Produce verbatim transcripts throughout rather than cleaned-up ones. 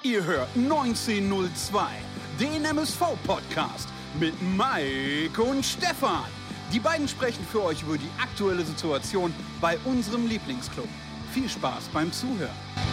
Ihr hört neunzehnhundertzwei, den M S V-Podcast mit Mike und Stefan. Die beiden sprechen für euch über die aktuelle Situation bei unserem Lieblingsclub. Viel Spaß beim Zuhören.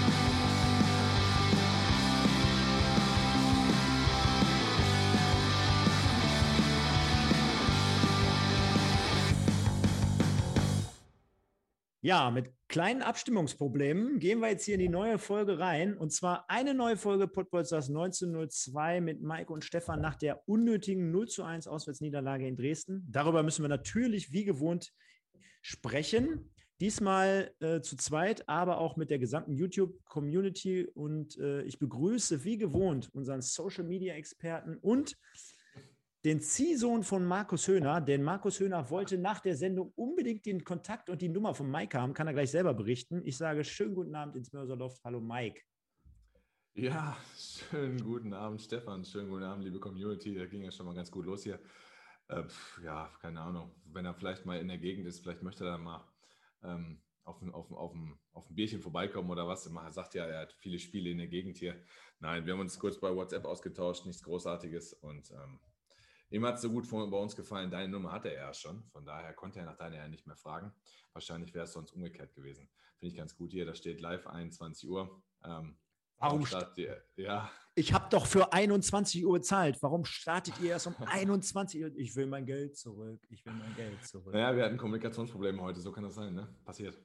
Ja, mit kleinen Abstimmungsproblemen gehen wir jetzt hier in die neue Folge rein. Und zwar eine neue Folge Podbolzers neunzehnhundertzwei mit Mike und Stefan nach der unnötigen null zu eins Auswärtsniederlage in Dresden. Darüber müssen wir natürlich wie gewohnt sprechen. Diesmal äh, zu zweit, aber auch mit der gesamten YouTube-Community. Und äh, ich begrüße wie gewohnt unseren Social-Media-Experten und den Ziehsohn von Markus Höhner, denn Markus Höhner wollte nach der Sendung unbedingt den Kontakt und die Nummer von Mike haben, kann er gleich selber berichten. Ich sage schönen guten Abend ins Mörserloft. Hallo Mike. Ja, schönen guten Abend Stefan, schönen guten Abend liebe Community, da ging ja schon mal ganz gut los hier. Äh, pf, ja, keine Ahnung, wenn er vielleicht mal in der Gegend ist, vielleicht möchte er da mal ähm, auf, ein, auf, ein, auf, ein, auf ein Bierchen vorbeikommen oder was. Er sagt ja, er hat viele Spiele in der Gegend hier. Nein, wir haben uns kurz bei WhatsApp ausgetauscht, nichts Großartiges und ähm, ihm hat es so gut bei uns gefallen. Deine Nummer hatte er ja schon. Von daher konnte er nach deiner ja nicht mehr fragen. Wahrscheinlich wäre es sonst umgekehrt gewesen. Finde ich ganz gut hier. Da steht live einundzwanzig Uhr. Ähm, Warum startet ihr? Ja. Ich habe doch für einundzwanzig Uhr bezahlt. Warum startet ihr erst um einundzwanzig Uhr? Ich will mein Geld zurück. Ich will mein Geld zurück. Naja, wir hatten Kommunikationsprobleme heute. So kann das sein, ne? Passiert.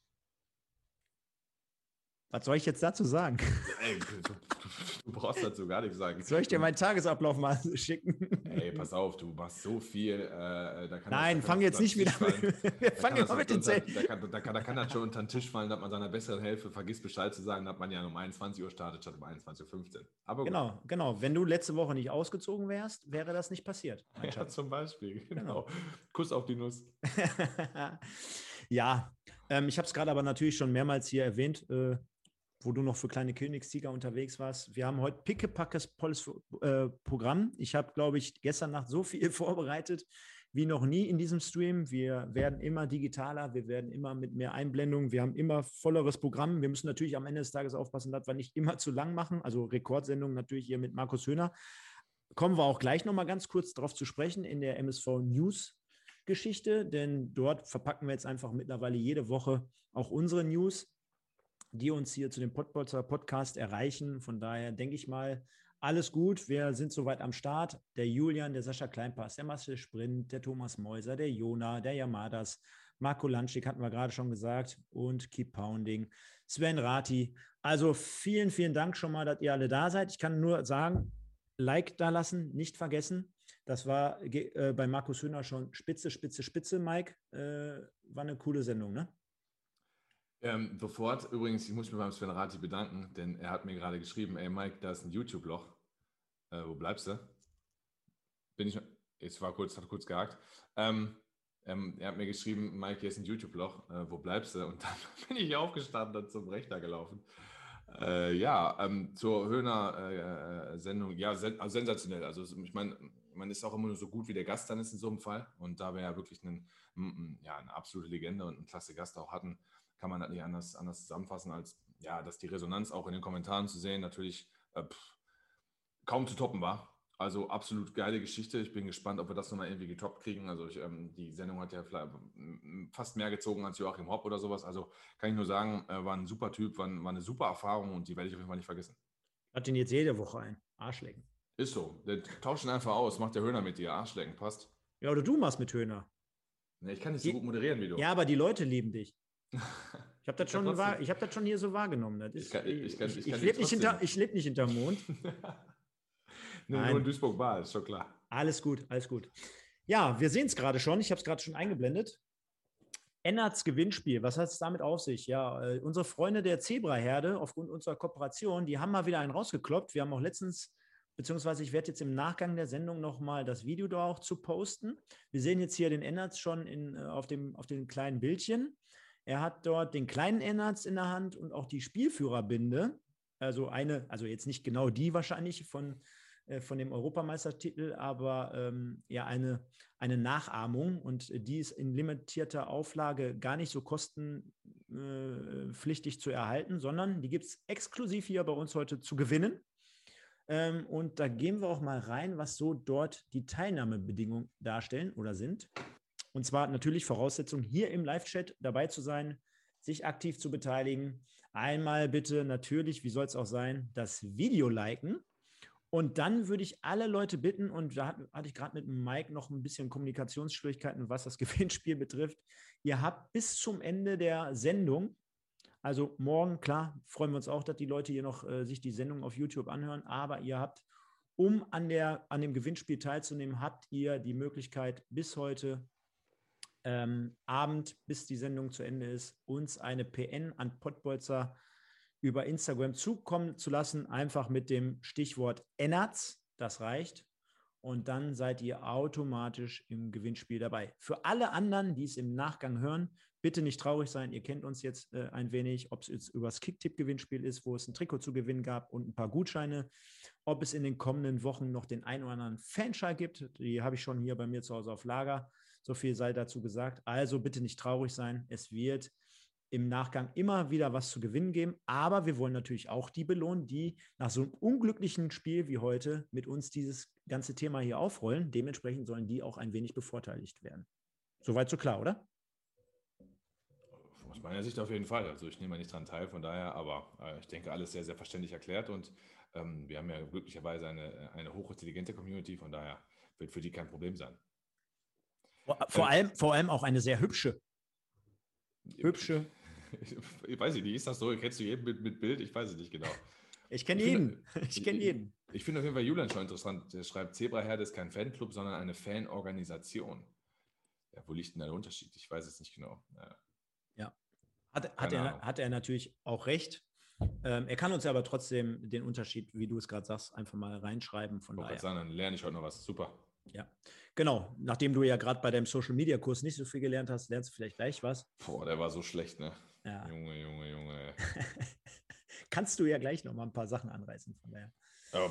Was soll ich jetzt dazu sagen? Ey, du, du, du brauchst dazu gar nichts sagen. Soll ich dir meinen Tagesablauf mal schicken? Ey, pass auf, du machst so viel. Äh, da kann Nein, das, da fang jetzt nicht wieder mit. Wir fangen jetzt mal mit den Zellen. Da kann, da, kann, da kann das schon unter den Tisch fallen, dass man seiner besseren Hälfte vergisst Bescheid zu sagen, dass man ja um einundzwanzig Uhr startet statt um einundzwanzig Uhr fünfzehn. Aber genau, gut. genau. Wenn du letzte Woche nicht ausgezogen wärst, wäre das nicht passiert. Ja, zum Beispiel. Genau. genau. Kuss auf die Nuss. Ja, ähm, ich habe es gerade aber natürlich schon mehrmals hier erwähnt, äh, wo du noch für kleine Königssieger unterwegs warst. Wir haben heute pickepackes volles äh, Programm. Ich habe, glaube ich, gestern Nacht so viel vorbereitet wie noch nie in diesem Stream. Wir werden immer digitaler, wir werden immer mit mehr Einblendungen, wir haben immer volleres Programm. Wir müssen natürlich am Ende des Tages aufpassen, dass wir nicht immer zu lang machen. Also Rekordsendung natürlich hier mit Markus Höhner. Kommen wir auch gleich noch mal ganz kurz darauf zu sprechen in der M S V News Geschichte, denn dort verpacken wir jetzt einfach mittlerweile jede Woche auch unsere News, die uns hier zu dem Podbolzer Podcast erreichen. Von daher denke ich mal, alles gut. Wir sind soweit am Start. Der Julian, der Sascha Kleinpass, der Marcel Sprint, der Thomas Meuser, der Jona, der Yamadas, Marco Lanschik hatten wir gerade schon gesagt und Keep Pounding, Sven Rati. Also vielen, vielen Dank schon mal, dass ihr alle da seid. Ich kann nur sagen, Like da lassen, nicht vergessen. Das war äh, bei Markus Höhner schon spitze, spitze, spitze, Mike. Äh, war eine coole Sendung, ne? Ähm, sofort, übrigens, ich muss mich beim Sven Rati bedanken, denn er hat mir gerade geschrieben, ey Mike, da ist ein YouTube-Loch. Äh, wo bleibst du? Bin ich, jetzt war kurz, hat kurz gehakt. Ähm, ähm, er hat mir geschrieben, Mike, hier ist ein YouTube-Loch, äh, wo bleibst du? Und dann bin ich aufgestanden und zum Rechner gelaufen. Äh, ja, ähm, zur Höhner-Sendung, äh, ja, sen also sensationell. Also ich meine, man ist auch immer nur so gut, wie der Gast dann ist in so einem Fall. Und da wir ja wirklich einen, ja, eine absolute Legende und einen klasse Gast auch hatten, kann man das nicht anders, anders zusammenfassen, als ja, dass die Resonanz auch in den Kommentaren zu sehen natürlich äh, pff, kaum zu toppen war. Also absolut geile Geschichte. Ich bin gespannt, ob wir das nochmal irgendwie getoppt kriegen. Also ich, ähm, die Sendung hat ja fast mehr gezogen als Joachim Hopp oder sowas. Also kann ich nur sagen, äh, war ein super Typ, war, war eine super Erfahrung und die werde ich auf jeden Fall nicht vergessen. Hat den jetzt jede Woche ein. Arschlecken. Ist so. Der tauscht ihn einfach aus. Macht der Höhner mit dir. Arschlecken. Passt. Ja, oder du machst mit Höhner. Nee, ich kann nicht so die, gut moderieren wie du. Ja, aber die Leute lieben dich. Ich habe das, schon hab das schon hier so wahrgenommen. Das ist, ich ich, ich, ich, ich, ich lebe nicht, hinter, leb nicht hinterm Mond. Nee, nur in Duisburg war, ist schon klar. Alles gut, alles gut. Ja, wir sehen es gerade schon. Ich habe es gerade schon eingeblendet. Ennerts Gewinnspiel, was hat es damit auf sich? Ja, äh, unsere Freunde der Zebraherde, aufgrund unserer Kooperation, die haben mal wieder einen rausgekloppt. Wir haben auch letztens, beziehungsweise ich werde jetzt im Nachgang der Sendung nochmal das Video da auch zu posten. Wir sehen jetzt hier den Ennerts schon in, auf, dem, auf dem kleinen Bildchen. Er hat dort den kleinen Ennerts in der Hand und auch die Spielführerbinde. Also eine, also jetzt nicht genau die wahrscheinlich von äh, von dem Europameistertitel, aber ähm, ja eine, eine Nachahmung und die ist in limitierter Auflage gar nicht so kostenpflichtig zu erhalten, sondern die gibt es exklusiv hier bei uns heute zu gewinnen. Ähm, und da gehen wir auch mal rein, was so dort die Teilnahmebedingungen darstellen oder sind. Und zwar natürlich Voraussetzung, hier im Live-Chat dabei zu sein, sich aktiv zu beteiligen. Einmal bitte natürlich, wie soll es auch sein, das Video liken. Und dann würde ich alle Leute bitten, und da hatte ich gerade mit Mike noch ein bisschen Kommunikationsschwierigkeiten, was das Gewinnspiel betrifft. Ihr habt bis zum Ende der Sendung, also morgen, klar, freuen wir uns auch, dass die Leute hier noch äh, sich die Sendung auf YouTube anhören, aber ihr habt, um an, der, an dem Gewinnspiel teilzunehmen, habt ihr die Möglichkeit, bis heute ähm, Abend, bis die Sendung zu Ende ist, uns eine P N an Pottbolzer über Instagram zukommen zu lassen, einfach mit dem Stichwort Ennerts, das reicht. Und dann seid ihr automatisch im Gewinnspiel dabei. Für alle anderen, die es im Nachgang hören, bitte nicht traurig sein. Ihr kennt uns jetzt äh, ein wenig, ob es jetzt über das Kicktipp-Gewinnspiel ist, wo es ein Trikot zu gewinnen gab und ein paar Gutscheine. Ob es in den kommenden Wochen noch den einen oder anderen Fanschal gibt, die habe ich schon hier bei mir zu Hause auf Lager. So viel sei dazu gesagt. Also bitte nicht traurig sein. Es wird im Nachgang immer wieder was zu gewinnen geben. Aber wir wollen natürlich auch die belohnen, die nach so einem unglücklichen Spiel wie heute mit uns dieses ganze Thema hier aufrollen. Dementsprechend sollen die auch ein wenig bevorteiligt werden. Soweit so klar, oder? Aus meiner Sicht auf jeden Fall. Also ich nehme ja nicht dran teil, von daher, aber äh, ich denke, alles sehr, sehr verständlich erklärt und ähm, wir haben ja glücklicherweise eine, eine hochintelligente Community, von daher wird für die kein Problem sein. Vor, vor, äh, allem, vor allem auch eine sehr hübsche. Hübsche. Ich, ich weiß nicht, ist das so? Kennst du jeden mit, mit Bild? Ich weiß es nicht genau. Ich kenne jeden. Find, ich kenne jeden. Ich, ich finde auf jeden Fall Julian schon interessant. Der schreibt, Zebraherde ist kein Fanclub, sondern eine Fanorganisation. Ja, wo liegt denn da der Unterschied? Ich weiß es nicht genau. Ja. ja. Hat, hat, er, hat er natürlich auch recht. Ähm, er kann uns aber trotzdem den Unterschied, wie du es gerade sagst, einfach mal reinschreiben. Von daher. Sagen, dann lerne ich heute noch was. Super. Ja, genau. Nachdem du ja gerade bei deinem Social-Media-Kurs nicht so viel gelernt hast, lernst du vielleicht gleich was. Boah, der war so schlecht, ne? Ja. Junge, Junge, Junge. Kannst du ja gleich noch mal ein paar Sachen anreißen von daher. Oh,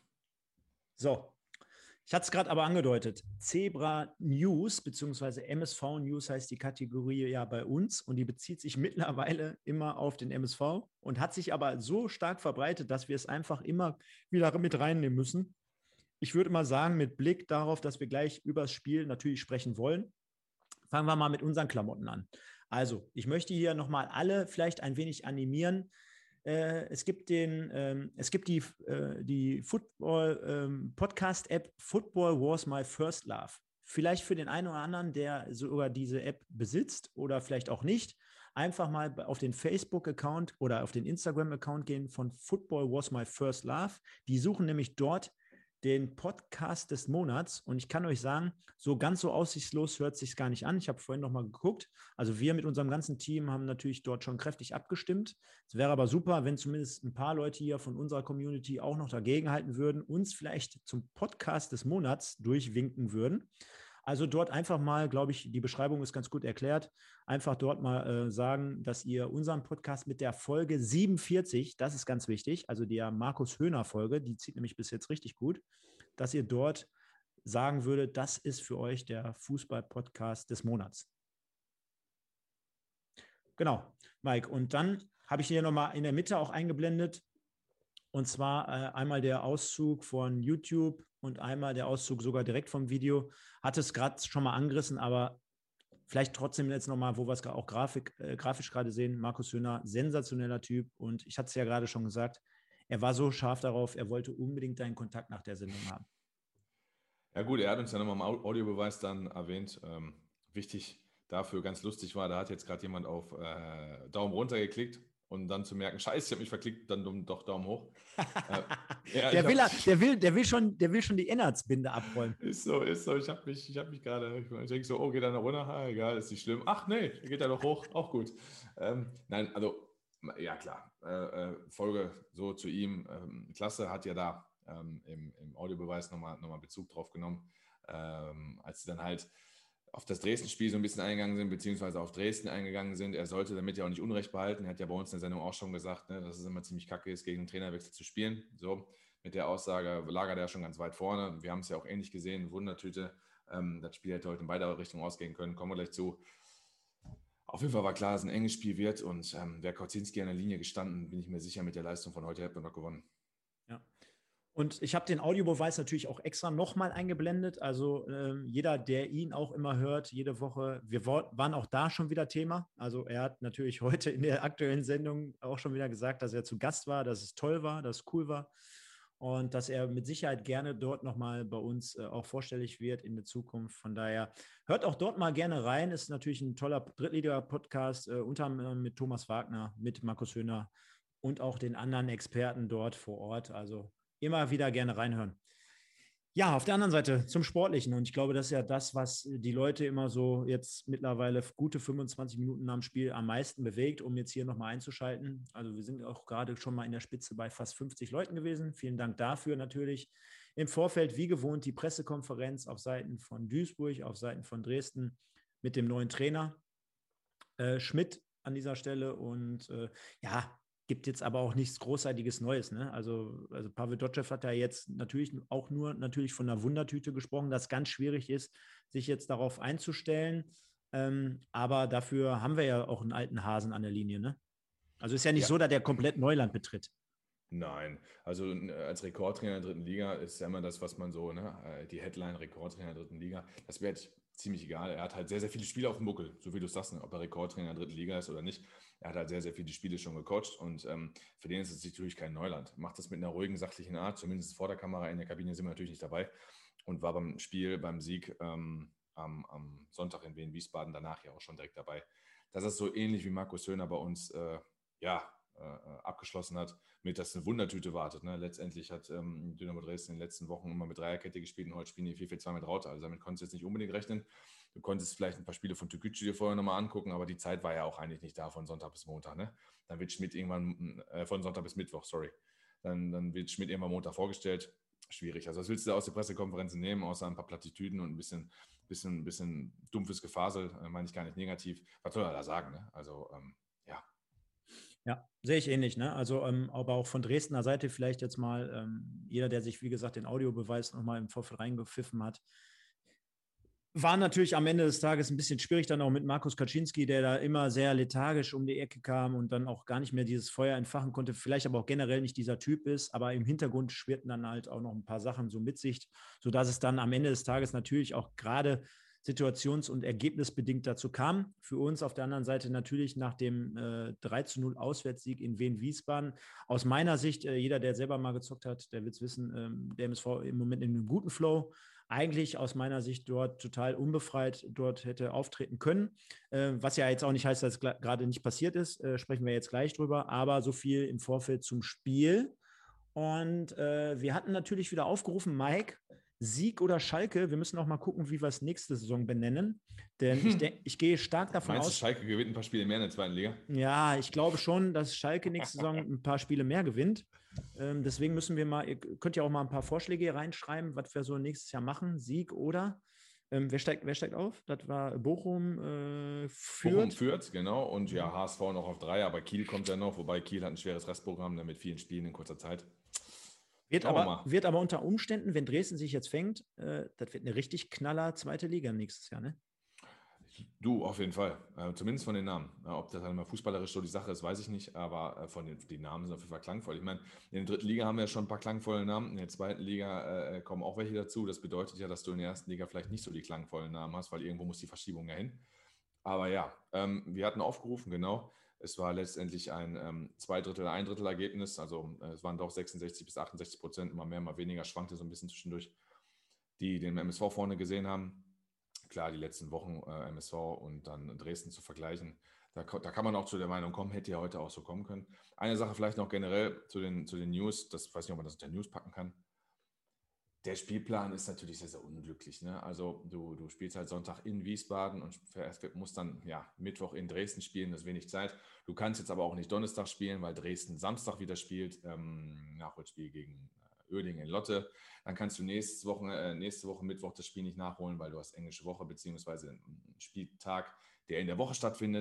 so, ich hatte es gerade aber angedeutet. Zebra News bzw. M S V News heißt die Kategorie ja bei uns und die bezieht sich mittlerweile immer auf den M S V und hat sich aber so stark verbreitet, dass wir es einfach immer wieder mit reinnehmen müssen. Ich würde mal sagen, mit Blick darauf, dass wir gleich über das Spiel natürlich sprechen wollen, fangen wir mal mit unseren Klamotten an. Also, ich möchte hier nochmal alle vielleicht ein wenig animieren. Äh, es gibt, den, ähm, es gibt die, äh, die Football-Podcast-App ähm, Football Was My First Love. Vielleicht für den einen oder anderen, der sogar diese App besitzt oder vielleicht auch nicht, einfach mal auf den Facebook-Account oder auf den Instagram-Account gehen von Football Was My First Love. Die suchen nämlich dort den Podcast des Monats und ich kann euch sagen, so ganz so aussichtslos hört es sich gar nicht an. Ich habe vorhin noch mal geguckt. Also wir mit unserem ganzen Team haben natürlich dort schon kräftig abgestimmt. Es wäre aber super, wenn zumindest ein paar Leute hier von unserer Community auch noch dagegen halten würden, uns vielleicht zum Podcast des Monats durchwinken würden. Also dort einfach mal, glaube ich, die Beschreibung ist ganz gut erklärt, einfach dort mal äh, sagen, dass ihr unseren Podcast mit der Folge siebenundvierzig, das ist ganz wichtig, also der Markus Höhner-Folge, die zieht nämlich bis jetzt richtig gut, dass ihr dort sagen würdet, das ist für euch der Fußball-Podcast des Monats. Genau, Mike. Und dann habe ich hier nochmal in der Mitte auch eingeblendet, und zwar äh, einmal der Auszug von YouTube und einmal der Auszug sogar direkt vom Video. Hatte es gerade schon mal angerissen, aber vielleicht trotzdem jetzt nochmal, wo wir es auch Grafik, äh, grafisch gerade sehen. Markus Höhner, sensationeller Typ. Und ich hatte es ja gerade schon gesagt, er war so scharf darauf, er wollte unbedingt deinen Kontakt nach der Sendung haben. Ja gut, er hat uns ja nochmal im Audiobeweis dann erwähnt. Ähm, wichtig dafür, ganz lustig war, da hat jetzt gerade jemand auf äh, Daumen runter geklickt. Und dann zu merken, scheiße, ich habe mich verklickt, dann doch Daumen hoch. äh, ja, der, will, hab, der, will, der, will schon, der will schon die Ennertsbinde abräumen. Ist so, ist so. Ich habe mich, ich hab mich gerade, ich denke so, oh, geht er noch runter? Ah, egal, ist nicht schlimm. Ach nee, geht er doch hoch, auch gut. Ähm, nein, also, ja klar, äh, Folge so zu ihm, ähm, klasse, hat ja da ähm, im, im Audiobeweis nochmal noch mal Bezug drauf genommen, ähm, als sie dann halt auf das Dresden-Spiel so ein bisschen eingegangen sind, beziehungsweise auf Dresden eingegangen sind. Er sollte damit ja auch nicht Unrecht behalten. Er hat ja bei uns in der Sendung auch schon gesagt, ne, dass es immer ziemlich kacke ist, gegen einen Trainerwechsel zu spielen. So, mit der Aussage lagert er schon ganz weit vorne. Wir haben es ja auch ähnlich gesehen, Wundertüte. Ähm, das Spiel hätte heute in beide Richtungen ausgehen können, kommen wir gleich zu. Auf jeden Fall war klar, dass es ein enges Spiel wird und ähm, wäre Kautzinski an der Linie gestanden, bin ich mir sicher, mit der Leistung von heute hätten wir noch gewonnen. Ja. Und ich habe den Audiobeweis natürlich auch extra nochmal eingeblendet. Also äh, jeder, der ihn auch immer hört, jede Woche, wir waren auch da schon wieder Thema. Also er hat natürlich heute in der aktuellen Sendung auch schon wieder gesagt, dass er zu Gast war, dass es toll war, dass es cool war und dass er mit Sicherheit gerne dort nochmal bei uns äh, auch vorstellig wird in der Zukunft. Von daher hört auch dort mal gerne rein. Ist natürlich ein toller Drittliga-Podcast, äh, unter anderem mit Thomas Wagner, mit Markus Höhner und auch den anderen Experten dort vor Ort. Also immer wieder gerne reinhören. Ja, auf der anderen Seite zum Sportlichen. Und ich glaube, das ist ja das, was die Leute immer so jetzt mittlerweile gute fünfundzwanzig Minuten nach dem Spiel am meisten bewegt, um jetzt hier nochmal einzuschalten. Also wir sind auch gerade schon mal in der Spitze bei fast fünfzig Leuten gewesen. Vielen Dank dafür natürlich. Im Vorfeld, wie gewohnt, die Pressekonferenz auf Seiten von Duisburg, auf Seiten von Dresden mit dem neuen Trainer äh, Schmidt an dieser Stelle. Und äh, ja, gibt jetzt aber auch nichts Großartiges Neues. Ne? Also, also Pavel Dotschew hat ja jetzt natürlich auch nur natürlich von einer Wundertüte gesprochen, dass ganz schwierig ist, sich jetzt darauf einzustellen. Ähm, aber dafür haben wir ja auch einen alten Hasen an der Linie. Ne? Also ist ja nicht ja. so, dass der komplett Neuland betritt. Nein, also als Rekordtrainer der dritten Liga ist ja immer das, was man so, ne, die Headline Rekordtrainer der dritten Liga, das wäre ziemlich egal. Er hat halt sehr, sehr viele Spiele auf dem Buckel, so wie du sagst, ob er Rekordtrainer der dritten Liga ist oder nicht. Er hat halt sehr, sehr viele Spiele schon gecoacht und ähm, für den ist es natürlich kein Neuland. Macht das mit einer ruhigen, sachlichen Art, zumindest vor der Kamera, in der Kabine sind wir natürlich nicht dabei und war beim Spiel, beim Sieg ähm, am, am Sonntag in Wien-Wiesbaden danach ja auch schon direkt dabei. Das ist so ähnlich wie Markus Höhner bei uns, äh, ja, äh, abgeschlossen hat, mit, dass eine Wundertüte wartet. Ne? Letztendlich hat ähm, Dynamo Dresden in den letzten Wochen immer mit Dreierkette gespielt und heute spielen die vier vier zwei mit Raute. Also damit konntest du jetzt nicht unbedingt rechnen. Du konntest vielleicht ein paar Spiele von Türkgücü dir vorher nochmal angucken, aber die Zeit war ja auch eigentlich nicht da von Sonntag bis Montag. Ne? Dann wird Schmidt irgendwann, äh, von Sonntag bis Mittwoch, sorry. Dann, dann wird Schmidt irgendwann Montag vorgestellt. Schwierig. Also was willst du aus der Pressekonferenz nehmen, außer ein paar Plattitüden und ein bisschen, bisschen, bisschen dumpfes Gefasel, äh, meine ich gar nicht negativ. Was soll er da sagen? Ne? Also, ähm, ja. Ja, sehe ich ähnlich. Ne? Also, ähm, aber auch von Dresdner Seite vielleicht jetzt mal, ähm, jeder, der sich, wie gesagt, den Audiobeweis nochmal im Vorfeld reingepfiffen hat, war natürlich am Ende des Tages ein bisschen schwierig dann auch mit Markus Kaczynski, der da immer sehr lethargisch um die Ecke kam und dann auch gar nicht mehr dieses Feuer entfachen konnte, vielleicht aber auch generell nicht dieser Typ ist, aber im Hintergrund schwirrten dann halt auch noch ein paar Sachen so mit sich, sodass es dann am Ende des Tages natürlich auch gerade situations- und ergebnisbedingt dazu kam. Für uns auf der anderen Seite natürlich nach dem äh, drei zu null Auswärtssieg in Wien-Wiesbaden. Aus meiner Sicht, äh, jeder, der selber mal gezockt hat, der wird es wissen, ähm, der M S V im Moment in einem guten Flow. Eigentlich aus meiner Sicht dort total unbefreit dort hätte auftreten können. Äh, was ja jetzt auch nicht heißt, dass es gerade nicht passiert ist, äh, sprechen wir jetzt gleich drüber, aber so viel im Vorfeld zum Spiel. Und äh, wir hatten natürlich wieder aufgerufen, Mike, Sieg oder Schalke, wir müssen auch mal gucken, wie wir es nächste Saison benennen, denn hm. ich, denk, ich gehe stark davon Meinst aus... Meinst du, Schalke gewinnt ein paar Spiele mehr in der zweiten Liga? Ja, ich glaube schon, dass Schalke nächste Saison ein paar Spiele mehr gewinnt. Ähm, deswegen müssen wir mal, ihr könnt ja auch mal ein paar Vorschläge hier reinschreiben, was wir so nächstes Jahr machen, Sieg oder... Ähm, wer, steigt, wer steigt auf? Das war Bochum, äh, Fürth. Bochum, Fürth, genau. Und ja, H S V noch auf drei, aber Kiel kommt ja noch, wobei Kiel hat ein schweres Restprogramm ne, mit vielen Spielen in kurzer Zeit. Wird aber, wird aber unter Umständen, wenn Dresden sich jetzt fängt, äh, das wird eine richtig knaller zweite Liga nächstes Jahr, ne? Du, auf jeden Fall. Äh, zumindest von den Namen. Ja, ob das dann mal fußballerisch so die Sache ist, weiß ich nicht, aber äh, von den die Namen sind auf jeden Fall klangvoll. Ich meine, in der dritten Liga haben wir ja schon ein paar klangvolle Namen, in der zweiten Liga äh, kommen auch welche dazu. Das bedeutet ja, dass du in der ersten Liga vielleicht nicht so die klangvollen Namen hast, weil irgendwo muss die Verschiebung ja hin. Aber ja, ähm, wir hatten aufgerufen, genau. Es war letztendlich ein ähm, zwei Drittel, ein Drittel Ergebnis. Also äh, es waren doch sechsundsechzig bis achtundsechzig Prozent, immer mehr, mal weniger, schwankte so ein bisschen zwischendurch, die den M S V vorne gesehen haben. Klar, die letzten Wochen äh, M S V und dann Dresden zu vergleichen, da, da kann man auch zu der Meinung kommen, hätte ja heute auch so kommen können. Eine Sache vielleicht noch generell zu den, zu den News, das weiß nicht, ob man das unter News packen kann. Der Spielplan ist natürlich sehr, sehr unglücklich. Ne? Also du, du spielst halt Sonntag in Wiesbaden und musst dann ja, Mittwoch in Dresden spielen, das ist wenig Zeit. Du kannst jetzt aber auch nicht Donnerstag spielen, weil Dresden Samstag wieder spielt, ähm, Nachholspiel gegen Oerding in Lotte. Dann kannst du nächste Woche, äh, nächste Woche Mittwoch das Spiel nicht nachholen, weil du hast englische Woche beziehungsweise einen Spieltag, der in der Woche stattfindet.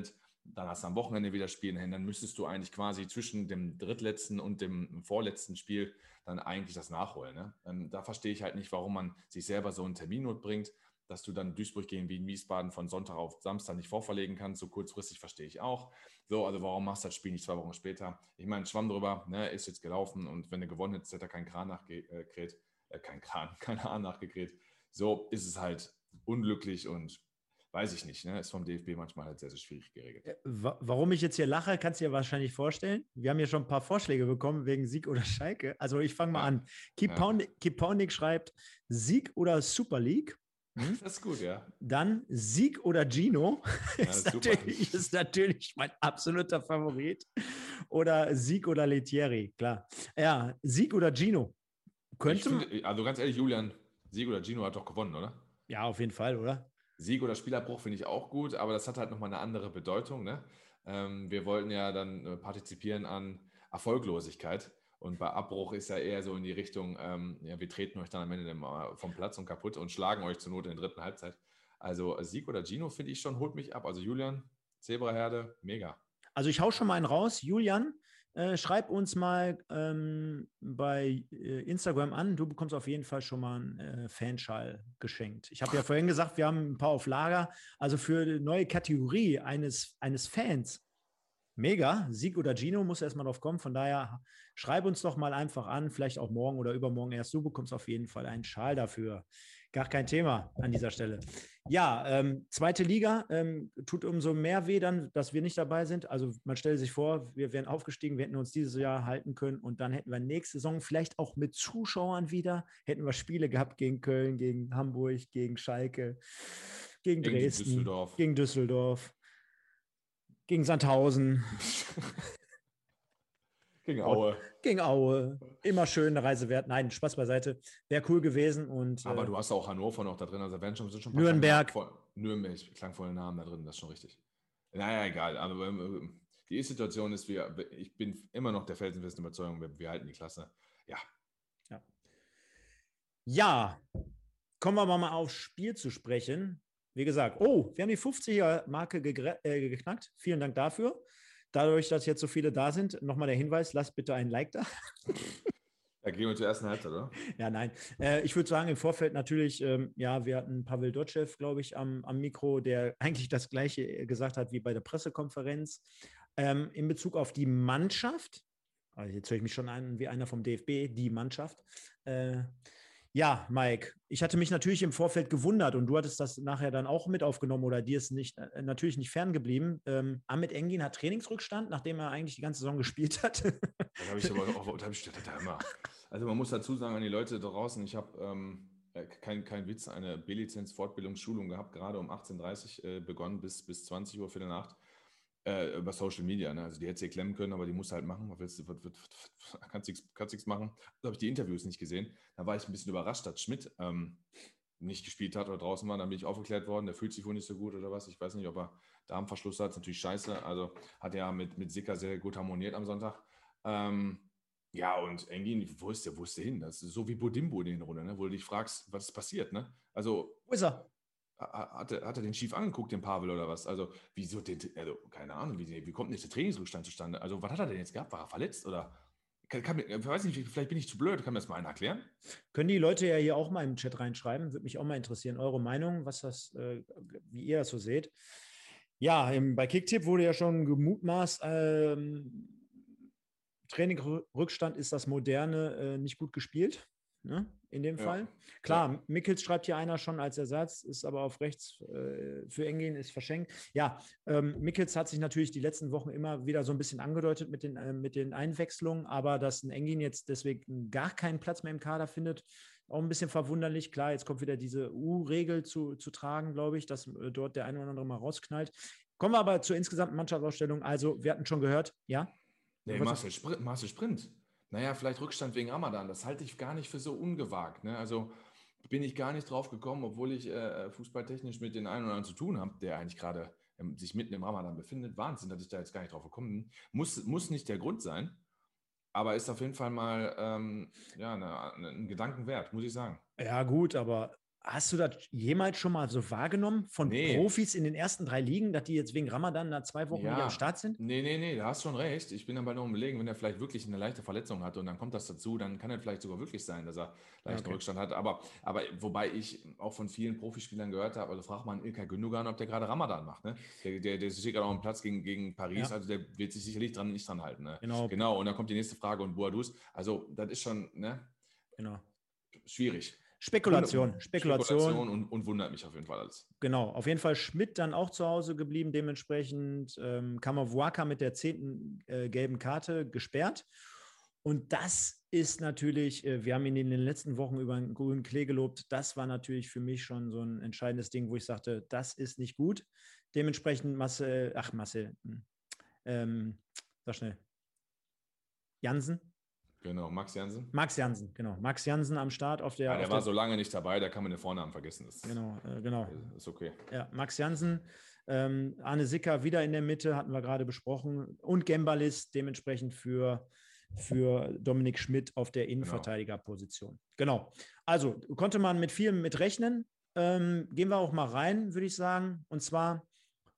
dann hast du am Wochenende wieder Spielen hin, dann müsstest du eigentlich quasi zwischen dem drittletzten und dem vorletzten Spiel dann eigentlich das nachholen. Ne? Ähm, da verstehe ich halt nicht, warum man sich selber so einen Terminnot bringt, dass du dann Duisburg gegen Wien Wiesbaden von Sonntag auf Samstag nicht vorverlegen kannst. So kurzfristig verstehe ich auch. So, also warum machst du das Spiel nicht zwei Wochen später? Ich meine, Schwamm drüber, ne, ist jetzt gelaufen und wenn du gewonnen hättest, hätte er keinen Kran nachgekräht, äh, kein Kran, kein Hahn nachgekräht. So ist es halt unglücklich und weiß ich nicht, ne? Ist vom D F B manchmal halt sehr, sehr schwierig geregelt. Warum ich jetzt hier lache, kannst du dir wahrscheinlich vorstellen. Wir haben hier schon ein paar Vorschläge bekommen wegen Sieg oder Schalke. Also ich fange mal ja. an. Keep, ja. Pounding, Keep Pounding schreibt Sieg oder Super League. Hm? Das ist gut, ja. Dann Sieg oder Gino. Ja, ist, natürlich, ist natürlich mein absoluter Favorit. Oder Sieg oder Lettieri, klar. Ja, Sieg oder Gino. Könnte find, also ganz ehrlich, Julian, Sieg oder Gino hat doch gewonnen, oder? Ja, auf jeden Fall, oder? Sieg oder Spielabbruch finde ich auch gut, aber das hat halt nochmal eine andere Bedeutung. Ne? Ähm, wir wollten ja dann äh, partizipieren an Erfolglosigkeit und bei Abbruch ist ja eher so in die Richtung, ähm, ja, wir treten euch dann am Ende vom Platz und kaputt und schlagen euch zur Not in der dritten Halbzeit. Also Sieg oder Gino finde ich schon, holt mich ab. Also Julian, Zebraherde, mega. Also ich hau schon mal einen raus. Julian, äh, schreib uns mal ähm, bei äh, Instagram an. Du bekommst auf jeden Fall schon mal einen äh, Fanschal geschenkt. Ich habe ja vorhin gesagt, wir haben ein paar auf Lager. Also für eine neue Kategorie eines, eines Fans. Mega. Sieg oder Gino, muss erstmal drauf kommen. Von daher schreib uns doch mal einfach an. Vielleicht auch morgen oder übermorgen erst. Du bekommst auf jeden Fall einen Schal dafür. Gar kein Thema an dieser Stelle. Ja, ähm, zweite Liga ähm, tut umso mehr weh dann, dass wir nicht dabei sind. Also man stelle sich vor, wir wären aufgestiegen, wir hätten uns dieses Jahr halten können und dann hätten wir nächste Saison vielleicht auch mit Zuschauern wieder, hätten wir Spiele gehabt gegen Köln, gegen Hamburg, gegen Schalke, gegen, gegen Dresden, Düsseldorf. gegen Düsseldorf, gegen Sandhausen. Gegen Aue. Gegen Aue. Immer schön, eine Reise wert. Nein, Spaß beiseite. Wäre cool gewesen. Und, aber äh, du hast auch Hannover noch da drin. Also werden schon, sind schon ein paar Nürnberg. Voll, Nürnberg, klangvolle Namen da drin. Das ist schon richtig. Naja, egal. Aber ähm, die Situation ist, wir, ich bin immer noch der felsenfesten Überzeugung, wir, wir halten die Klasse. Ja. ja. Ja. Kommen wir aber mal aufs Spiel zu sprechen. Wie gesagt, oh, wir haben die fünfziger-Marke äh, geknackt. Vielen Dank dafür. Dadurch, dass jetzt so viele da sind, nochmal der Hinweis, lasst bitte einen Like da. Ja, gehen wir zur ersten Halbzeit, oder? Ja, nein. Äh, ich würde sagen, im Vorfeld natürlich, ähm, ja, wir hatten Pavel Dotschew, glaube ich, am, am Mikro, der eigentlich das Gleiche gesagt hat wie bei der Pressekonferenz. Ähm, in Bezug auf die Mannschaft, also jetzt höre ich mich schon an wie einer vom D F B, die Mannschaft, äh, ja, Mike, ich hatte mich natürlich im Vorfeld gewundert und du hattest das nachher dann auch mit aufgenommen oder dir ist nicht, äh, natürlich nicht ferngeblieben. Ähm, Ahmet Engin hat Trainingsrückstand, nachdem er eigentlich die ganze Saison gespielt hat. Das habe ich aber auch, da habe ich da immer. Also man muss dazu sagen an die Leute da draußen, ich habe ähm, kein, kein Witz, eine B-Lizenz Fortbildungsschulung gehabt, gerade um achtzehn Uhr dreißig äh, begonnen bis, bis zwanzig Uhr, Viertel nach acht. Äh, über Social Media, ne? Also die hätte sie klemmen können, aber die muss halt machen. Was willst du, was, was, was, kannst nichts machen. Da habe ich die Interviews nicht gesehen. Da war ich ein bisschen überrascht, dass Schmidt ähm, nicht gespielt hat oder draußen war. Dann bin ich aufgeklärt worden, der fühlt sich wohl nicht so gut oder was. Ich weiß nicht, ob er Darmverschluss hat. Das ist natürlich scheiße. Also hat er mit, mit Sicker sehr gut harmoniert am Sonntag. Ähm, ja, und Engin, wo ist der, wo ist der hin? Das ist so wie Bodimbo in der Runde, ne? Wo du dich fragst, was ist passiert, ne? Also, wo ist er? Hat er, hat er den schief angeguckt, den Pavel, oder was? Also, wieso den, also, keine Ahnung, wie, wie kommt denn jetzt der Trainingsrückstand zustande? Also, was hat er denn jetzt gehabt? War er verletzt, oder? Kann, kann, ich weiß nicht, vielleicht bin ich zu blöd, kann mir das mal einer erklären? Können die Leute ja hier auch mal im Chat reinschreiben, würde mich auch mal interessieren, eure Meinung, was das, äh, wie ihr das so seht. Ja, im, bei Kicktipp wurde ja schon gemutmaßt, ähm, Trainingsrückstand ist das moderne, äh, nicht gut gespielt. Ne, in dem Fall. Ja. Klar, ja. Mikkels schreibt hier einer schon als Ersatz, ist aber auf rechts äh, für Engin, ist verschenkt. Ja, ähm, Mikkels hat sich natürlich die letzten Wochen immer wieder so ein bisschen angedeutet mit den, äh, mit den Einwechslungen, aber dass ein Engin jetzt deswegen gar keinen Platz mehr im Kader findet, auch ein bisschen verwunderlich. Klar, jetzt kommt wieder diese U-Regel zu, zu tragen, glaube ich, dass äh, dort der eine oder andere mal rausknallt. Kommen wir aber zur insgesamten Mannschaftsausstellung. Also, wir hatten schon gehört, ja? Nee, Marcel Sprint. Marcel Sprint. Naja, vielleicht Rückstand wegen Ramadan. Das halte ich gar nicht für so ungewagt. Ne? Also bin ich gar nicht drauf gekommen, obwohl ich äh, fußballtechnisch mit den einen oder anderen zu tun habe, der eigentlich gerade ähm, sich mitten im Ramadan befindet. Wahnsinn, dass ich da jetzt gar nicht drauf gekommen bin. Muss, muss nicht der Grund sein, aber ist auf jeden Fall mal ähm, ja, eine, eine, ein Gedanken wert, muss ich sagen. Ja gut, aber hast du das jemals schon mal so wahrgenommen von Nee. Profis in den ersten drei Ligen, dass die jetzt wegen Ramadan nach zwei Wochen Ja. wieder am Start sind? Nee, nee, nee, da hast schon recht. Ich bin aber noch überlegen, wenn er vielleicht wirklich eine leichte Verletzung hatte und dann kommt das dazu, dann kann er vielleicht sogar wirklich sein, dass er leichten Okay. Rückstand hat. Aber, aber wobei ich auch von vielen Profispielern gehört habe, also frag mal einen Ilkay Gündogan, ob der gerade Ramadan macht. Ne? Der, der, der steht gerade auf dem Platz gegen, gegen Paris, Ja. also der wird sich sicherlich dran, nicht dran halten. Ne? Genau. Genau, und dann kommt die nächste Frage und Boadus. Also das ist schon ne? Genau. schwierig. Spekulation, Wund- Spekulation. Spekulation und, und wundert mich auf jeden Fall alles. Genau, auf jeden Fall Schmidt dann auch zu Hause geblieben, dementsprechend ähm, Kamavuaka mit der zehnten äh, gelben Karte gesperrt. Und das ist natürlich, äh, wir haben ihn in den letzten Wochen über den grünen Klee gelobt, das war natürlich für mich schon so ein entscheidendes Ding, wo ich sagte, das ist nicht gut. Dementsprechend Marcel, ach Marcel, ähm, sag schnell, Jansen? Genau, Max Jansen. Max Jansen, genau. Max Jansen am Start auf der. Ja, der auf war der, so lange nicht dabei, da kann man den Vornamen vergessen. Das Genau, äh, genau. ist okay. Ja, Max Jansen, ähm, Arne Sicker wieder in der Mitte, hatten wir gerade besprochen. Und Gembalis dementsprechend für, für Dominik Schmidt auf der Innenverteidigerposition. Genau. Also konnte man mit vielem mit rechnen. Ähm, gehen wir auch mal rein, würde ich sagen. Und zwar.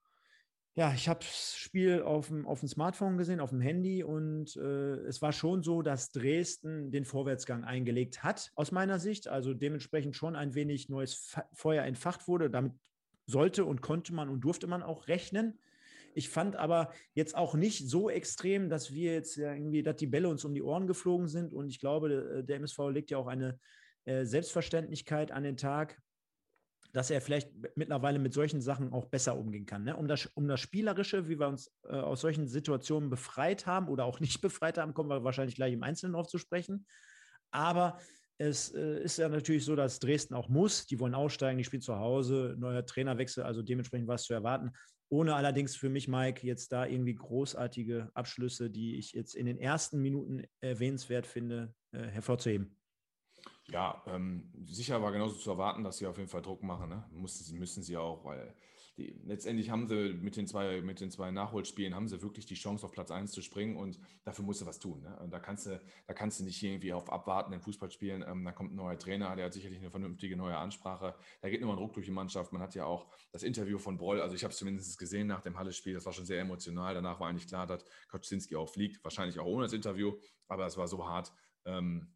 Ja, ich habe das Spiel auf dem, auf dem Smartphone gesehen, auf dem Handy und äh, es war schon so, dass Dresden den Vorwärtsgang eingelegt hat, aus meiner Sicht. Also dementsprechend schon ein wenig neues Fe- Feuer entfacht wurde. Damit sollte und konnte man und durfte man auch rechnen. Ich fand aber jetzt auch nicht so extrem, dass wir jetzt ja irgendwie, dass die Bälle uns um die Ohren geflogen sind. Und ich glaube, der M S V legt ja auch eine äh, Selbstverständlichkeit an den Tag, dass er vielleicht mittlerweile mit solchen Sachen auch besser umgehen kann. Ne? Um, das, um das Spielerische, wie wir uns äh, aus solchen Situationen befreit haben oder auch nicht befreit haben, kommen wir wahrscheinlich gleich im Einzelnen drauf zu sprechen. Aber es äh, ist ja natürlich so, dass Dresden auch muss. Die wollen aussteigen, die spielen zu Hause, neuer Trainerwechsel, also dementsprechend was zu erwarten. Ohne allerdings für mich, Mike, jetzt da irgendwie großartige Abschlüsse, die ich jetzt in den ersten Minuten erwähnenswert finde, äh, hervorzuheben. Ja, ähm, sicher war genauso zu erwarten, dass sie auf jeden Fall Druck machen. Ne? Müssen, sie, müssen sie auch, weil die, letztendlich haben sie mit den, zwei, mit den zwei Nachholspielen, haben sie wirklich die Chance, auf Platz eins zu springen und dafür musst du was tun. Ne? Und da kannst du, da kannst du nicht irgendwie auf Abwarten im Fußball spielen. Ähm, da kommt ein neuer Trainer, der hat sicherlich eine vernünftige neue Ansprache. Da geht nochmal ein Druck durch die Mannschaft. Man hat ja auch das Interview von Broll, also ich habe es zumindest gesehen nach dem Halle-Spiel, das war schon sehr emotional. Danach war eigentlich klar, dass Koczynski auch fliegt, wahrscheinlich auch ohne das Interview, aber es war so hart. Ähm,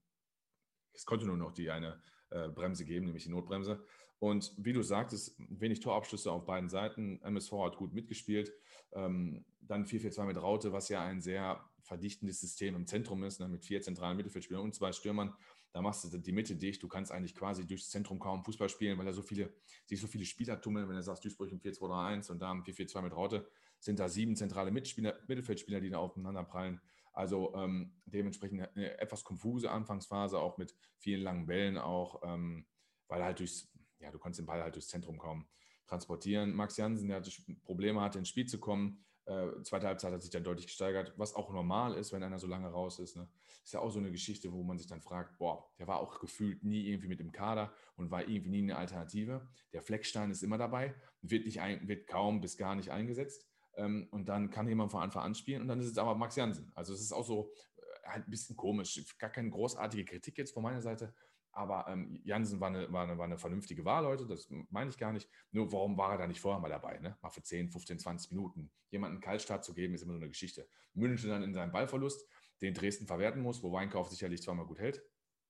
Es konnte nur noch die eine äh, Bremse geben, nämlich die Notbremse. Und wie du sagtest, wenig Torabschlüsse auf beiden Seiten. M S V hat gut mitgespielt. Ähm, dann vier vier zwei mit Raute, was ja ein sehr verdichtendes System im Zentrum ist, ne, mit vier zentralen Mittelfeldspielern und zwei Stürmern. Da machst du die Mitte dicht. Du kannst eigentlich quasi durchs Zentrum kaum Fußball spielen, weil da so viele, sich so viele Spieler tummeln. Wenn du sagst, Duisburg im vier zwei drei eins und da im vier vier zwei mit Raute, sind da sieben zentrale Mitspieler, Mittelfeldspieler, die da aufeinander prallen. Also ähm, dementsprechend eine etwas konfuse Anfangsphase, auch mit vielen langen Bällen auch, ähm, weil halt durchs, ja, du konntest den Ball halt durchs Zentrum kaum transportieren. Max Jansen, der hatte Probleme hatte, ins Spiel zu kommen. Äh, zweite Halbzeit hat sich dann deutlich gesteigert, was auch normal ist, wenn einer so lange raus ist. Ne? Ist ja auch so eine Geschichte, wo man sich dann fragt, boah, der war auch gefühlt nie irgendwie mit im Kader und war irgendwie nie eine Alternative. Der Fleckstein ist immer dabei, wird, nicht ein, wird kaum bis gar nicht eingesetzt. Ähm, und dann kann jemand von Anfang an spielen und dann ist es aber Max Jansen. Also es ist auch so äh, halt ein bisschen komisch. Gar keine großartige Kritik jetzt von meiner Seite, aber ähm, Jansen war eine, war, eine, war eine vernünftige Wahl, Leute, das meine ich gar nicht. Nur warum war er da nicht vorher mal dabei? Ne? Mal für zehn, fünfzehn, zwanzig Minuten. Jemanden einen Kaltstart zu geben, ist immer so eine Geschichte. München dann in seinem Ballverlust, den Dresden verwerten muss, wo Weinkauf sicherlich zweimal gut hält.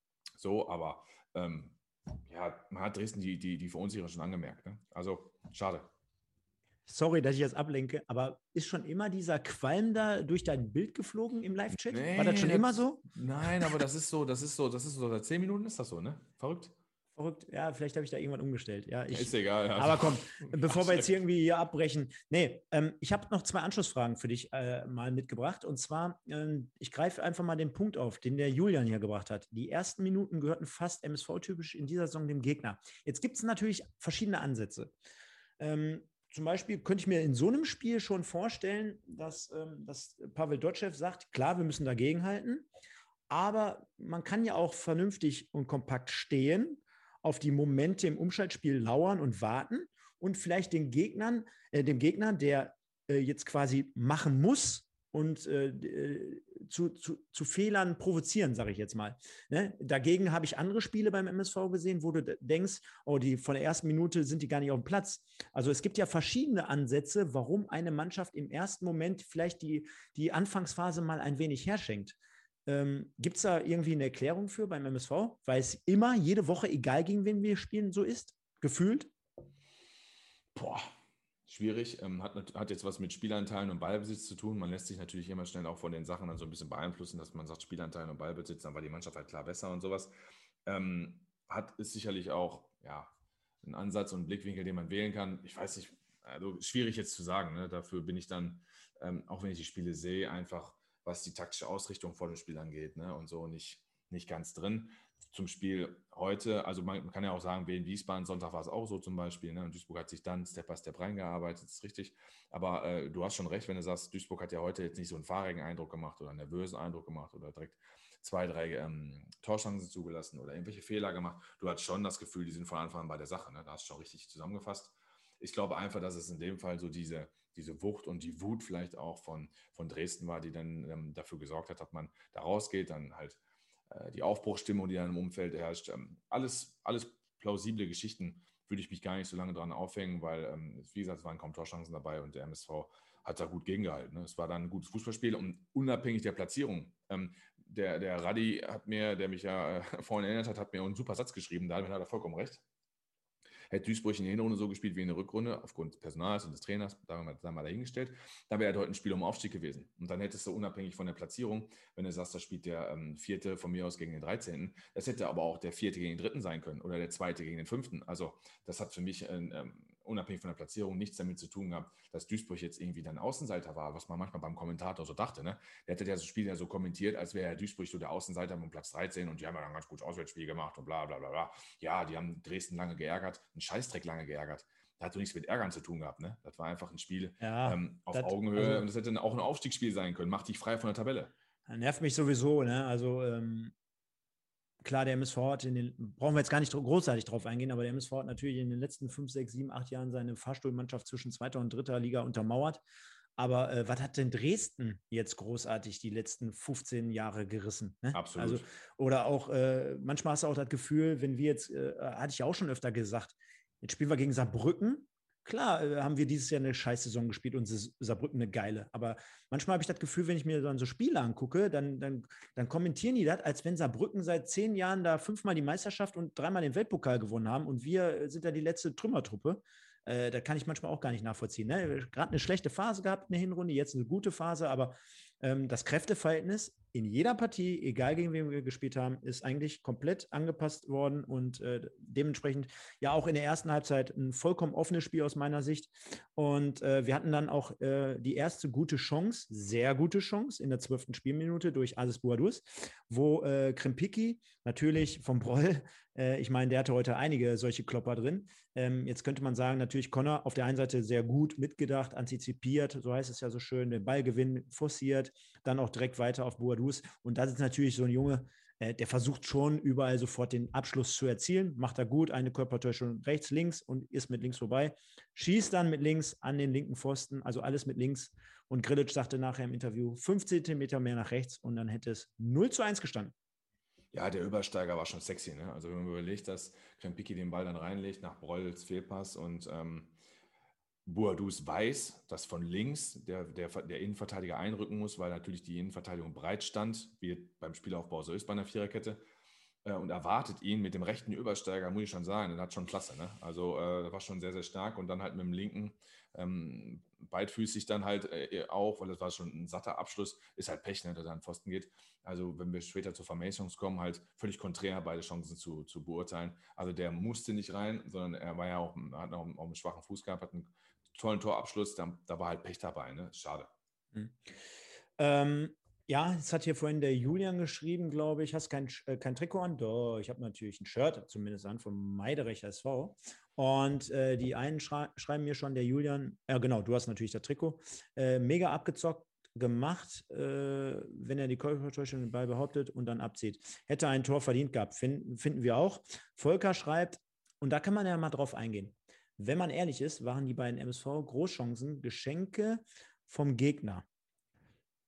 So, aber ähm, ja, man hat Dresden die, die, die Verunsicherung schon angemerkt. Ne? Also, schade. Sorry, dass ich jetzt ablenke, aber ist schon immer dieser Qualm da durch dein Bild geflogen im Live-Chat? Nee, war das schon das, immer so? Nein, aber das ist so, das ist so, das ist so, seit zehn Minuten ist das so, ne? Verrückt. Verrückt, ja, vielleicht habe ich da irgendwann umgestellt. Ja, ich, ist egal. Ja. Aber komm, bevor wir jetzt hier irgendwie hier abbrechen. Nee, ähm, ich habe noch zwei Anschlussfragen für dich äh, mal mitgebracht. Und zwar, ähm, ich greife einfach mal den Punkt auf, den der Julian hier gebracht hat. Die ersten Minuten gehörten fast M S V-typisch in dieser Saison dem Gegner. Jetzt gibt es natürlich verschiedene Ansätze. Ähm, Zum Beispiel könnte ich mir in so einem Spiel schon vorstellen, dass, ähm, dass Pavel Dotschew sagt, klar, wir müssen dagegenhalten, aber man kann ja auch vernünftig und kompakt stehen, auf die Momente im Umschaltspiel lauern und warten und vielleicht den Gegnern, äh, dem Gegner, der äh, jetzt quasi machen muss, und äh, zu, zu, zu Fehlern provozieren, sage ich jetzt mal. Ne? Dagegen habe ich andere Spiele beim M S V gesehen, wo du denkst, oh, die von der ersten Minute sind die gar nicht auf dem Platz. Also es gibt ja verschiedene Ansätze, warum eine Mannschaft im ersten Moment vielleicht die, die Anfangsphase mal ein wenig herschenkt. Ähm, gibt es da irgendwie eine Erklärung für beim M S V? Weil es immer, jede Woche, egal gegen wen wir spielen, so ist? Gefühlt? Boah, schwierig. Ähm, hat, hat jetzt was mit Spielanteilen und Ballbesitz zu tun. Man lässt sich natürlich immer schnell auch von den Sachen dann so ein bisschen beeinflussen, dass man sagt, Spielanteilen und Ballbesitz, dann war die Mannschaft halt klar besser und sowas. Ähm, hat ist sicherlich auch, ja, ein Ansatz und ein Blickwinkel, den man wählen kann. Ich weiß nicht, also schwierig jetzt zu sagen. Ne? Dafür bin ich dann, ähm, auch wenn ich die Spiele sehe, einfach, was die taktische Ausrichtung vor dem Spiel angeht, ne? Und so nicht, nicht ganz drin. Zum Spiel heute, also man, man kann ja auch sagen, Wien Wiesbaden, Sonntag war es auch so zum Beispiel, ne? Und Duisburg hat sich dann Step by Step reingearbeitet, das ist richtig. Aber äh, du hast schon recht, wenn du sagst, Duisburg hat ja heute jetzt nicht so einen fahrigen Eindruck gemacht oder einen nervösen Eindruck gemacht oder direkt zwei, drei ähm, Torchancen zugelassen oder irgendwelche Fehler gemacht. Du hast schon das Gefühl, die sind von Anfang an bei der Sache, ne? Da hast du schon richtig zusammengefasst. Ich glaube einfach, dass es in dem Fall so diese, diese Wucht und die Wut vielleicht auch von, von Dresden war, die dann ähm, dafür gesorgt hat, dass man da rausgeht, dann halt die Aufbruchsstimmung, die dann im Umfeld herrscht. Alles, alles plausible Geschichten, würde ich mich gar nicht so lange dran aufhängen, weil, wie gesagt, es waren kaum Torchancen dabei und der M S V hat da gut gegengehalten. Es war dann ein gutes Fußballspiel und unabhängig der Platzierung. Der, der Radi hat mir, der mich ja vorhin erinnert hat, hat mir einen super Satz geschrieben, damit hat er vollkommen recht. Hätte Duisburg in der Hinrunde so gespielt wie in der Rückrunde, aufgrund des Personals und des Trainers, da haben wir mal dahingestellt, dann wäre heute ein Spiel um Aufstieg gewesen. Und dann hättest du unabhängig von der Platzierung, wenn du sagst, da spielt der ähm, Vierte von mir aus gegen den dreizehnten, das hätte aber auch der Vierte gegen den Dritten sein können oder der Zweite gegen den Fünften. Also das hat für mich ähm, unabhängig von der Platzierung nichts damit zu tun gehabt, dass Duisburg jetzt irgendwie dann Außenseiter war, was man manchmal beim Kommentator so dachte. Ne? Der hätte ja das Spiel ja so kommentiert, als wäre ja Duisburg so der Außenseiter mit Platz dreizehn und die haben ja dann ein ganz gutes Auswärtsspiel gemacht und bla bla bla bla. Ja, die haben Dresden lange geärgert, einen Scheißdreck lange geärgert. Das hat so nichts mit Ärgern zu tun gehabt. Ne? Das war einfach ein Spiel ja, ähm, auf das, Augenhöhe also, und das hätte auch ein Aufstiegsspiel sein können. Mach dich frei von der Tabelle. nervt mich sowieso, ne? Also ähm, klar, der M S V hat in den, brauchen wir jetzt gar nicht großartig drauf eingehen, aber der M S V hat natürlich in den letzten fünf, sechs, sieben, acht Jahren seine Fahrstuhlmannschaft zwischen zweiter und dritter Liga untermauert. Aber äh, was hat denn Dresden jetzt großartig die letzten fünfzehn Jahre gerissen? Ne? Absolut. Also, oder auch, äh, manchmal hast du auch das Gefühl, wenn wir jetzt, äh, hatte ich ja auch schon öfter gesagt, jetzt spielen wir gegen Saarbrücken. Klar, äh, haben wir dieses Jahr eine Scheißsaison gespielt und Saarbrücken eine geile. Aber manchmal habe ich das Gefühl, wenn ich mir dann so Spiele angucke, dann, dann, dann kommentieren die das, als wenn Saarbrücken seit zehn Jahren da fünfmal die Meisterschaft und dreimal den Weltpokal gewonnen haben und wir sind da die letzte Trümmertruppe. Äh, da kann ich manchmal auch gar nicht nachvollziehen. Ne? Gerade eine schlechte Phase gehabt in der Hinrunde, jetzt eine gute Phase, aber ähm, das Kräfteverhältnis in jeder Partie, egal gegen wen wir gespielt haben, ist eigentlich komplett angepasst worden und äh, dementsprechend ja auch in der ersten Halbzeit ein vollkommen offenes Spiel aus meiner Sicht. Und äh, wir hatten dann auch äh, die erste gute Chance, sehr gute Chance in der zwölften Spielminute durch Aziz Bouadouz, wo äh, Krempicki natürlich vom Broll, äh, ich meine, der hatte heute einige solche Klopper drin. Ähm, jetzt könnte man sagen, natürlich Connor auf der einen Seite sehr gut mitgedacht, antizipiert, so heißt es ja so schön, den Ballgewinn forciert, dann auch direkt weiter auf Bouadouz. Und das ist natürlich so ein Junge, äh, der versucht schon überall sofort den Abschluss zu erzielen, macht er gut, eine Körpertäuschung rechts, links und ist mit links vorbei, schießt dann mit links an den linken Pfosten, also alles mit links. Und Grillitsch sagte nachher im Interview, fünf Zentimeter mehr nach rechts und dann hätte es null zu eins gestanden. Ja, der Übersteiger war schon sexy. Ne? Also wenn man überlegt, dass Krempicki den Ball dann reinlegt nach Brolls Fehlpass und ähm, Bouadouz weiß, dass von links der, der, der Innenverteidiger einrücken muss, weil natürlich die Innenverteidigung breit stand, wie beim Spielaufbau so ist bei einer Viererkette, äh, und erwartet ihn mit dem rechten Übersteiger, muss ich schon sagen, der hat schon Klasse. Ne? Also äh, das war schon sehr, sehr stark und dann halt mit dem linken ähm, beidfüßig dann halt äh, auch, weil das war schon ein satter Abschluss, ist halt Pech, ne, dass er an den Pfosten geht. Also wenn wir später zur Vermäßung kommen, halt völlig konträr beide Chancen zu, zu beurteilen. Also der musste nicht rein, sondern er war ja auch, hat auch, auch einen schwachen Fuß gehabt, hat einen tollen Torabschluss, da, da war halt Pech dabei, ne? Schade. Mhm. Ähm, ja, es hat hier vorhin der Julian geschrieben, glaube ich, hast kein, äh, kein Trikot an? Doch, ich habe natürlich ein Shirt zumindest an vom Meiderich S V. Und äh, die einen schrei schreiben mir schon, der Julian, ja genau, du hast natürlich das Trikot, äh, mega abgezockt gemacht, äh, wenn er die Körpertäuschung den Ball behauptet und dann abzieht. Hätte ein Tor verdient gehabt, finden, finden wir auch. Volker schreibt, und da kann man ja mal drauf eingehen. Wenn man ehrlich ist, waren die beiden M S V-Großchancen Geschenke vom Gegner.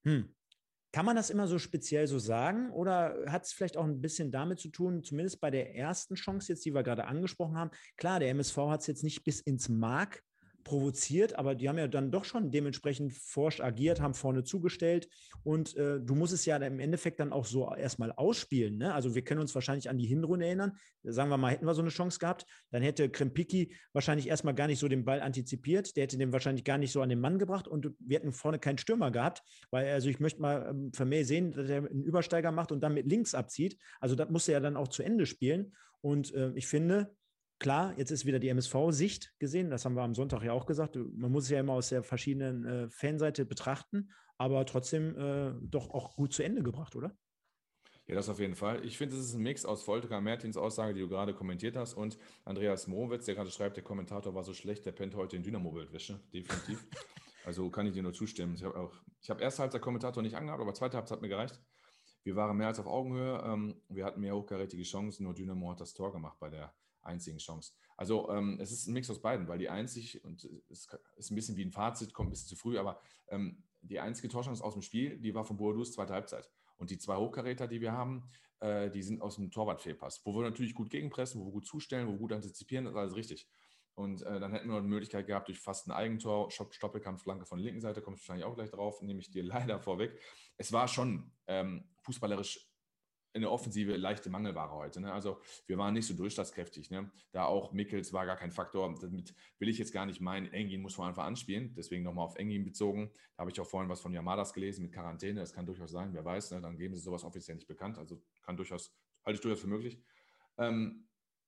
Hm. Kann man das immer so speziell so sagen oder hat es vielleicht auch ein bisschen damit zu tun, zumindest bei der ersten Chance jetzt, die wir gerade angesprochen haben? Klar, der M S V hat es jetzt nicht bis ins Mark provoziert, aber die haben ja dann doch schon dementsprechend forsch agiert, haben vorne zugestellt und äh, du musst es ja im Endeffekt dann auch so erstmal ausspielen. Ne? Also wir können uns wahrscheinlich an die Hinrunde erinnern. Sagen wir mal, hätten wir so eine Chance gehabt, dann hätte Krempicki wahrscheinlich erstmal gar nicht so den Ball antizipiert, der hätte den wahrscheinlich gar nicht so an den Mann gebracht und wir hätten vorne keinen Stürmer gehabt, weil also ich möchte mal ähm, Vermeer sehen, dass er einen Übersteiger macht und dann mit links abzieht. Also das musste er ja dann auch zu Ende spielen und äh, ich finde, klar, jetzt ist wieder die M S V-Sicht gesehen, das haben wir am Sonntag ja auch gesagt, man muss es ja immer aus der verschiedenen äh, Fanseite betrachten, aber trotzdem äh, doch auch gut zu Ende gebracht, oder? Ja, das auf jeden Fall. Ich finde, es ist ein Mix aus Volker Mertins Aussage, die du gerade kommentiert hast, und Andreas Mowitz, der gerade schreibt, der Kommentator war so schlecht, der pennt heute in Dynamo-Bildwäsche, definitiv. Also kann ich dir nur zustimmen. Ich habe auch, ich habe erste Halbzeit Kommentator nicht angehabt, aber zweite Halbzeit hat mir gereicht. Wir waren mehr als auf Augenhöhe. Ähm, wir hatten mehr hochkarätige Chancen, nur Dynamo hat das Tor gemacht bei der einzigen Chance. Also ähm, es ist ein Mix aus beiden, weil die einzig, und es ist ein bisschen wie ein Fazit, kommt ein bisschen zu früh, aber ähm, die einzige Torchance aus dem Spiel, die war von Boadus zweite Halbzeit. Und die zwei Hochkaräter, die wir haben, äh, die sind aus dem Torwartfehlpass, wo wir natürlich gut gegenpressen, wo wir gut zustellen, wo wir gut antizipieren, das ist alles richtig. Und äh, dann hätten wir noch die Möglichkeit gehabt, durch fast ein Eigentor, Stoppelkampfflanke von der linken Seite, kommst du wahrscheinlich auch gleich drauf, nehme ich dir leider vorweg. Es war schon ähm, fußballerisch in der Offensive leichte Mangelware heute. Ne? Also wir waren nicht so durchschlagskräftig. Ne? Da auch Mickels war gar kein Faktor. Damit will ich jetzt gar nicht meinen, Engin muss von Anfang an spielen. Deswegen nochmal auf Engin bezogen. Da habe ich auch vorhin was von Yamadas gelesen mit Quarantäne. Das kann durchaus sein, wer weiß. Ne? Dann geben sie sowas offiziell nicht bekannt. Also kann durchaus, halte ich durchaus für möglich. Ähm,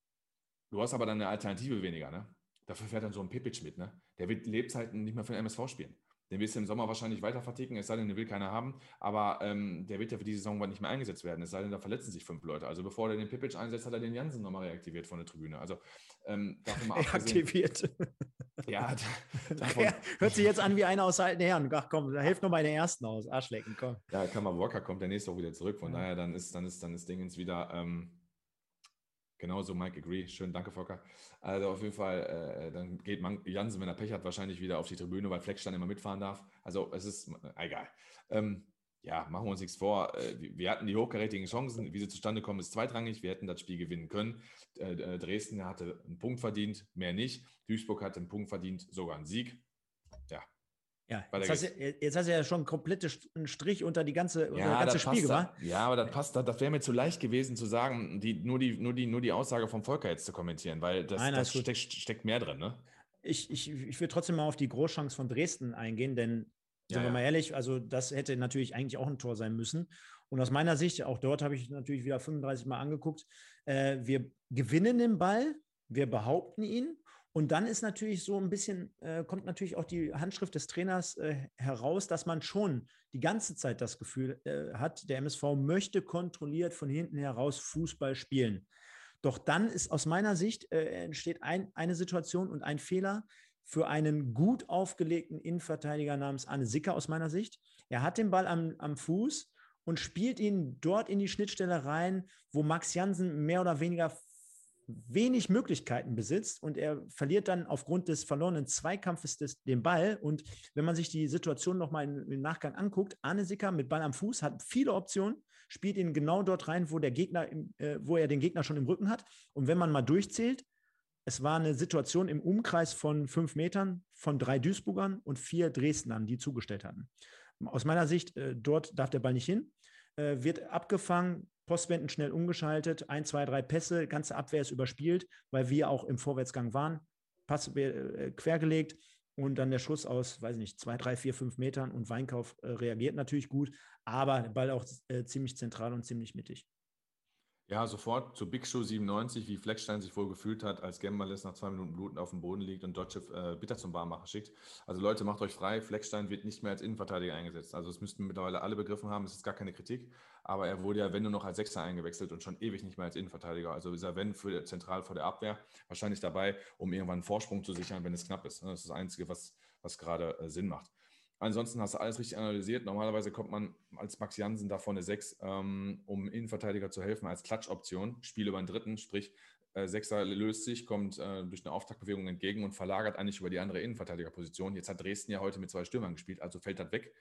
du hast aber dann eine Alternative weniger. Ne? Dafür fährt dann so ein Pepic mit. Ne? Der wird Lebzeiten nicht mehr für den M S V spielen. Den wirst du im Sommer wahrscheinlich weiter verticken, es sei denn, den will keiner haben. Aber ähm, der wird ja für diese Saison nicht mehr eingesetzt werden, es sei denn, da verletzen sich fünf Leute. Also bevor er den Pipic einsetzt, hat er den Jansen nochmal reaktiviert von der Tribüne. Also ähm, davon mal abgesehen. Reaktiviert. Ja, davon. Hört sich jetzt an wie einer aus alten Herren. Ach komm, da hilft noch mal den ersten aus. Arschlecken, komm. Ja, Kammer Walker kommt der nächste auch wieder zurück. Von ja. daher, dann ist, dann ist, dann ist Dingens wieder. Ähm, Genauso, Mike agree. Schön, danke, Volker. Also auf jeden Fall, äh, dann geht man, Jansen, wenn er Pech hat, wahrscheinlich wieder auf die Tribüne, weil Fleckstein immer mitfahren darf. Also es ist äh, egal. Ähm, ja, machen wir uns nichts vor. Äh, wir hatten die hochkarätigen Chancen. Wie sie zustande kommen, ist zweitrangig. Wir hätten das Spiel gewinnen können. Äh, Dresden hatte einen Punkt verdient, mehr nicht. Duisburg hatte einen Punkt verdient, sogar einen Sieg. Ja. Ja, jetzt hast, du, jetzt hast du ja schon einen kompletten Strich unter die ganze, unter ja, das ganze Spiel gemacht. Da, ja, aber das passt, das, das wäre mir zu leicht gewesen zu sagen, die, nur, die, nur, die, nur die Aussage vom Volker jetzt zu kommentieren, weil das, Nein, das steck, steckt mehr drin, ne? Ich, ich, ich will trotzdem mal auf die Großchance von Dresden eingehen, denn, ja, sind wir ja. mal ehrlich, also das hätte natürlich eigentlich auch ein Tor sein müssen. Und aus meiner Sicht, auch dort habe ich natürlich wieder fünfunddreißig Mal angeguckt, äh, wir gewinnen den Ball, wir behaupten ihn. Und dann ist natürlich so ein bisschen, äh, kommt natürlich auch die Handschrift des Trainers äh, heraus, dass man schon die ganze Zeit das Gefühl äh, hat, der M S V möchte kontrolliert von hinten heraus Fußball spielen. Doch dann ist aus meiner Sicht, äh, entsteht ein, eine Situation und ein Fehler für einen gut aufgelegten Innenverteidiger namens Arne Sicker aus meiner Sicht. Er hat den Ball am, am Fuß und spielt ihn dort in die Schnittstelle rein, wo Max Jansen mehr oder weniger wenig Möglichkeiten besitzt und er verliert dann aufgrund des verlorenen Zweikampfes des, den Ball. Und wenn man sich die Situation nochmal im Nachgang anguckt, Arne Sicker mit Ball am Fuß hat viele Optionen, spielt ihn genau dort rein, wo der Gegner, im, äh, wo er den Gegner schon im Rücken hat. Und wenn man mal durchzählt, es war eine Situation im Umkreis von fünf Metern von drei Duisburgern und vier Dresdnern, die zugestellt hatten. Aus meiner Sicht, äh, dort darf der Ball nicht hin, äh, wird abgefangen, Postwenden schnell umgeschaltet, ein, zwei, drei Pässe, ganze Abwehr ist überspielt, weil wir auch im Vorwärtsgang waren, Pass äh, quergelegt und dann der Schuss aus, weiß nicht, zwei, drei, vier, fünf Metern und Weinkauf äh, reagiert natürlich gut, aber der Ball auch äh, ziemlich zentral und ziemlich mittig. Ja, sofort zu Big Show siebenundneunzig, wie Fleckstein sich wohl gefühlt hat, als Gembalis nach zwei Minuten Bluten auf dem Boden liegt und Dotschew äh, bitter zum Warmmachen schickt. Also Leute, macht euch frei, Fleckstein wird nicht mehr als Innenverteidiger eingesetzt. Also das müssten mittlerweile alle begriffen haben, das ist gar keine Kritik, aber er wurde ja, wenn nur noch als Sechser eingewechselt und schon ewig nicht mehr als Innenverteidiger. Also ist er, wenn, für zentral vor der Abwehr, wahrscheinlich dabei, um irgendwann einen Vorsprung zu sichern, wenn es knapp ist. Das ist das Einzige, was, was gerade äh, Sinn macht. Ansonsten hast du alles richtig analysiert. Normalerweise kommt man als Max Jansen da vorne sechs, ähm, um Innenverteidiger zu helfen, als Klatschoption. Spiel über den Dritten, sprich äh, Sechser löst sich, kommt äh, durch eine Auftaktbewegung entgegen und verlagert eigentlich über die andere Innenverteidigerposition. Jetzt hat Dresden ja heute mit zwei Stürmern gespielt, also fällt das weg.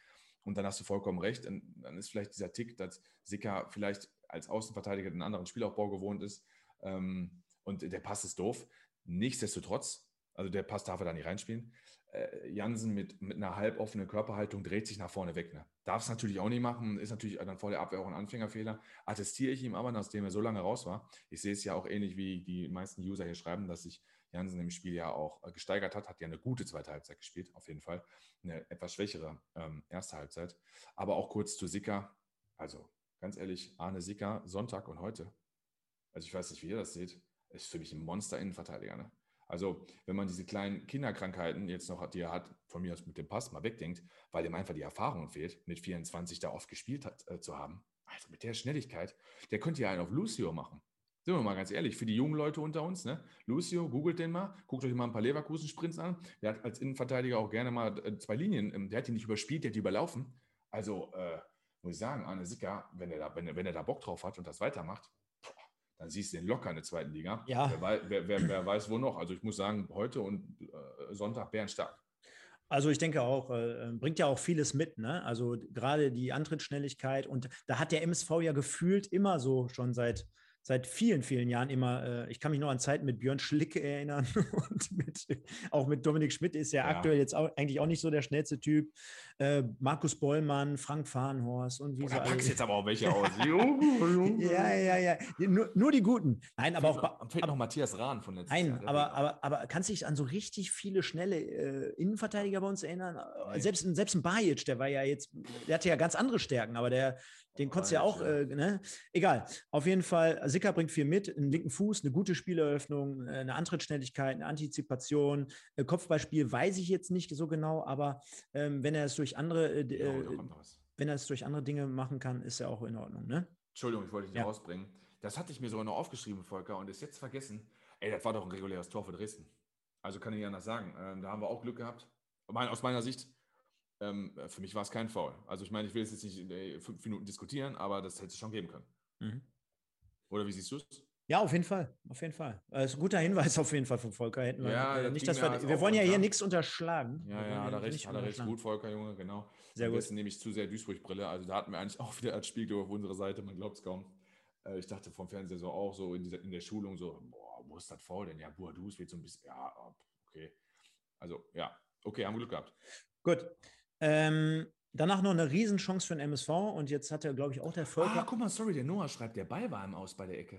Und dann hast du vollkommen recht. Und dann ist vielleicht dieser Tick, dass Sicker vielleicht als Außenverteidiger einen anderen Spielaufbau gewohnt ist. Ähm, und der Pass ist doof. Nichtsdestotrotz, also der Pass darf er da nicht reinspielen. Äh, Jansen mit, mit einer halboffenen Körperhaltung dreht sich nach vorne weg. Ne? Darf es natürlich auch nicht machen. Ist natürlich dann vor der Abwehr auch ein Anfängerfehler. Attestiere ich ihm aber, nachdem er so lange raus war. Ich sehe es ja auch ähnlich, wie die meisten User hier schreiben, dass sich Jansen im Spiel ja auch äh, gesteigert hat. Hat ja eine gute zweite Halbzeit gespielt, auf jeden Fall. Eine etwas schwächere ähm, erste Halbzeit. Aber auch kurz zu Sicker. Also ganz ehrlich, Arne Sicker, Sonntag und heute. Also ich weiß nicht, wie ihr das seht. Ist für mich ein Monster-Innenverteidiger. Ne? Also wenn man diese kleinen Kinderkrankheiten jetzt noch hat, die er hat, von mir aus mit dem Pass mal wegdenkt, weil ihm einfach die Erfahrung fehlt, mit vierundzwanzig da oft gespielt hat, äh, zu haben. Also mit der Schnelligkeit, der könnte ja einen auf Lucio machen. Sind wir mal ganz ehrlich, für die jungen Leute unter uns, ne? Lucio, googelt den mal, guckt euch mal ein paar Leverkusen-Sprints an. Der hat als Innenverteidiger auch gerne mal äh, zwei Linien, der hat die nicht überspielt, der hat die überlaufen. Also äh, muss ich sagen, Arne Sicker, wenn er da, wenn er, wenn er da Bock drauf hat und das weitermacht, dann siehst du den locker in der zweiten Liga. Ja. Wer, wer, wer, wer weiß wo noch. Also ich muss sagen, heute und äh, Sonntag bärenstark. Also ich denke auch, äh, bringt ja auch vieles mit, ne? Also gerade die Antrittsschnelligkeit und da hat der M S V ja gefühlt immer so schon seit seit vielen, vielen Jahren immer, äh, ich kann mich noch an Zeiten mit Björn Schlicke erinnern und mit, auch mit Dominik Schmidt ist ja, ja. aktuell jetzt auch, eigentlich auch nicht so der schnellste Typ. Äh, Markus Bollmann, Frank Fahrenhorst und wie oh, so. Da alle. packst jetzt aber auch welche aus. ja, ja, ja. Nur, nur die Guten. Nein, aber fehlt auch. Noch, fehlt noch Matthias Rahn von letztes Nein, Jahr. Nein, aber, aber, aber kannst du dich an so richtig viele schnelle äh, Innenverteidiger bei uns erinnern? Nee. Selbst, selbst ein Bajic, der war ja jetzt, der hatte ja ganz andere Stärken, aber der, den konntest du ja auch, äh, ne? Egal. Auf jeden Fall, Sicker bringt viel mit, einen linken Fuß, eine gute Spieleröffnung, eine Antrittsschnelligkeit, eine Antizipation, äh, Kopfballspiel weiß ich jetzt nicht so genau, aber ähm, wenn er es durch andere, äh, ja, da kommt noch was. wenn er es durch andere Dinge machen kann, ist er auch in Ordnung, ne? Entschuldigung, ich wollte dich nicht ja. rausbringen. Das hatte ich mir sogar noch aufgeschrieben, Volker, und ist jetzt vergessen. Ey, das war doch ein reguläres Tor für Dresden. Also kann ich nicht anders sagen. Ähm, da haben wir auch Glück gehabt. Aus meiner Sicht, ähm, für mich war es kein Foul. Also ich meine, ich will jetzt nicht in fünf Minuten diskutieren, aber das hätte es schon geben können. Mhm. Oder wie siehst du es? Ja, auf jeden Fall, auf jeden Fall. Das ist ein guter Hinweis auf jeden Fall von Volker. Hätten wir ja, äh, das nicht, dass wir, als wir wollen ja hier nichts unterschlagen. Ja, ja, hat er recht, hat er recht. Gut, Volker, Junge, genau. Sehr gut. Am nehme ich zu sehr Duisburg-Brille. Also da hatten wir eigentlich auch wieder als Spiegel auf unserer Seite, man glaubt es kaum. Äh, ich dachte vom Fernseher so auch so in, dieser, in der Schulung so, boah, wo ist das faul denn? Ja, Boadus wird so ein bisschen, ja, okay. Also, ja, okay, haben wir Glück gehabt. Gut. Ähm, danach noch eine Riesenchance für den M S V und jetzt hat er, glaube ich, auch der Volker. Ah, guck mal, sorry, der Noah schreibt, der Ball war im Aus bei der Ecke.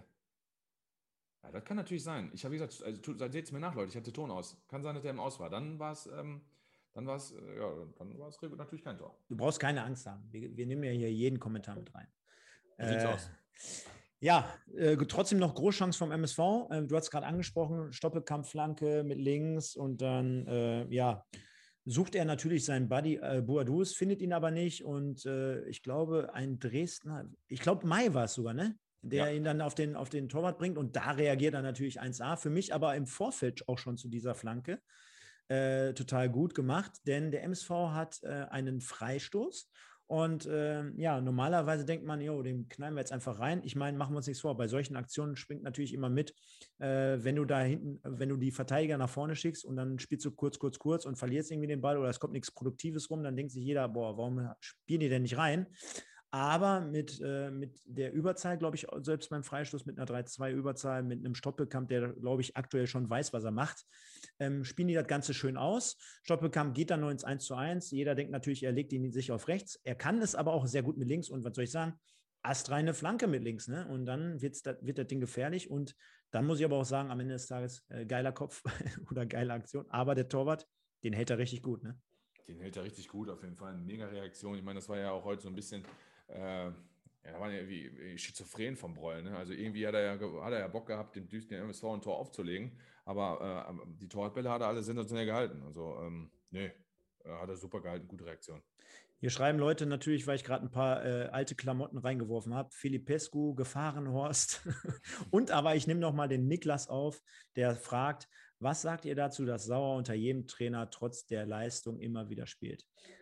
Ja, das kann natürlich sein. Ich habe, wie gesagt, also, seht es mir nach, Leute, ich hatte Ton aus. Kann sein, dass der im Aus war. Dann war es, ähm, dann war es, äh, ja, dann war es natürlich kein Tor. Du brauchst keine Angst haben. Wir, wir nehmen ja hier jeden Kommentar mit rein. Wie sieht's äh, aus? Ja, äh, trotzdem noch Großchance vom M S V. Äh, du hast gerade angesprochen, Stoppelkampf-Flanke mit links und dann, äh, ja, sucht er natürlich seinen Buddy äh, Boadus, findet ihn aber nicht und äh, ich glaube, ein Dresdner, ich glaube, Mai war es sogar, ne? Der ja. ihn dann auf den, auf den Torwart bringt und da reagiert er natürlich eins a. Für mich aber im Vorfeld auch schon zu dieser Flanke äh, total gut gemacht, denn der M S V hat äh, einen Freistoß und äh, ja, normalerweise denkt man, jo, den knallen wir jetzt einfach rein. Ich meine, machen wir uns nichts vor, bei solchen Aktionen springt natürlich immer mit, äh, wenn du da hinten, wenn du die Verteidiger nach vorne schickst und dann spielst du kurz, kurz, kurz und verlierst irgendwie den Ball oder es kommt nichts Produktives rum, dann denkt sich jeder, boah, warum spielen die denn nicht rein? Aber mit, äh, mit der Überzahl, glaube ich, selbst beim Freistoß mit einer drei zwei Überzahl, mit einem Stoppelkamp, der, glaube ich, aktuell schon weiß, was er macht, ähm, spielen die das Ganze schön aus. Stoppelkamp geht dann nur ins eins zu eins. Jeder denkt natürlich, er legt ihn sich auf rechts. Er kann es aber auch sehr gut mit links. Und was soll ich sagen? Astreine Flanke mit links. Ne? Und dann wird's, wird das Ding gefährlich. Und dann muss ich aber auch sagen, am Ende des Tages, äh, geiler Kopf oder geile Aktion. Aber der Torwart, den hält er richtig gut. Ne? Den hält er richtig gut, auf jeden Fall. Eine mega Reaktion. Ich meine, das war ja auch heute so ein bisschen... Äh, ja, da waren ja irgendwie schizophren vom Broll. Ne? Also irgendwie hat er, ja, hat er ja Bock gehabt, dem düsten M S V ein Tor aufzulegen. Aber äh, die Torwartbälle hat er alle sensationell gehalten. Also, ähm, nee, hat er super gehalten. Gute Reaktion. Hier schreiben Leute natürlich, weil ich gerade ein paar äh, alte Klamotten reingeworfen habe. Filipescu, Gefahrenhorst. Und aber ich nehme noch mal den Niklas auf, der fragt, was sagt ihr dazu, dass Sauer unter jedem Trainer trotz der Leistung immer wieder spielt?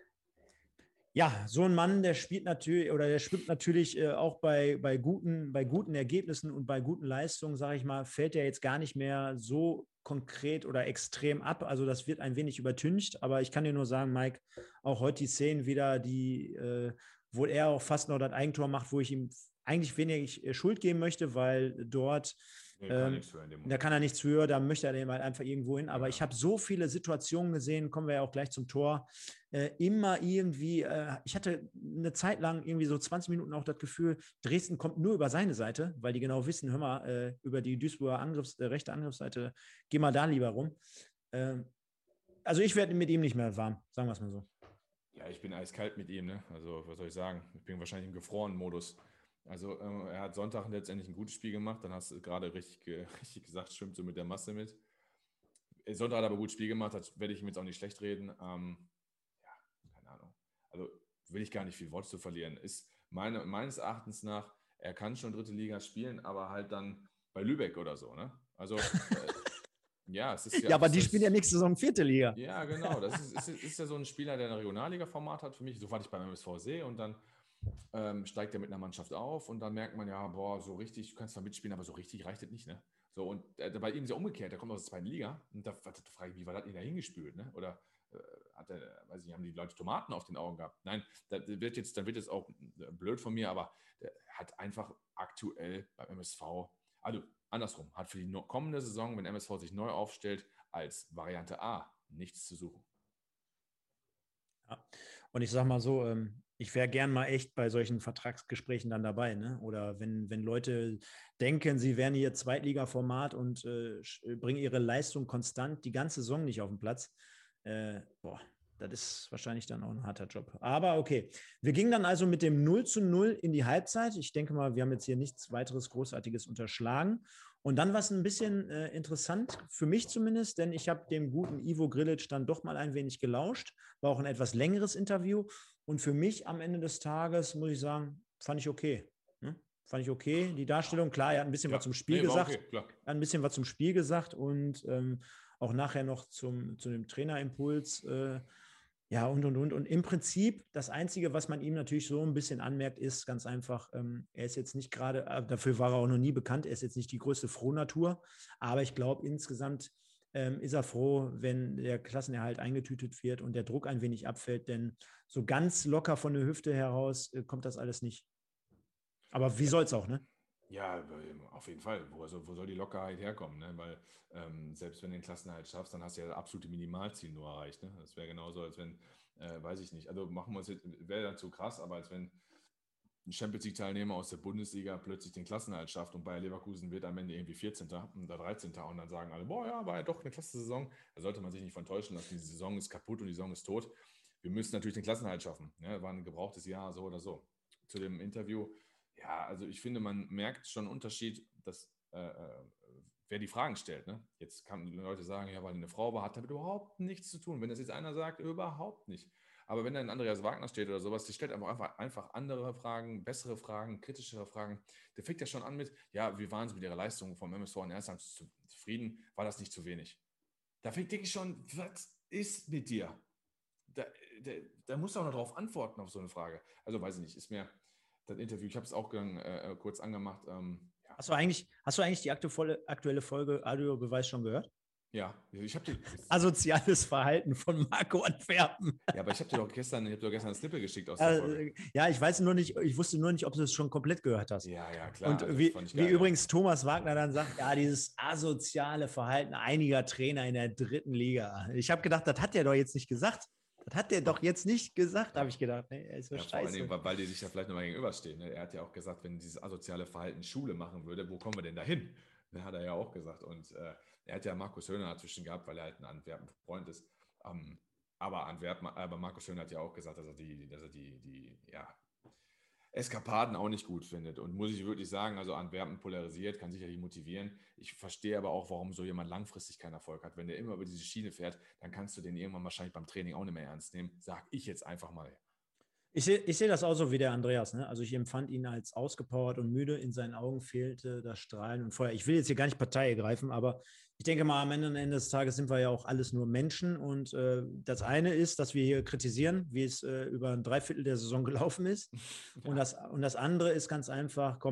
Ja, so ein Mann, der spielt natürlich oder der schwimmt natürlich äh, auch bei, bei, guten, bei guten Ergebnissen und bei guten Leistungen, sage ich mal, fällt er jetzt gar nicht mehr so konkret oder extrem ab. Also das wird ein wenig übertüncht, aber ich kann dir nur sagen, Mike, auch heute die Szenen wieder, die, äh, wo er auch fast noch das Eigentor macht, wo ich ihm eigentlich wenig Schuld geben möchte, weil dort Nee, kann ähm, nichts für in dem da Moment. kann er nichts für, da möchte er dem halt einfach irgendwo hin. Aber Ja. ich habe so viele Situationen gesehen, kommen wir ja auch gleich zum Tor, äh, immer irgendwie, äh, ich hatte eine Zeit lang irgendwie so zwanzig Minuten auch das Gefühl, Dresden kommt nur über seine Seite, weil die genau wissen, hör mal, äh, über die Duisburger Angriffs-, äh, rechte Angriffsseite, geh mal da lieber rum. Ähm, also ich werde mit ihm nicht mehr warm, sagen wir es mal so. Ja, ich bin eiskalt mit ihm, ne? Also, was soll ich sagen? Ich bin wahrscheinlich im gefrorenen Modus. Also, ähm, er hat Sonntag letztendlich ein gutes Spiel gemacht. Dann hast du gerade richtig, äh, richtig gesagt, schwimmt so mit der Masse mit. Sonntag hat er aber ein gutes Spiel gemacht, das werde ich ihm jetzt auch nicht schlecht reden. Ähm, ja, keine Ahnung. Also, will ich gar nicht viel Wort zu verlieren. Ist meine, meines Erachtens nach, er kann schon dritte Liga spielen, aber halt dann bei Lübeck oder so, ne? Also, äh, ja, es ist ja. Ja, aber es die ist, spielen ja nächste Saison vierte Liga. Ja, genau. Das ist, ist, ist ja so ein Spieler, der ein Regionalliga-Format hat für mich. So war ich beim M S V sehe und dann ähm, steigt er mit einer Mannschaft auf und dann merkt man ja, boah, so richtig, du kannst zwar mitspielen, aber so richtig reicht das nicht, ne? So, und äh, bei ihm ist ja umgekehrt, der kommt aus der zweiten Liga und da, da frage ich mich, wie war das denn da hingespült, ne? Oder äh, hat er, weiß ich nicht, haben die Leute Tomaten auf den Augen gehabt? Nein, da wird jetzt, dann wird jetzt auch blöd von mir, aber der hat einfach aktuell beim M S V, also andersrum, hat für die kommende Saison, wenn M S V sich neu aufstellt, als Variante A nichts zu suchen. Ja. Und ich sag mal so, ähm, ich wäre gern mal echt bei solchen Vertragsgesprächen dann dabei, ne? Oder wenn, wenn Leute denken, sie wären hier Zweitliga-Format und äh, bringen ihre Leistung konstant die ganze Saison nicht auf den Platz. Äh, boah, das ist wahrscheinlich dann auch ein harter Job. Aber okay, wir gingen dann also mit dem null zu null in die Halbzeit. Ich denke mal, wir haben jetzt hier nichts weiteres Großartiges unterschlagen. Und dann war es ein bisschen äh, interessant, für mich zumindest, denn ich habe dem guten Ivo Grilic dann doch mal ein wenig gelauscht. War auch ein etwas längeres Interview. Und für mich am Ende des Tages, muss ich sagen, fand ich okay. Ne? Fand ich okay. Die Darstellung, klar, er hat ein bisschen Ja, was zum Spiel nee, war gesagt. okay, klar. Er hat ein bisschen was zum Spiel gesagt und ähm, auch nachher noch zum, zu dem Trainerimpuls. Äh, ja, und, und, und. Und im Prinzip, das Einzige, was man ihm natürlich so ein bisschen anmerkt, ist ganz einfach, ähm, er ist jetzt nicht gerade, äh, dafür war er auch noch nie bekannt, er ist jetzt nicht die größte Frohnatur, aber ich glaube, insgesamt ähm, ist er froh, wenn der Klassenerhalt eingetütet wird und der Druck ein wenig abfällt, denn so ganz locker von der Hüfte heraus äh, kommt das alles nicht. Aber wie soll es auch, ne? Ja, auf jeden Fall. Wo, also, wo soll die Lockerheit herkommen? Ne? Weil ähm, selbst wenn du den Klassenerhalt schaffst, dann hast du ja das absolute Minimalziel nur erreicht. Ne? Das wäre genauso, als wenn, äh, weiß ich nicht, also machen wir uns jetzt, wäre dann zu krass, aber als wenn ein Champions League-Teilnehmer aus der Bundesliga plötzlich den Klassenerhalt schafft und Bayer Leverkusen wird am Ende irgendwie vierzehnter oder dreizehnter und dann sagen alle, boah, ja, war ja doch eine klasse Saison. Da sollte man sich nicht von täuschen lassen, die Saison ist kaputt und die Saison ist tot. Wir müssen natürlich den Klassenerhalt schaffen. Ne? War ein gebrauchtes Jahr, so oder so. Zu dem Interview, ja, also ich finde, man merkt schon einen Unterschied, dass äh, wer die Fragen stellt. Ne? Jetzt kann Leute sagen, ja, weil eine Frau war, hat damit überhaupt nichts zu tun. Wenn das jetzt einer sagt, überhaupt nicht. Aber wenn dann Andreas Wagner steht oder sowas, der stellt einfach, einfach andere Fragen, bessere Fragen, kritischere Fragen. Der fängt ja schon an mit, ja, wie waren Sie mit Ihrer Leistung vom M S V in Erster zufrieden? War das nicht zu wenig? Da fängt ich schon, was ist mit dir? Da, da, da musst du auch noch drauf antworten auf so eine Frage. Also weiß ich nicht, ist mir das Interview, ich habe es auch äh, kurz angemacht. Ähm, ja. Hast du eigentlich, hast du eigentlich die aktuelle, aktuelle Folge Audiobeweis schon gehört? Ja, ich habe die. Asoziales Verhalten von Marco Antwerpen. Ja, aber ich habe dir doch gestern, ich habe dir gestern ein Snippet geschickt aus der also, Folge. Ja, ich weiß nur nicht, ich wusste nur nicht, ob du es schon komplett gehört hast. Ja, ja, klar. Und also, wie, geil, wie übrigens ja. Thomas Wagner dann sagt, ja, dieses asoziale Verhalten einiger Trainer in der dritten Liga. Ich habe gedacht, das hat er doch jetzt nicht gesagt. Das hat der doch jetzt nicht gesagt, habe ich gedacht. Nee, er ist so ja, scheiße. vor allen Dingen, weil die sich ja vielleicht nochmal gegenüberstehen. Ne? Er hat ja auch gesagt, wenn dieses asoziale Verhalten Schule machen würde, wo kommen wir denn da hin? Ne, hat er ja auch gesagt. Und äh, er hat ja Markus Höhner dazwischen gehabt, weil er halt ein Antwerpen-Freund ist. Ähm, aber, Antwerpen, aber Markus Höhner hat ja auch gesagt, dass er die, dass er die, die ja, Eskapaden auch nicht gut findet. Und muss ich wirklich sagen, also Antwerpen polarisiert, kann sicherlich motivieren. Ich verstehe aber auch, warum so jemand langfristig keinen Erfolg hat. Wenn der immer über diese Schiene fährt, dann kannst du den irgendwann wahrscheinlich beim Training auch nicht mehr ernst nehmen. Sag ich jetzt einfach mal. Ich sehe ich seh das auch so wie der Andreas. Ne? Also ich empfand ihn als ausgepowert und müde. In seinen Augen fehlte das Strahlen und Feuer. Ich will jetzt hier gar nicht Partei ergreifen, aber ich denke mal, am Ende, am Ende des Tages sind wir ja auch alles nur Menschen. Und äh, das eine ist, dass wir hier kritisieren, wie es äh, über ein Dreiviertel der Saison gelaufen ist. Ja. Und, das, und das andere ist ganz einfach, komm,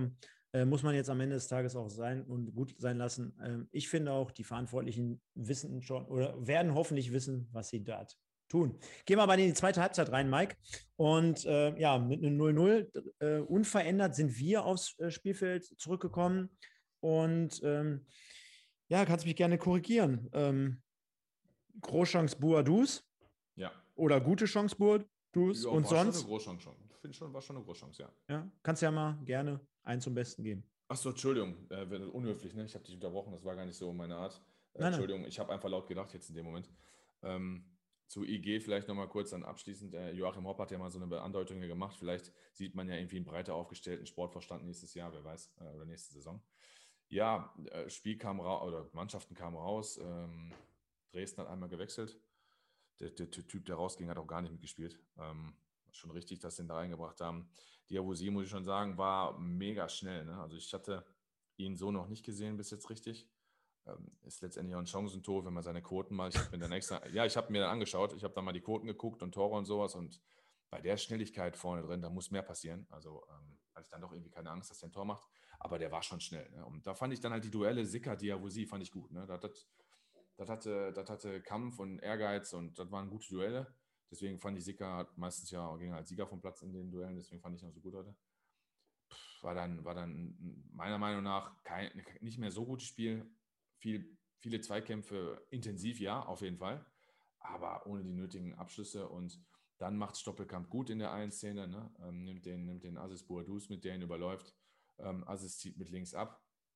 Äh, muss man jetzt am Ende des Tages auch sein und gut sein lassen. Ähm, ich finde auch, die Verantwortlichen wissen schon oder werden hoffentlich wissen, was sie dort tun. Gehen wir aber in die zweite Halbzeit rein, Mike. Und äh, ja, mit einem null null äh, unverändert sind wir aufs äh, Spielfeld zurückgekommen. Und ähm, ja, kannst mich gerne korrigieren. Ähm, Großchance Boadus Ja. oder gute Chance Boadus Ja, und war sonst. schon eine Großchance schon. Ich finde schon, war schon eine Großchance, ja. Ja, kannst ja mal gerne einen zum Besten geben. Achso, Entschuldigung, äh, unhöflich, ne? Ich habe dich unterbrochen, das war gar nicht so meine Art. Äh, Nein, Entschuldigung, ich habe einfach laut gedacht jetzt in dem Moment. Ähm, zu I G vielleicht nochmal kurz dann abschließend. Äh, Joachim Hopp hat ja mal so eine Andeutung hier gemacht. Vielleicht sieht man ja irgendwie einen breiter aufgestellten Sportvorstand nächstes Jahr, wer weiß, äh, oder nächste Saison. Ja, äh, Spiel kam raus, oder Mannschaften kamen raus. Ähm, Dresden hat einmal gewechselt. Der, der Typ, der rausging, hat auch gar nicht mitgespielt. Ähm, schon richtig, dass sie ihn da reingebracht haben. Diawusi, muss ich schon sagen, war mega schnell. Ne? Also ich hatte ihn so noch nicht gesehen bis jetzt richtig. Ähm, ist letztendlich auch ein Chancentor, wenn man seine Quoten mal, ich habe mir dann extra, ja, ich habe mir dann angeschaut, ich habe da mal die Quoten geguckt und Tore und sowas und bei der Schnelligkeit vorne drin, da muss mehr passieren. Also ähm, hatte ich dann doch irgendwie keine Angst, dass der ein Tor macht, aber der war schon schnell. Ne? Und da fand ich dann halt die Duelle Sicker, Diawusi, fand ich gut. Ne? Das, das, das, hatte, das hatte Kampf und Ehrgeiz und das waren gute Duelle. Deswegen fand ich, Sicker hat meistens ja ging als Sieger vom Platz in den Duellen, deswegen fand ich ihn auch so gut heute. War dann, war dann meiner Meinung nach kein, nicht mehr so gutes Spiel. Viel, viele Zweikämpfe intensiv, ja, auf jeden Fall. Aber ohne die nötigen Abschlüsse. Und dann macht Stoppelkamp gut in der einen Szene. Ne? Ähm, nimmt den, nimmt den Aziz Boadus, mit der ihn überläuft. Ähm, Aziz zieht mit links ab.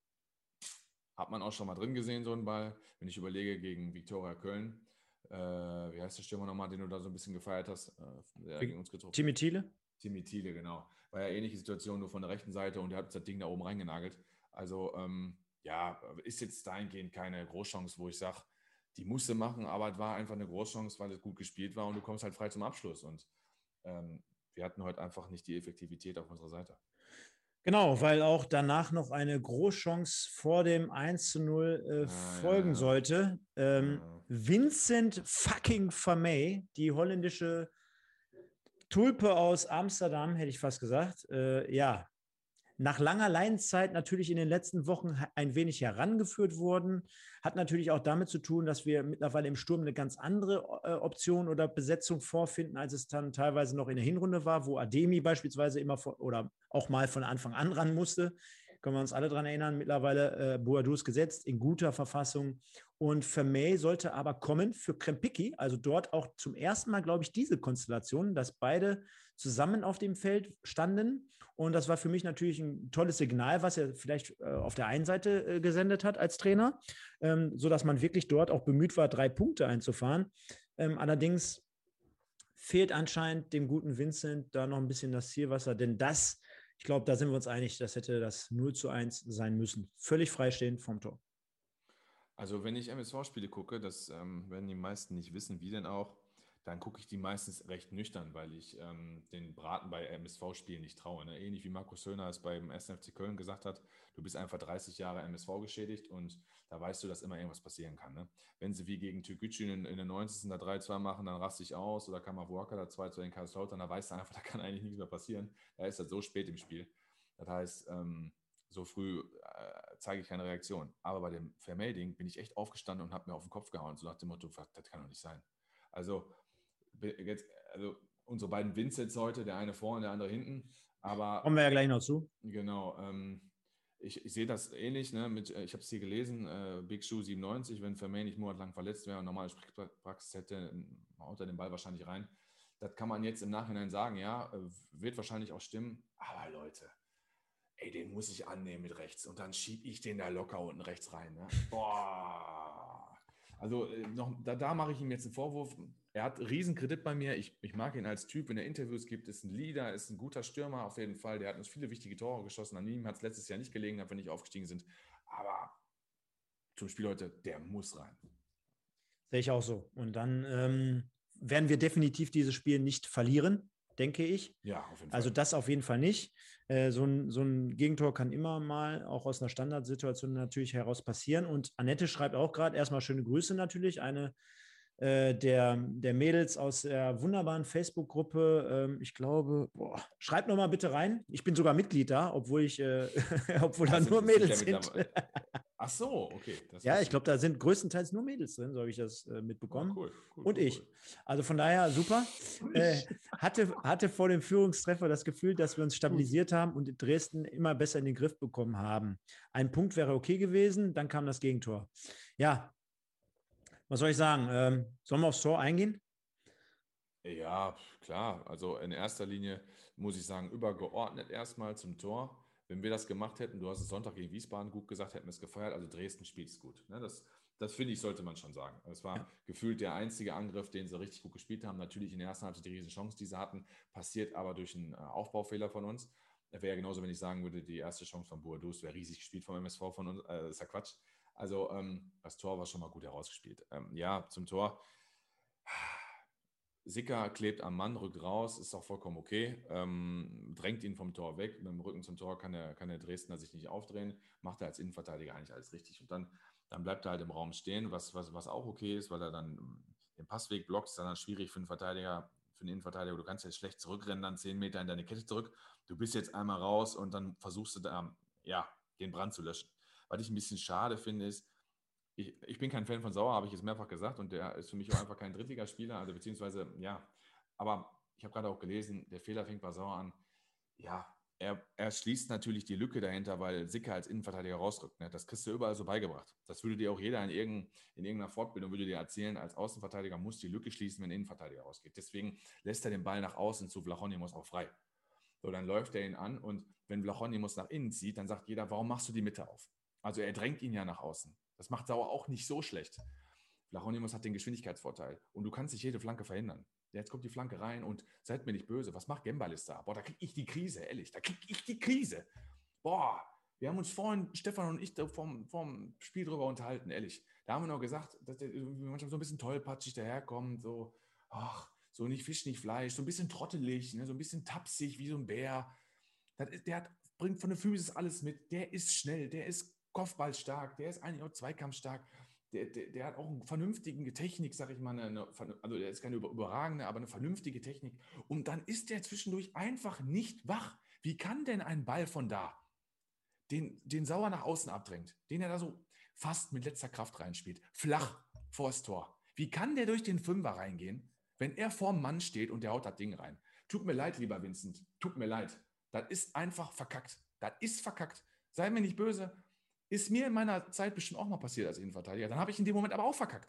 Hat man auch schon mal drin gesehen, so einen Ball. Wenn ich überlege, gegen Viktoria Köln. Äh, wie heißt der Stürmer nochmal, den du da so ein bisschen gefeiert hast? Äh, der gegen uns getroffen. Timmy Thiele? Timmy Thiele, genau. War ja ähnliche Situation, nur von der rechten Seite und er hat das Ding da oben reingenagelt. Also, ähm, ja, ist jetzt dahingehend keine Großchance, wo ich sage, die musste machen, aber es war einfach eine Großchance, weil es gut gespielt war und du kommst halt frei zum Abschluss. Und ähm, wir hatten heute einfach nicht die Effektivität auf unserer Seite. Genau, weil auch danach noch eine Großchance vor dem eins zu null äh, ah, folgen ja, ja. sollte. Ähm, ja. Vincent fucking Vermey, die holländische Tulpe aus Amsterdam, hätte ich fast gesagt. Äh, ja, nach langer Leidenszeit natürlich in den letzten Wochen ein wenig herangeführt worden. Hat natürlich auch damit zu tun, dass wir mittlerweile im Sturm eine ganz andere äh, Option oder Besetzung vorfinden, als es dann teilweise noch in der Hinrunde war, wo Ademi beispielsweise immer vor, oder auch mal von Anfang an ran musste. Können wir uns alle daran erinnern, mittlerweile äh, Boadus gesetzt, in guter Verfassung. Und Vermey sollte aber kommen für Krempicki, also dort auch zum ersten Mal, glaube ich, diese Konstellation, dass beide zusammen auf dem Feld standen. Und das war für mich natürlich ein tolles Signal, was er vielleicht äh, auf der einen Seite äh, gesendet hat als Trainer, ähm, sodass man wirklich dort auch bemüht war, drei Punkte einzufahren. Ähm, allerdings fehlt anscheinend dem guten Vincent da noch ein bisschen das Zielwasser, denn das, ich glaube, da sind wir uns einig, das hätte das null zu eins sein müssen. Völlig freistehend vom Tor. Also wenn ich M S V-Spiele gucke, das ähm, werden die meisten nicht wissen, wie denn auch, dann gucke ich die meistens recht nüchtern, weil ich ähm, den Braten bei M S V-Spielen nicht traue. Ne? Ähnlich wie Markus Söhner es beim ersten F C Köln gesagt hat, du bist einfach dreißig Jahre M S V geschädigt und da weißt du, dass immer irgendwas passieren kann. Ne? Wenn sie wie gegen Türkgücü in, in der neunzigsten da drei zwei machen, dann raste ich aus oder Kammerwalker da zwei zwei in Kaiserslautern, da weißt du einfach, da kann eigentlich nichts mehr passieren. Da ist das so spät im Spiel. Das heißt, ähm, so früh äh, zeige ich keine Reaktion. Aber bei dem Vermelding bin ich echt aufgestanden und habe mir auf den Kopf gehauen, so nach dem Motto, das kann doch nicht sein. Also, jetzt, also unsere beiden Vincents heute, der eine vorne, der andere hinten, aber... Kommen wir ja gleich noch zu. Genau, ähm, ich, ich sehe das ähnlich, ne, mit, ich habe es hier gelesen, äh, Big Shoe siebenundneunzig, wenn Vermeer nicht monatelang verletzt wäre und normale Praxis hätte, haut er den Ball wahrscheinlich rein. Das kann man jetzt im Nachhinein sagen, ja, wird wahrscheinlich auch stimmen, aber Leute, ey, den muss ich annehmen mit rechts und dann schiebe ich den da locker unten rechts rein. Ne? Boah. Also äh, noch, da, da mache ich ihm jetzt einen Vorwurf. Er hat Riesenkredit bei mir. Ich, ich mag ihn als Typ, wenn er Interviews gibt, ist ein Leader, ist ein guter Stürmer auf jeden Fall. Der hat uns viele wichtige Tore geschossen. An ihm hat es letztes Jahr nicht gelegen, als wir nicht aufgestiegen sind. Aber zum Spiel heute, der muss rein. Sehe ich auch so. Und dann ähm, werden wir definitiv dieses Spiel nicht verlieren, denke ich. Ja, auf jeden Fall. Also das auf jeden Fall nicht. Äh, so, ein, so ein Gegentor kann immer mal auch aus einer Standardsituation natürlich heraus passieren. Und Annette schreibt auch gerade, erstmal schöne Grüße natürlich, eine äh, der, der Mädels aus der wunderbaren Facebook-Gruppe. Ähm, ich glaube, boah, schreibt noch mal bitte rein. Ich bin sogar Mitglied da, obwohl ich, äh, obwohl da Also, nur das sind ja Mädels sind. mittlerweile. Ach so, okay. Das Ja, wusste ich glaube, da sind größtenteils nur Mädels drin, so habe ich das äh, Ah, mitbekommen. cool, cool, Und cool, ich. cool. Also von daher super. Äh, hatte, hatte vor dem Führungstreffer das Gefühl, dass wir uns stabilisiert haben und Dresden immer besser in den Griff bekommen haben. Ein Punkt wäre okay gewesen, dann kam das Gegentor. Ja, was soll ich sagen? Ähm, sollen wir aufs Tor eingehen? Ja, klar. Also in erster Linie muss ich sagen, übergeordnet erstmal zum Tor. Wenn wir das gemacht hätten, du hast es Sonntag gegen Wiesbaden gut gesagt, hätten wir es gefeiert. Also Dresden spielt es gut. Ne? Das, das finde ich, sollte man schon sagen. Es war Ja. gefühlt der einzige Angriff, den sie richtig gut gespielt haben. Natürlich in der ersten Halbzeit die Riesenchance, die sie hatten, passiert aber durch einen äh, Aufbaufehler von uns. Wäre ja genauso, wenn ich sagen würde, die erste Chance von Boadus wäre riesig gespielt vom M S V von uns. Äh, ist ja Quatsch. Also ähm, das Tor war schon mal gut herausgespielt. Ähm, ja, zum Tor. Sicker klebt am Mann, rückt raus, ist auch vollkommen okay. Ähm, drängt ihn vom Tor weg. Mit dem Rücken zum Tor kann der, kann der Dresdner sich nicht aufdrehen. Macht er als Innenverteidiger eigentlich alles richtig. Und dann, dann bleibt er halt im Raum stehen, was, was, was auch okay ist, weil er dann den Passweg blockt. Ist dann schwierig für einen Verteidiger, für einen Innenverteidiger. Du kannst jetzt schlecht zurückrennen, dann zehn Meter in deine Kette zurück. Du bist jetzt einmal raus und dann versuchst du da, ja, den Brand zu löschen. Was ich ein bisschen schade finde, ist, ich, ich bin kein Fan von Sauer, habe ich jetzt mehrfach gesagt, und der ist für mich auch einfach kein Drittligaspieler, also beziehungsweise, ja, aber ich habe gerade auch gelesen, der Fehler fängt bei Sauer an. Ja, er, er schließt natürlich die Lücke dahinter, weil Sicker als Innenverteidiger rausrückt. Ne? Das kriegst du überall so beigebracht. Das würde dir auch jeder in, irgendein, in irgendeiner Fortbildung würde dir erzählen, als Außenverteidiger muss die Lücke schließen, wenn der Innenverteidiger rausgeht. Deswegen lässt er den Ball nach außen zu Vlachonimus auch frei. So, dann läuft er ihn an und wenn Vlachonimus nach innen zieht, dann sagt jeder, warum machst du die Mitte auf? Also er drängt ihn ja nach außen. Das macht Sauer auch nicht so schlecht. Vlachonimus hat den Geschwindigkeitsvorteil und du kannst nicht jede Flanke verhindern. Jetzt kommt die Flanke rein und seid mir nicht böse. Was macht Gembalis da? Boah, da krieg ich die Krise, ehrlich. Da krieg ich die Krise. Boah, wir haben uns vorhin, Stefan und ich, vom, vom Spiel drüber unterhalten, ehrlich. Da haben wir noch gesagt, dass der manchmal so ein bisschen tollpatschig daherkommt, so, ach, so nicht Fisch, nicht Fleisch, so ein bisschen trottelig, ne, so ein bisschen tapsig wie so ein Bär. Das ist, der hat, bringt von der Physis alles mit. Der ist schnell, der ist kopfballstark, der ist eigentlich auch zweikampfstark. Der, der, der hat auch eine vernünftige Technik, sag ich mal. Eine, also der ist keine überragende, aber eine vernünftige Technik. Und dann ist der zwischendurch einfach nicht wach. Wie kann denn ein Ball von da, den, den Sauer nach außen abdrängt, den er da so fast mit letzter Kraft reinspielt, flach vors Tor? Wie kann der durch den Fünfer reingehen, wenn er vorm Mann steht und der haut das Ding rein? Tut mir leid, lieber Vincent, tut mir leid. Das ist einfach verkackt. Das ist verkackt. Sei mir nicht böse. Ist mir in meiner Zeit bestimmt auch mal passiert als Innenverteidiger. Dann habe ich in dem Moment aber auch verkackt.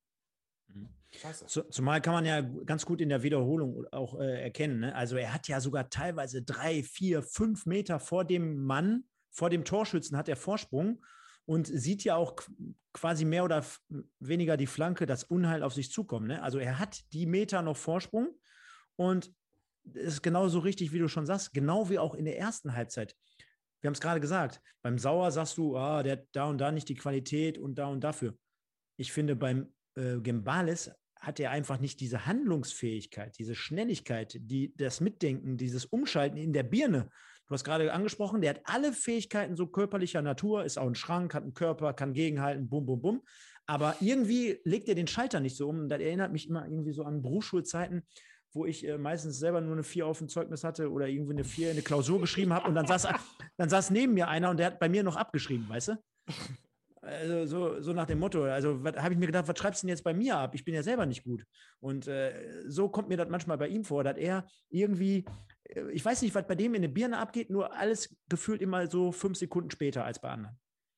Scheiße. Zumal kann man ja ganz gut in der Wiederholung auch äh, erkennen. Ne? Also er hat ja sogar teilweise drei, vier, fünf Meter vor dem Mann, vor dem Torschützen hat er Vorsprung und sieht ja auch quasi mehr oder weniger die Flanke, das Unheil auf sich zukommen. Ne? Also er hat die Meter noch Vorsprung und es ist genauso richtig, wie du schon sagst, genau wie auch in der ersten Halbzeit. Wir haben es gerade gesagt, beim Sauer sagst du, ah, der hat da und da nicht die Qualität und da und dafür. Ich finde, beim äh, Gembalis hat er einfach nicht diese Handlungsfähigkeit, diese Schnelligkeit, die, das Mitdenken, dieses Umschalten in der Birne. Du hast gerade angesprochen, der hat alle Fähigkeiten so körperlicher Natur, ist auch ein Schrank, hat einen Körper, kann gegenhalten, bum, bum, bum. Aber irgendwie legt er den Schalter nicht so um. Das erinnert mich immer irgendwie so an Berufsschulzeiten, wo ich äh, meistens selber nur eine vier auf dem Zeugnis hatte oder irgendwie eine vier in eine Klausur geschrieben habe und dann saß, dann saß neben mir einer und der hat bei mir noch abgeschrieben, weißt du? Also so, so nach dem Motto, also habe ich mir gedacht, was schreibst du denn jetzt bei mir ab? Ich bin ja selber nicht gut. Und äh, so kommt mir das manchmal bei ihm vor, dass er irgendwie, äh, ich weiß nicht, was bei dem in der Birne abgeht, nur alles gefühlt immer so fünf Sekunden später als bei anderen.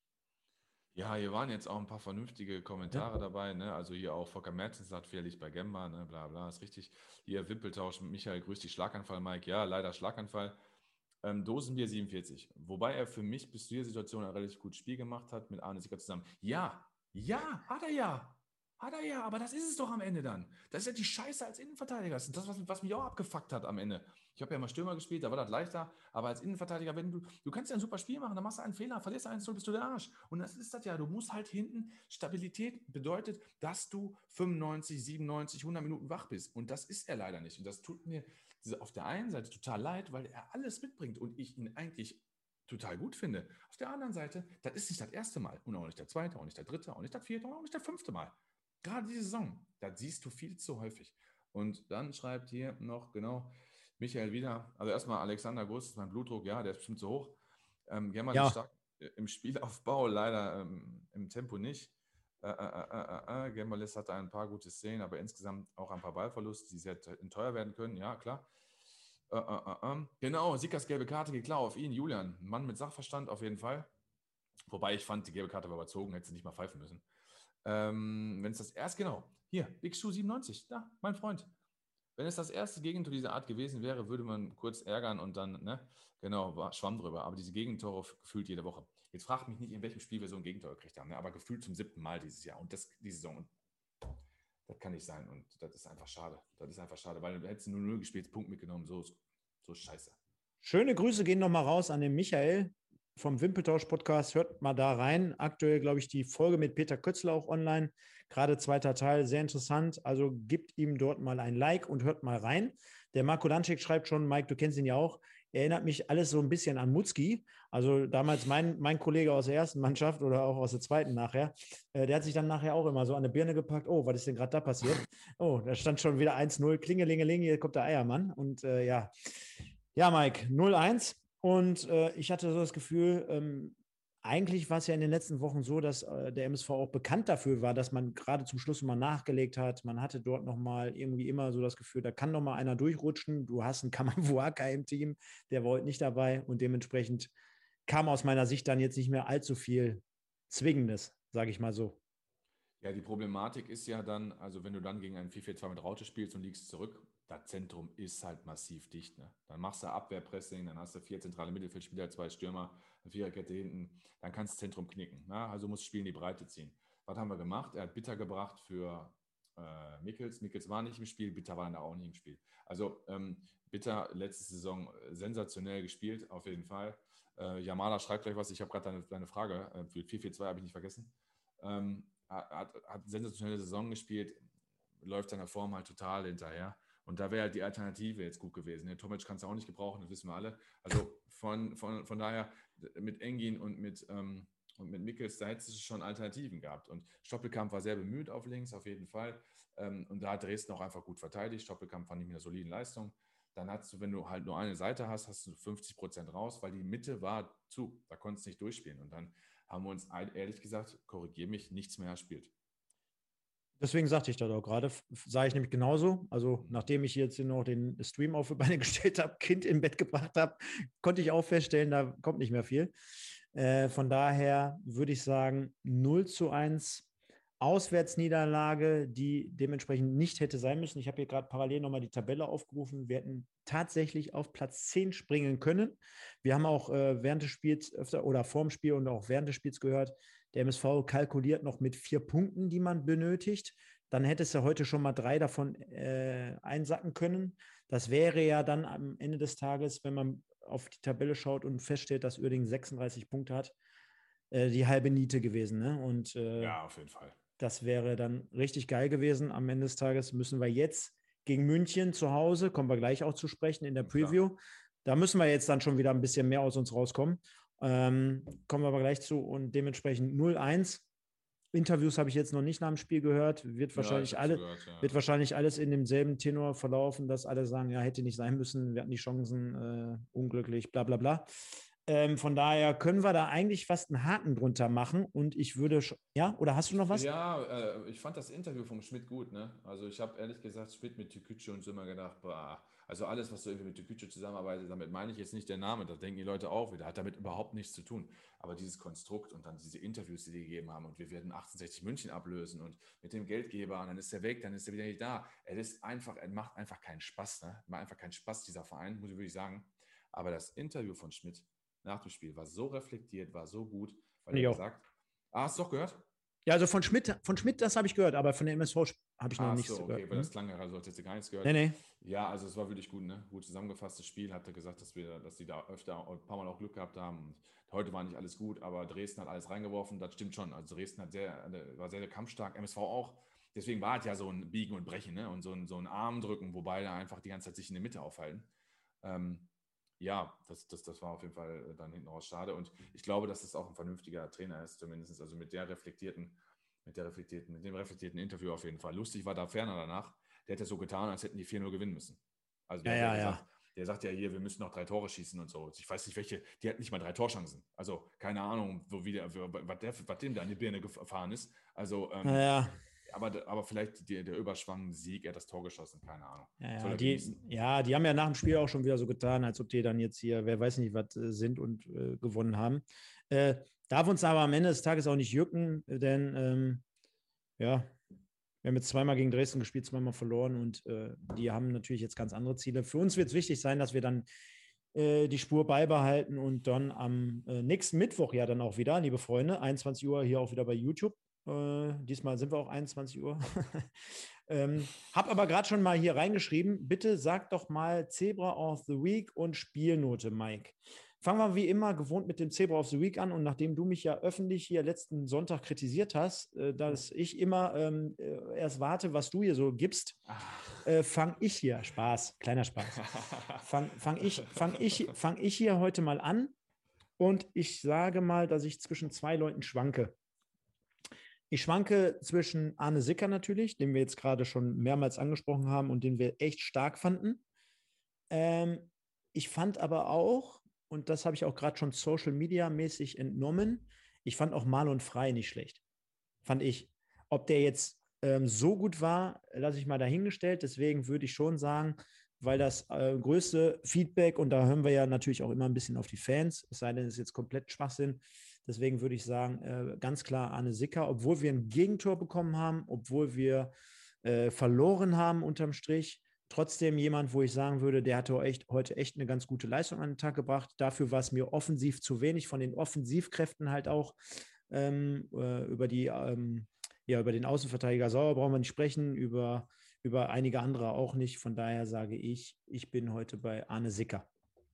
Ja, hier waren jetzt auch ein paar vernünftige Kommentare Ja. dabei, ne? Also hier auch Volker Mertens sagt, fährlich bei Gemba, ne? Bla bla, ist richtig. Hier Wimpeltausch mit Michael, grüß dich, Schlaganfall, Mike. Ja, leider Schlaganfall. Ähm, Dosenbier siebenundvierzig. Wobei er für mich bis zu dieser Situation ein relativ gutes Spiel gemacht hat mit Arne Sicker zusammen. Ja, ja, hat er ja. Hat er ja, aber das ist es doch am Ende dann. Das ist ja die Scheiße als Innenverteidiger. Das ist das, was, was mich auch abgefuckt hat am Ende. Ich habe ja mal Stürmer gespielt, da war das leichter. Aber als Innenverteidiger, wenn du, du kannst ja ein super Spiel machen, dann machst du einen Fehler, verlierst eins null, bist du der Arsch. Und das ist das ja. Du musst halt hinten, Stabilität bedeutet, dass du fünfundneunzig, siebenundneunzig, hundert Minuten wach bist. Und das ist er leider nicht. Und das tut mir auf der einen Seite total leid, weil er alles mitbringt und ich ihn eigentlich total gut finde. Auf der anderen Seite, das ist nicht das erste Mal und auch nicht das zweite, auch nicht das dritte, auch nicht das vierte, auch nicht das fünfte Mal. Gerade diese Saison, das siehst du viel zu häufig. Und dann schreibt hier noch, genau, Michael wieder, also erstmal Alexander Gust, mein Blutdruck, ja, der ist bestimmt zu hoch. Ähm, Germert ist Ja, stark im Spielaufbau, leider ähm, im Tempo nicht. Äh, äh, äh, äh, Gembalis hatte ein paar gute Szenen, aber insgesamt auch ein paar Ballverluste, die sehr teuer werden können, ja, klar. Äh, äh, äh, genau, Sickers gelbe Karte geht klar auf ihn, Julian. Ein Mann mit Sachverstand auf jeden Fall. Wobei ich fand, die gelbe Karte war überzogen, hätte sie nicht mal pfeifen müssen. Ähm, wenn es das erste, genau, hier, Big Shoe siebenundneunzig, da, mein Freund. Wenn es das erste Gegentor dieser Art gewesen wäre, würde man kurz ärgern und dann, ne, genau, war, schwamm drüber. Aber diese Gegentore gefühlt jede Woche. Jetzt fragt mich nicht, in welchem Spiel wir so ein Gegentor gekriegt haben, ne, aber gefühlt zum siebten Mal dieses Jahr und das, die Saison. Und das kann nicht sein und das ist einfach schade. Das ist einfach schade, weil du hättest null null gespielt, Punkt mitgenommen, so, so scheiße. schöne Grüße gehen nochmal raus an den Michael vom Wimpeltausch-Podcast. Hört mal da rein. Aktuell, glaube ich, die Folge mit Peter Kötzler auch online. Gerade zweiter Teil, sehr interessant. Also gibt ihm dort mal ein Like und hört mal rein. Der Marco Danczyk schreibt schon, Mike, du kennst ihn ja auch, erinnert mich alles so ein bisschen an Mutzki. Also damals mein, mein Kollege aus der ersten Mannschaft oder auch aus der zweiten nachher. Äh, der hat sich dann nachher auch immer so an der Birne gepackt. Oh, was ist denn gerade da passiert? Oh, da stand schon wieder eins null. Klingelingeling, hier kommt der Eiermann. Und äh, ja, ja, Mike, null eins. Und äh, ich hatte so das Gefühl, ähm, eigentlich war es ja in den letzten Wochen so, dass äh, der M S V auch bekannt dafür war, dass man gerade zum Schluss mal nachgelegt hat. Man hatte dort nochmal irgendwie immer so das Gefühl, da kann noch mal einer durchrutschen. Du hast einen Kamavuaka im Team, der war heute nicht dabei und dementsprechend kam aus meiner Sicht dann jetzt nicht mehr allzu viel Zwingendes, sage ich mal so. Ja, die Problematik ist ja dann, also wenn du dann gegen einen vier vier zwei mit Raute spielst und liegst zurück, das Zentrum ist halt massiv dicht. Ne? Dann machst du Abwehrpressing, dann hast du vier zentrale Mittelfeldspieler, zwei Stürmer, eine Viererkette hinten, dann kannst du das Zentrum knicken. Ne? Also musst du Spiel in die Breite ziehen. Was haben wir gemacht? Er hat Bitter gebracht für äh, Mickels. Mickels war nicht im Spiel, Bitter war dann auch nicht im Spiel. Also ähm, Bitter letzte Saison sensationell gespielt, auf jeden Fall. Äh, Yamada schreibt gleich was, ich habe gerade deine, deine Frage, äh, für vier vier zwei habe ich nicht vergessen. Ähm, hat, hat eine sensationelle Saison gespielt, läuft seiner Form halt total hinterher. Und da wäre halt die Alternative jetzt gut gewesen. Der Tomic kann es auch nicht gebrauchen, das wissen wir alle. Also von, von, von daher mit Engin und mit, ähm, und mit Mickels, da hättest du schon Alternativen gehabt. Und Stoppelkamp war sehr bemüht auf links, auf jeden Fall. Ähm, und da hat Dresden auch einfach gut verteidigt. Stoppelkamp fand ich mit einer soliden Leistung. Dann hast du, wenn du halt nur eine Seite hast, hast du fünfzig Prozent raus, weil die Mitte war zu. Da konntest du nicht durchspielen. Und dann haben wir uns ehrlich gesagt, korrigiere mich, nichts mehr erspielt. Deswegen sagte ich das auch gerade, sah ich nämlich genauso. Also nachdem ich jetzt hier noch den Stream auf die Beine gestellt habe, Kind im Bett gebracht habe, konnte ich auch feststellen, da kommt nicht mehr viel. Äh, von daher würde ich sagen, null zu eins Auswärtsniederlage, die dementsprechend nicht hätte sein müssen. Ich habe hier gerade parallel nochmal die Tabelle aufgerufen. Wir hätten tatsächlich auf Platz zehn springen können. Wir haben auch äh, während des Spiels öfter oder vorm Spiel und auch während des Spiels gehört, der M S V kalkuliert noch mit vier Punkten, die man benötigt. Dann hättest du heute schon mal drei davon äh, einsacken können. Das wäre ja dann am Ende des Tages, wenn man auf die Tabelle schaut und feststellt, dass Uerdingen sechsunddreißig Punkte hat, äh, die halbe Niete gewesen. Ne? Und äh, ja, auf jeden Fall. Das wäre dann richtig geil gewesen. Am Ende des Tages müssen wir jetzt gegen München zu Hause, kommen wir gleich auch zu sprechen in der Preview. Klar. Da müssen wir jetzt dann schon wieder ein bisschen mehr aus uns rauskommen. Ähm, kommen wir aber gleich zu und dementsprechend null eins. Interviews habe ich jetzt noch nicht nach dem Spiel gehört. Wird wahrscheinlich, ja, alle, gehört, ja. wird wahrscheinlich alles in demselben Tenor verlaufen, dass alle sagen, ja, hätte nicht sein müssen, wir hatten die Chancen, äh, unglücklich, bla bla bla. Ähm, von daher können wir da eigentlich fast einen Haken drunter machen und ich würde, ja, oder hast du noch was? Ja, äh, ich fand das Interview vom Schmidt gut, ne? Also ich habe ehrlich gesagt Schmidt mit Tükücü und so immer gedacht, boah, also alles, was so irgendwie mit Tükücü zusammenarbeitet, damit meine ich jetzt nicht der Name, da denken die Leute auch wieder, hat damit überhaupt nichts zu tun. Aber dieses Konstrukt und dann diese Interviews, die die gegeben haben und wir werden achtundsechzig München ablösen und mit dem Geldgeber und dann ist er weg, dann ist er wieder nicht da. Er ist einfach, er macht einfach keinen Spaß, ne? Macht einfach keinen Spaß, dieser Verein, muss ich wirklich sagen. Aber das Interview von Schmidt nach dem Spiel war so reflektiert, war so gut, weil er gesagt, ah, hast du doch gehört? Ja, also von Schmidt, von Schmidt, das habe ich gehört, aber von der M S V habe ich noch Ach nichts so, okay, gehört. weil das Hm? klang ja, also hast du gar nichts gehört. Nee, nee. Ja, also es war wirklich gut, ne? Gut zusammengefasstes Spiel, hat er gesagt, dass wir, dass die da öfter ein paar Mal auch Glück gehabt haben. Und heute war nicht alles gut, aber Dresden hat alles reingeworfen, das stimmt schon. Also Dresden hat sehr, war sehr, sehr kampfstark, M S V auch. Deswegen war es ja so ein Biegen und Brechen, ne? Und so ein, so ein Armdrücken, wobei da einfach die ganze Zeit sich in der Mitte aufhalten. Ähm, ja, das, das, das war auf jeden Fall dann hinten raus schade. Und ich glaube, dass es auch ein vernünftiger Trainer ist, zumindest also mit der reflektierten Mit, der reflektierten, mit dem reflektierten Interview auf jeden Fall. Lustig war da Ferner danach. Der hat ja so getan, als hätten die vier null gewinnen müssen. Also der ja, hat ja, ja, gesagt, ja. der sagt ja hier, wir müssen noch drei Tore schießen und so. Ich weiß nicht, welche, die hatten nicht mal drei Torchancen. Also keine Ahnung, wo wieder, was, der, was dem da an die Birne gefahren ist. Also, ähm, Ja, ja. aber, aber vielleicht die, der überschwangende Sieg, er hat das Tor geschossen, keine Ahnung. Ja, ja, die, ja, die haben ja nach dem Spiel auch schon wieder so getan, als ob die dann jetzt hier, wer weiß nicht, was äh, sind und äh, gewonnen haben. Äh, darf uns aber am Ende des Tages auch nicht jucken, denn ähm, ja, wir haben jetzt zweimal gegen Dresden gespielt, zweimal verloren und äh, die haben natürlich jetzt ganz andere Ziele. Für uns wird es wichtig sein, dass wir dann äh, die Spur beibehalten und dann am äh, nächsten Mittwoch ja dann auch wieder, liebe Freunde, einundzwanzig Uhr hier auch wieder bei YouTube. Äh, diesmal sind wir auch einundzwanzig Uhr. ähm, hab aber gerade schon mal hier reingeschrieben, bitte sag doch mal Zebra of the Week und Spielnote, Mike. Fangen wir wie immer gewohnt mit dem Zebra of the Week an und nachdem du mich ja öffentlich hier letzten Sonntag kritisiert hast, äh, dass ich immer ähm, äh, erst warte, was du hier so gibst, äh, fange ich hier, Spaß, kleiner Spaß, fange fang ich, fang ich, fang ich hier heute mal an und ich sage mal, dass ich zwischen zwei Leuten schwanke. Ich schwanke zwischen Arne Sicker natürlich, den wir jetzt gerade schon mehrmals angesprochen haben und den wir echt stark fanden. Ähm, ich fand aber auch, und das habe ich auch gerade schon Social-Media-mäßig entnommen, ich fand auch Marlon Frey nicht schlecht. Fand ich. Ob der jetzt ähm, so gut war, lasse ich mal dahingestellt. Deswegen würde ich schon sagen, weil das äh, größte Feedback, und da hören wir ja natürlich auch immer ein bisschen auf die Fans, es sei denn, es ist jetzt komplett Schwachsinn. Deswegen würde ich sagen, äh, ganz klar Arne Sicker, obwohl wir ein Gegentor bekommen haben, obwohl wir äh, verloren haben unterm Strich, trotzdem jemand, wo ich sagen würde, der hatte echt, heute echt eine ganz gute Leistung an den Tag gebracht. Dafür war es mir offensiv zu wenig, von den Offensivkräften halt auch. Ähm, äh, über, die, ähm, ja, über den Außenverteidiger Sauer brauchen wir nicht sprechen, über, über einige andere auch nicht. Von daher sage ich, ich bin heute bei Arne Sicker.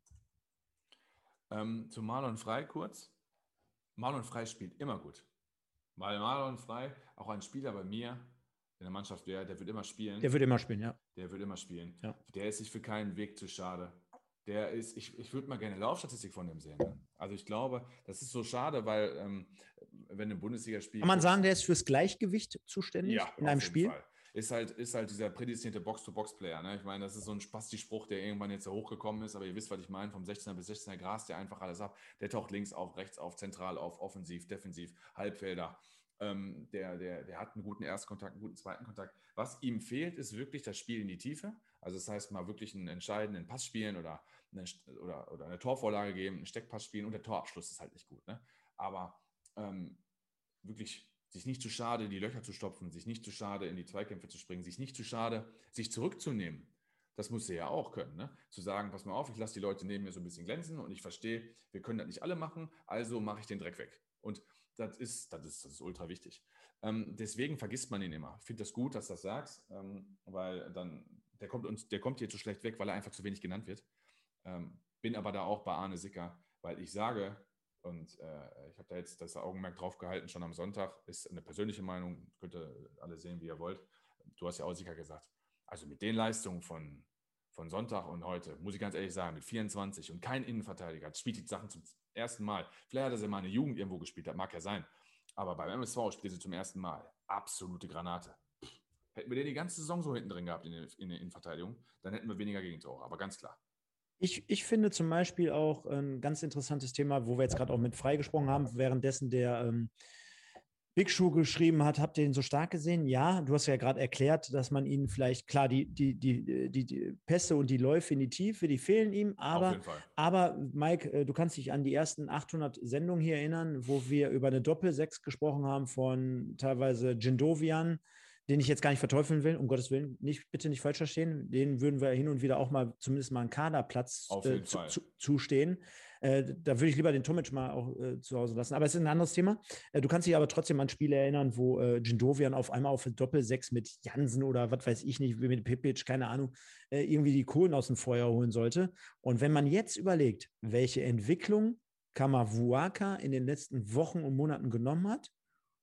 Ähm, zu Marlon Frey kurz. Marlon Frey spielt immer gut. Weil Marlon Frey, auch ein Spieler bei mir in der Mannschaft wäre, der wird immer spielen. Der wird immer spielen, ja. Der wird immer spielen. Ja. Der ist sich für keinen Weg zu schade. Der ist, ich, ich würde mal gerne Laufstatistik von dem sehen. Ne? Also ich glaube, das ist so schade, weil ähm, wenn ein Bundesliga-Spiel... Kann man sagen, der ist fürs Gleichgewicht zuständig ja, in einem Spiel? Fall. Ist halt, ist halt dieser prädestinierte Box-to-Box-Player. Ne? Ich meine, das ist so ein Spasti-Spruch, der irgendwann jetzt hochgekommen ist, aber ihr wisst, was ich meine, vom sechzehner bis sechzehner grast der einfach alles ab. Der taucht links auf, rechts auf, zentral auf, offensiv, defensiv, Halbfelder. Ähm, der, der, der hat einen guten Erstkontakt, einen guten zweiten Kontakt. Was ihm fehlt, ist wirklich das Spiel in die Tiefe. Also das heißt, mal wirklich einen entscheidenden Pass spielen oder eine, oder, oder eine Torvorlage geben, einen Steckpass spielen und der Torabschluss ist halt nicht gut. Ne? Aber ähm, wirklich sich nicht zu schade, die Löcher zu stopfen, sich nicht zu schade, in die Zweikämpfe zu springen, sich nicht zu schade, sich zurückzunehmen. Das muss er ja auch können, ne? Zu sagen, pass mal auf, ich lasse die Leute neben mir so ein bisschen glänzen und ich verstehe, wir können das nicht alle machen, also mache ich den Dreck weg. Und das ist, das ist, das ist ultra wichtig. Ähm, deswegen vergisst man ihn immer. Ich finde das gut, dass du das sagst, ähm, weil dann, der kommt uns, der kommt hier zu schlecht weg, weil er einfach zu wenig genannt wird. Ähm, bin aber da auch bei Arne Sicker, weil ich sage, und äh, ich habe da jetzt das Augenmerk drauf gehalten, schon am Sonntag, ist eine persönliche Meinung, könnt ihr alle sehen, wie ihr wollt. Du hast ja auch Sicker gesagt. Also mit den Leistungen von, von Sonntag und heute, muss ich ganz ehrlich sagen, mit vierundzwanzig und kein Innenverteidiger, spielt die Sachen zum ersten Mal. Vielleicht hat er sie mal in der Jugend irgendwo gespielt, das mag ja sein. Aber beim M S V spielt er sie zum ersten Mal. Absolute Granate. Pff, hätten wir den die ganze Saison so hinten drin gehabt in der, in der Innenverteidigung, dann hätten wir weniger Gegentore, aber ganz klar. Ich, ich finde zum Beispiel auch ein ganz interessantes Thema, wo wir jetzt gerade auch mit Frey gesprochen haben, währenddessen der ähm, Big Show geschrieben hat, habt ihr ihn so stark gesehen? Ja, du hast ja gerade erklärt, dass man ihn vielleicht, klar, die, die, die, die, die Pässe und die Läufe in die Tiefe, die fehlen ihm, aber, Auf jeden Fall. aber Mike, du kannst dich an die ersten achthundert Sendungen hier erinnern, wo wir über eine Doppel-Sechs gesprochen haben von teilweise Jindovian, den ich jetzt gar nicht verteufeln will, um Gottes Willen, nicht, bitte nicht falsch verstehen, den würden wir hin und wieder auch mal zumindest mal einen Kaderplatz äh, zu, zu, zustehen. Äh, da würde ich lieber den Tomic mal auch äh, zu Hause lassen. Aber es ist ein anderes Thema. Äh, du kannst dich aber trotzdem an Spiele erinnern, wo äh, Jindovian auf einmal auf Doppel-Sechs mit Jansen oder was weiß ich nicht, mit Pipic, keine Ahnung, äh, irgendwie die Kohlen aus dem Feuer holen sollte. Und wenn man jetzt überlegt, welche Entwicklung Kamavuaka in den letzten Wochen und Monaten genommen hat,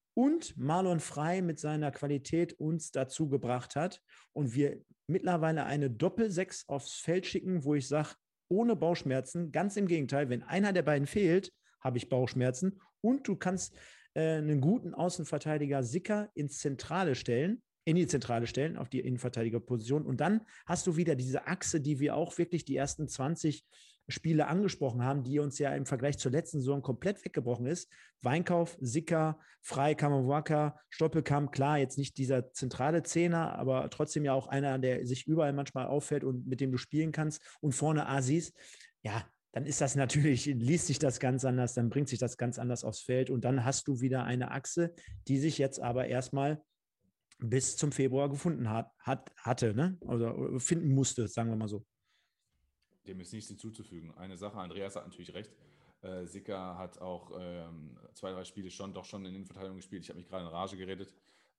und Marlon Frey mit seiner Qualität uns dazu gebracht hat und wir mittlerweile eine Doppel-Sechs aufs Feld schicken, wo ich sage, ohne Bauchschmerzen, ganz im Gegenteil, wenn einer der beiden fehlt, habe ich Bauchschmerzen und du kannst äh, einen guten Außenverteidiger Sicker ins Zentrale stellen, in die Zentrale stellen, auf die Innenverteidigerposition. Und dann hast du wieder diese Achse, die wir auch wirklich die ersten zwanzig Spiele angesprochen haben, die uns ja im Vergleich zur letzten Saison komplett weggebrochen ist. Weinkauf, Sicker, Frei, Kamawaka, Stoppelkamp, klar, jetzt nicht dieser zentrale Zehner, aber trotzdem ja auch einer, der sich überall manchmal auffällt und mit dem du spielen kannst. Und vorne Asis, ja, dann ist das natürlich, liest sich das ganz anders, dann bringt sich das ganz anders aufs Feld und dann hast du wieder eine Achse, die sich jetzt aber erstmal bis zum Februar gefunden hat, hat hatte, ne? Oder finden musste, sagen wir mal so. Dem ist nichts hinzuzufügen. Eine Sache, Andreas hat natürlich recht. Äh, Sicker hat auch ähm, zwei, drei Spiele schon doch schon in Innenverteidigung gespielt. Ich habe mich gerade in Rage geredet.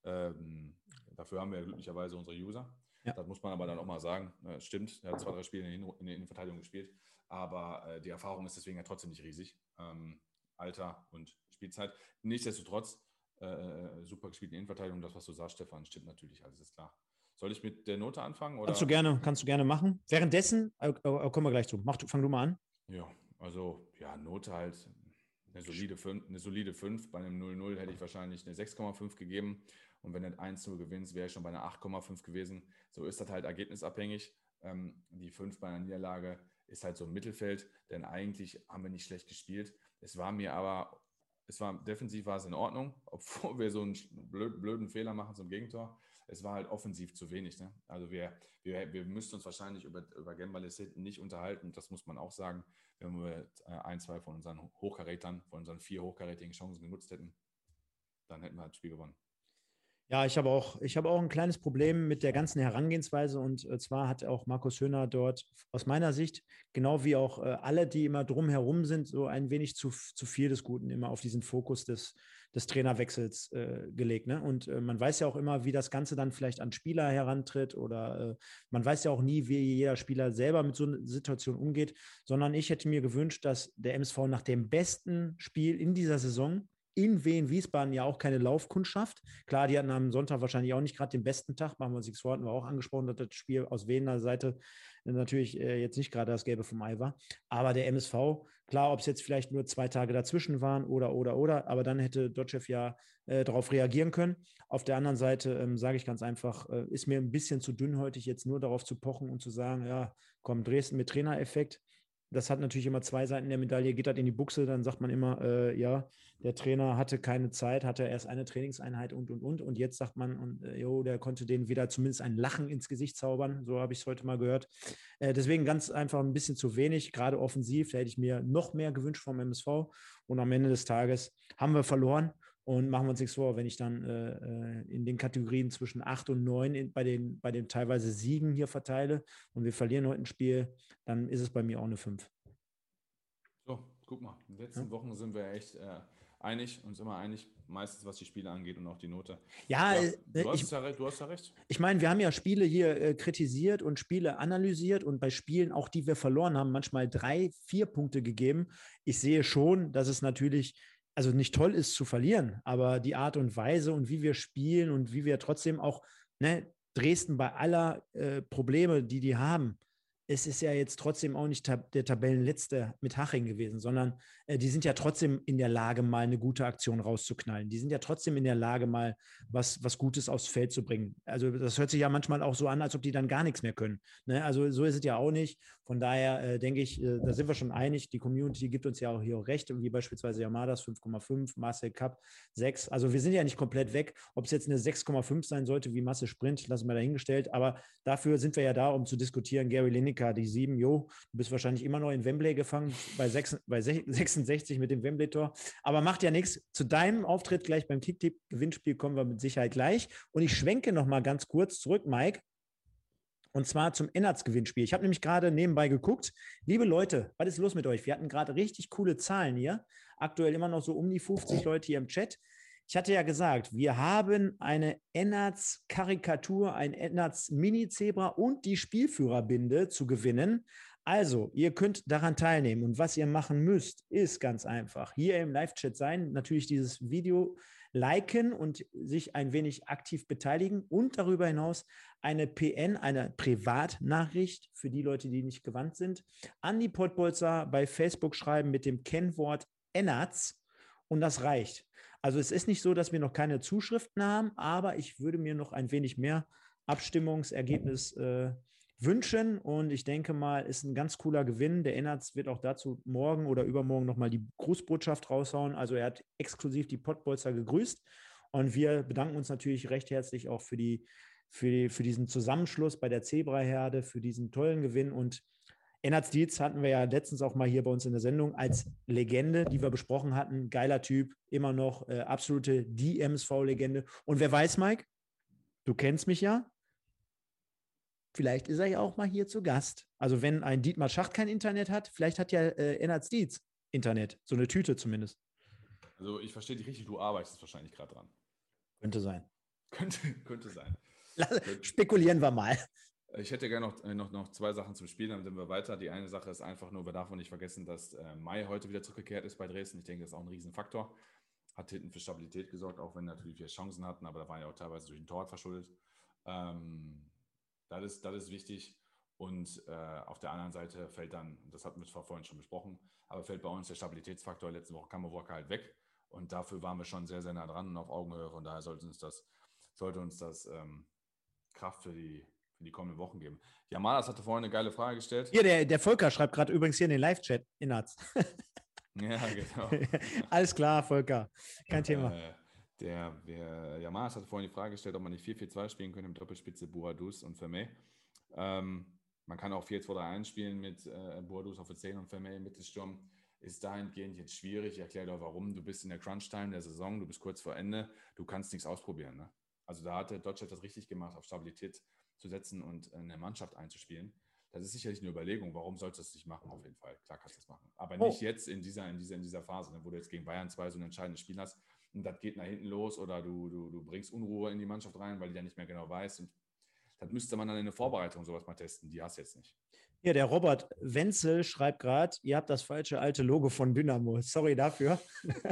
Ähm, dafür haben wir glücklicherweise unsere User. Ja. Das muss man aber dann auch mal sagen. Äh, stimmt, er hat zwei, drei Spiele in, in der Innenverteidigung gespielt. Aber äh, die Erfahrung ist deswegen ja trotzdem nicht riesig. Ähm, Alter und Spielzeit. Nichtsdestotrotz äh, super gespielt in der Innenverteidigung. Das, was du sagst, Stefan, stimmt natürlich. Alles ist klar. Soll ich mit der Note anfangen? Oder? Kannst du gerne, kannst du gerne machen. Währenddessen, äh, äh, kommen wir gleich zu. Mach, fang du mal an. Ja, also ja, Note halt eine solide fünf, eine solide fünf. Bei einem null null hätte ich wahrscheinlich eine sechs Komma fünf gegeben. Und wenn du eins null gewinnst, wäre ich schon bei einer acht Komma fünf gewesen. So ist das halt ergebnisabhängig. Ähm, die fünf bei einer Niederlage ist halt so im Mittelfeld, denn eigentlich haben wir nicht schlecht gespielt. Es war mir aber, es war defensiv war es in Ordnung, obwohl wir so einen blöd, blöden Fehler machen zum Gegentor. Es war halt offensiv zu wenig. Ne? Also wir, wir, wir müssten uns wahrscheinlich über, über Gembalis nicht unterhalten. Das muss man auch sagen. Wenn wir ein, zwei von unseren Hochkarätern, von unseren vier hochkarätigen Chancen genutzt hätten, dann hätten wir das Spiel gewonnen. Ja, ich habe auch, ich habe auch ein kleines Problem mit der ganzen Herangehensweise und äh, zwar hat auch Markus Höhner dort aus meiner Sicht, genau wie auch äh, alle, die immer drumherum sind, so ein wenig zu, zu viel des Guten immer auf diesen Fokus des, des Trainerwechsels äh, gelegt. Ne? Und äh, man weiß ja auch immer, wie das Ganze dann vielleicht an Spieler herantritt oder äh, man weiß ja auch nie, wie jeder Spieler selber mit so einer Situation umgeht, sondern ich hätte mir gewünscht, dass der M S V nach dem besten Spiel in dieser Saison in Wien-Wiesbaden ja auch keine Laufkundschaft. Klar, die hatten am Sonntag wahrscheinlich auch nicht gerade den besten Tag. Machen wir uns nichts vor, hatten wir auch angesprochen, dass das Spiel aus Wiener Seite natürlich äh, jetzt nicht gerade das Gelbe vom Ei war. Aber der M S V, klar, ob es jetzt vielleicht nur zwei Tage dazwischen waren oder, oder, oder, aber dann hätte Dotschew ja äh, darauf reagieren können. Auf der anderen Seite ähm, sage ich ganz einfach, äh, ist mir ein bisschen zu dünnhäutig, jetzt nur darauf zu pochen und zu sagen, ja, komm, Dresden mit Trainereffekt. Das hat natürlich immer zwei Seiten der Medaille. Geht das in die Buchse, dann sagt man immer, äh, ja, der Trainer hatte keine Zeit, hatte erst eine Trainingseinheit und, und, und. Und jetzt sagt man, und, äh, jo, der konnte denen wieder zumindest ein Lachen ins Gesicht zaubern. So habe ich es heute mal gehört. Äh, deswegen ganz einfach ein bisschen zu wenig, gerade offensiv. Da hätte ich mir noch mehr gewünscht vom M S V. Und am Ende des Tages haben wir verloren. Und machen wir uns nichts vor, wenn ich dann äh, in den Kategorien zwischen acht und neun in, bei, den, bei den teilweise Siegen hier verteile und wir verlieren heute ein Spiel, dann ist es bei mir auch eine fünf. So, guck mal, in den letzten ja. Wochen sind wir echt äh, einig, uns immer einig, meistens was die Spiele angeht und auch die Note. Ja, ja du, ich, hast ja recht, du hast ja recht. Ich meine, wir haben ja Spiele hier äh, kritisiert und Spiele analysiert und bei Spielen, auch die wir verloren haben, manchmal drei, vier Punkte gegeben. Ich sehe schon, dass es natürlich also nicht toll ist zu verlieren, aber die Art und Weise und wie wir spielen und wie wir trotzdem auch, ne, Dresden bei aller äh, Probleme, die die haben, es ist ja jetzt trotzdem auch nicht tab- der Tabellenletzte mit Haching gewesen, sondern äh, die sind ja trotzdem in der Lage, mal eine gute Aktion rauszuknallen. Die sind ja trotzdem in der Lage, mal was, was Gutes aufs Feld zu bringen. Also das hört sich ja manchmal auch so an, als ob die dann gar nichts mehr können. Ne? Also so ist es ja auch nicht. Von daher äh, denke ich, äh, da sind wir schon einig. Die Community gibt uns ja auch hier auch recht, wie beispielsweise Yamadas fünf Komma fünf, Marcel Cup sechs. Also wir sind ja nicht komplett weg. Ob es jetzt eine sechs Komma fünf sein sollte, wie Masse Sprint, lassen wir dahingestellt. Aber dafür sind wir ja da, um zu diskutieren. Gary Lineker, die sieben, jo, du bist wahrscheinlich immer noch in Wembley gefangen, bei, sechs, bei sechsundsechzig mit dem Wembley-Tor. Aber macht ja nichts. Zu deinem Auftritt gleich beim Kicktipp-Gewinnspiel kommen wir mit Sicherheit gleich. Und ich schwenke noch mal ganz kurz zurück, Mike. Und zwar zum Ennerts-Gewinnspiel. Ich habe nämlich gerade nebenbei geguckt. Liebe Leute, was ist los mit euch? Wir hatten gerade richtig coole Zahlen hier. Aktuell immer noch so um die fünfzig Leute hier im Chat. Ich hatte ja gesagt, wir haben eine Ennerts-Karikatur, ein Ennerts-Mini-Zebra und die Spielführerbinde zu gewinnen. Also, ihr könnt daran teilnehmen. Und was ihr machen müsst, ist ganz einfach. Hier im Live-Chat sein, natürlich dieses Video liken und sich ein wenig aktiv beteiligen und darüber hinaus eine P N, eine Privatnachricht für die Leute, die nicht gewandt sind, an die Pottbolzer bei Facebook schreiben mit dem Kennwort Ennerts und das reicht. Also es ist nicht so, dass wir noch keine Zuschriften haben, aber ich würde mir noch ein wenig mehr Abstimmungsergebnis äh, wünschen. Und ich denke mal, ist ein ganz cooler Gewinn. Der Ennertz wird auch dazu morgen oder übermorgen nochmal die Grußbotschaft raushauen. Also er hat exklusiv die Pottbolzer gegrüßt. Und wir bedanken uns natürlich recht herzlich auch für, die, für, die, für diesen Zusammenschluss bei der Zebraherde, für diesen tollen Gewinn. Und Ennertz Dietz hatten wir ja letztens auch mal hier bei uns in der Sendung als Legende, die wir besprochen hatten. Geiler Typ, immer noch äh, absolute D M S V-Legende. Und wer weiß, Mike, du kennst mich ja, vielleicht ist er ja auch mal hier zu Gast. Also wenn ein Dietmar Schacht kein Internet hat, vielleicht hat ja äh, Ennertz Dietz Internet, so eine Tüte zumindest. Also ich verstehe dich richtig, du arbeitest wahrscheinlich gerade dran. Könnte sein. Könnte, könnte sein. Spekulieren wir mal. Ich hätte gerne noch, noch, noch zwei Sachen zum Spielen, dann sind wir weiter. Die eine Sache ist einfach nur, wir dürfen nicht vergessen, dass äh, Mai heute wieder zurückgekehrt ist bei Dresden. Ich denke, das ist auch ein Riesenfaktor. Hat hinten für Stabilität gesorgt, auch wenn natürlich wir Chancen hatten, aber da waren ja auch teilweise durch den Torwart verschuldet. Ähm, das, ist, das ist wichtig. Und äh, auf der anderen Seite fällt dann, das hatten wir zwar vorhin schon besprochen, aber fällt bei uns der Stabilitätsfaktor. Letzte Woche kam Walker halt weg und dafür waren wir schon sehr, sehr nah dran und auf Augenhöhe. Von daher sollte uns das, sollte uns das ähm, Kraft für die für die kommenden Wochen geben. Jamalas hatte vorhin eine geile Frage gestellt. Hier, der, der Volker schreibt gerade übrigens hier in den Live-Chat, Innertz. Ja, genau. Alles klar, Volker. Kein Thema. Äh, der, der Jamalas hatte vorhin die Frage gestellt, ob man nicht vier vier zwei spielen könnte mit Doppelspitze Boadus und Vermey. Ähm, man kann auch vier zwei drei eins spielen mit äh, Boadus auf der zehn und Vermey im Mittelsturm. Ist dahingehend jetzt schwierig. Ich erkläre dir warum. Du bist in der Crunch-Time der Saison, du bist kurz vor Ende, du kannst nichts ausprobieren. Ne? Also da hatte Deutschland das richtig gemacht, auf Stabilität zu setzen und eine Mannschaft einzuspielen. Das ist sicherlich eine Überlegung. Warum sollst du das nicht machen? Auf jeden Fall. Klar kannst du das machen. Aber Oh. nicht jetzt in dieser, in dieser, in dieser Phase, ne, wo du jetzt gegen Bayern zwei so ein entscheidendes Spiel hast und das geht nach hinten los oder du, du, du bringst Unruhe in die Mannschaft rein, weil die ja nicht mehr genau weiß. Und das müsste man dann in der Vorbereitung sowas mal testen. Die hast du jetzt nicht. Ja, der Robert Wenzel schreibt gerade, ihr habt das falsche alte Logo von Dynamo. Sorry dafür.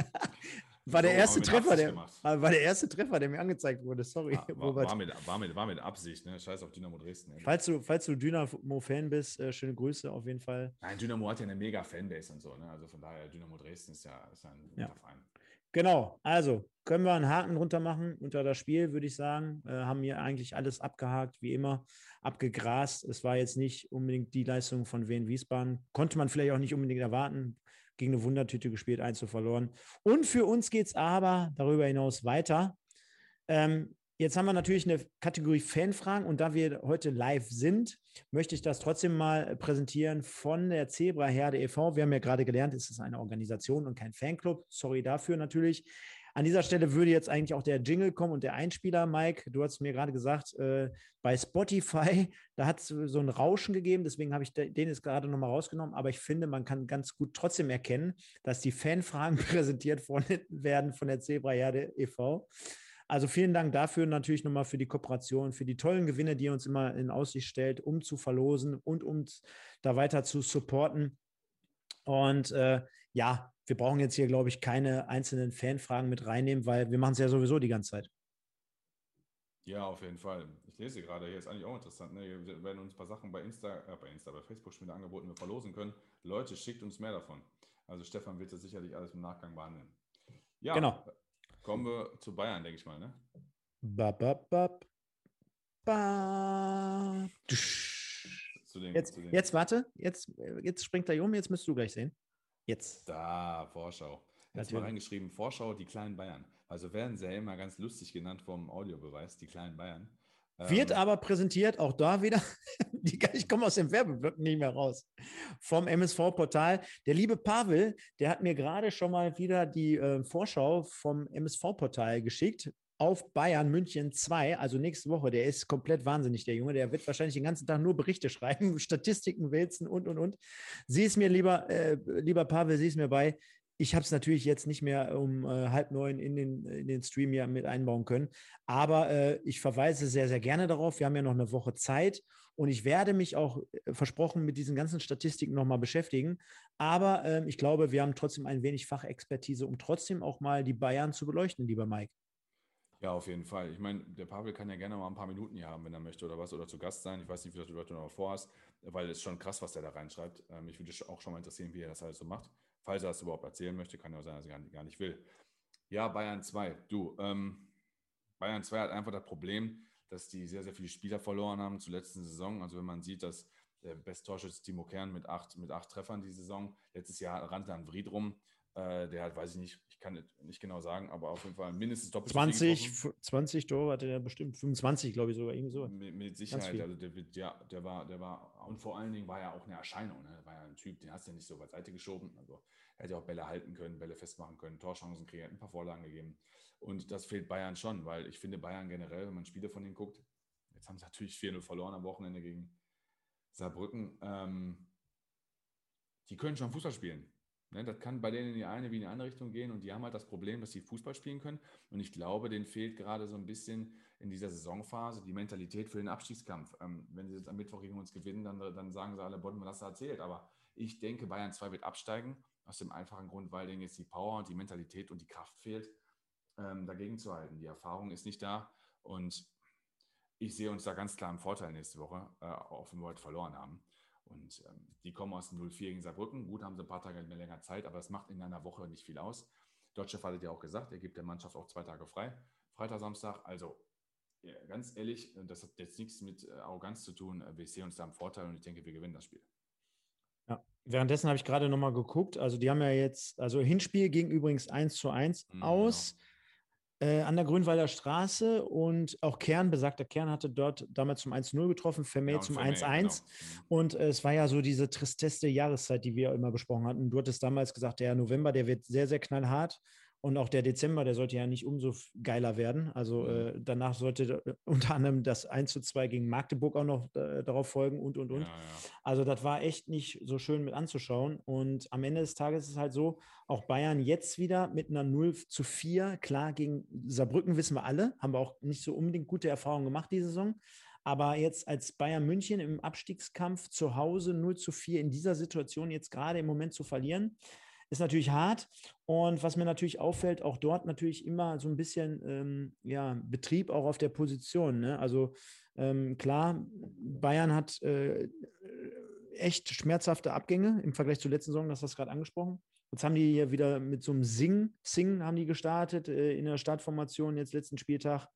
War der, erste Treffer, der, war der erste Treffer, der mir angezeigt wurde. Sorry, war, Robert. War mit, war, mit, war mit Absicht, ne? Scheiß auf Dynamo Dresden. Ehrlich. Falls du, falls du Dynamo-Fan bist, äh, schöne Grüße auf jeden Fall. Nein, Dynamo hat ja eine mega Fanbase und so. Ne? Also von daher, Dynamo Dresden ist ja, ist ja ein guter Ja. Verein. Genau, also können wir einen Haken drunter machen unter das Spiel, würde ich sagen. Äh, haben hier eigentlich alles abgehakt, wie immer, abgegrast. Es war jetzt nicht unbedingt die Leistung von Wien Wiesbaden. Konnte man vielleicht auch nicht unbedingt erwarten. Gegen eine Wundertüte gespielt, eins zu verloren. Und für uns geht es aber darüber hinaus weiter. Ähm, jetzt haben wir natürlich eine Kategorie Fanfragen und da wir heute live sind, möchte ich das trotzdem mal präsentieren von der Zebraherde e V. Wir haben ja gerade gelernt, es ist eine Organisation und kein Fanclub. Sorry dafür natürlich. An dieser Stelle würde jetzt eigentlich auch der Jingle kommen und der Einspieler, Mike. Du hast mir gerade gesagt, äh, bei Spotify, da hat es so ein Rauschen gegeben, deswegen habe ich den jetzt gerade nochmal rausgenommen. Aber ich finde, man kann ganz gut trotzdem erkennen, dass die Fanfragen präsentiert von, werden von der Zebraherde e V. Also vielen Dank dafür natürlich nochmal für die Kooperation, für die tollen Gewinne, die ihr uns immer in Aussicht stellt, um zu verlosen und um da weiter zu supporten. Und äh, ja, wir brauchen jetzt hier, glaube ich, keine einzelnen Fanfragen mit reinnehmen, weil wir machen es ja sowieso die ganze Zeit. Ja, auf jeden Fall. Ich lese gerade, hier ist eigentlich auch interessant. Ne? Wir werden uns ein paar Sachen bei Insta, äh, bei Insta, bei Facebook schon wieder angeboten, wir verlosen können. Leute, schickt uns mehr davon. Also Stefan wird das sicherlich alles im Nachgang behandeln. Ja, genau. Kommen wir zu Bayern, denke ich mal, ne? Bap, bap, bap. Ba. Zu den, jetzt, zu den jetzt warte, jetzt, jetzt springt er um, jetzt müsst du gleich sehen. Jetzt. Da, Vorschau. Jetzt mal reingeschrieben, Vorschau, die kleinen Bayern. Also werden sie ja immer ganz lustig genannt vom Audiobeweis, die kleinen Bayern. Wird ähm, aber präsentiert, auch da wieder, die, ich komme aus dem Werbeblock nicht mehr raus, vom M S V-Portal. Der liebe Pavel, der hat mir gerade schon mal wieder die äh, Vorschau vom M S V-Portal geschickt auf Bayern München zwei, also nächste Woche. Der ist komplett wahnsinnig, der Junge. Der wird wahrscheinlich den ganzen Tag nur Berichte schreiben, Statistiken wälzen und, und, und. Sieh es mir, lieber, äh, lieber Pavel, sieh es mir bei. Ich habe es natürlich jetzt nicht mehr um äh, halb neun in den, in den Stream ja mit einbauen können, aber äh, ich verweise sehr, sehr gerne darauf. Wir haben ja noch eine Woche Zeit und ich werde mich auch äh, versprochen mit diesen ganzen Statistiken nochmal beschäftigen. Aber äh, ich glaube, wir haben trotzdem ein wenig Fachexpertise, um trotzdem auch mal die Bayern zu beleuchten, lieber Mike. Ja, auf jeden Fall. Ich meine, der Pavel kann ja gerne mal ein paar Minuten hier haben, wenn er möchte oder was, oder zu Gast sein. Ich weiß nicht, wie du heute noch vorhast, weil es ist schon krass, was der da reinschreibt. Ähm, mich würde auch schon mal interessieren, wie er das alles so macht. Falls er das überhaupt erzählen möchte, kann ja auch sein, dass er gar nicht, gar nicht will. Ja, Bayern zwei. Du, ähm, Bayern zwei hat einfach das Problem, dass die sehr, sehr viele Spieler verloren haben zur letzten Saison. Also wenn man sieht, dass der Besttorschütze Timo Kern mit acht, mit acht Treffern die Saison, letztes Jahr rannte an Vried rum, äh, der hat, weiß ich nicht, ich kann nicht genau sagen, aber auf jeden Fall mindestens doppelt so viel zwanzig, getroffen. zwanzig Tore hatte er bestimmt, fünfundzwanzig, glaube ich sogar, irgendwie so. Mit, mit Sicherheit, also der, der, der, war, der war, und vor allen Dingen war er auch eine Erscheinung, ne? War ja ein Typ, den hast du ja nicht so beiseite geschoben, also er hätte auch Bälle halten können, Bälle festmachen können, Torchancen kreiert, ein paar Vorlagen gegeben und das fehlt Bayern schon, weil ich finde Bayern generell, wenn man Spiele von denen guckt, jetzt haben sie natürlich vier null verloren am Wochenende gegen Saarbrücken, ähm, die können schon Fußball spielen. Ne, das kann bei denen in die eine wie in die andere Richtung gehen und die haben halt das Problem, dass sie Fußball spielen können und ich glaube, denen fehlt gerade so ein bisschen in dieser Saisonphase die Mentalität für den Abstiegskampf. Ähm, wenn sie jetzt am Mittwoch gegen uns gewinnen, dann, dann sagen sie alle, Bodden, was hast du erzählt, aber ich denke, Bayern zwei wird absteigen, aus dem einfachen Grund, weil denen jetzt die Power und die Mentalität und die Kraft fehlt, ähm, dagegen zu halten. Die Erfahrung ist nicht da und ich sehe uns da ganz klar im Vorteil nächste Woche, äh, auch wenn wir heute verloren haben. Und ähm, die kommen aus dem null vier gegen Saarbrücken. Gut, haben sie ein paar Tage mehr länger Zeit, aber das macht in einer Woche nicht viel aus. Deutsche hat ja auch gesagt, er gibt der Mannschaft auch zwei Tage frei. Freitag, Samstag. Also ja, ganz ehrlich, das hat jetzt nichts mit Arroganz zu tun. Wir sehen uns da im Vorteil und ich denke, wir gewinnen das Spiel. Ja. Währenddessen habe ich gerade nochmal geguckt. Also die haben ja jetzt, also Hinspiel ging übrigens eins zu eins Mhm, aus. genau. Äh, an der Grünwalder Straße und auch Kern, besagter Kern, hatte dort damals zum eins zu null getroffen, Vermey Ja, und zum Vermey, eins zu eins. genau. Mhm. Und äh, es war ja so diese tristeste Jahreszeit, die wir immer besprochen hatten. Du hattest damals gesagt, der November, der wird sehr, sehr knallhart. Und auch der Dezember, der sollte ja nicht umso geiler werden. Also Mhm. äh, danach sollte äh, unter anderem das eins zu zwei gegen Magdeburg auch noch äh, darauf folgen und, und, und. Ja, ja. Also das war echt nicht so schön mit anzuschauen. Und am Ende des Tages ist es halt so, auch Bayern jetzt wieder mit einer null zu vier. Klar, gegen Saarbrücken wissen wir alle, haben wir auch nicht so unbedingt gute Erfahrungen gemacht die Saison. Aber jetzt als Bayern München im Abstiegskampf zu Hause null zu vier in dieser Situation jetzt gerade im Moment zu verlieren, ist natürlich hart. Und was mir natürlich auffällt, auch dort natürlich immer so ein bisschen ähm, ja, Betrieb auch auf der Position. Ne? Also ähm, klar, Bayern hat äh, echt schmerzhafte Abgänge im Vergleich zur letzten Saison, das hast du gerade angesprochen. Jetzt haben die hier wieder mit so einem Sing, Sing haben die gestartet äh, in der Startformation jetzt letzten Spieltag,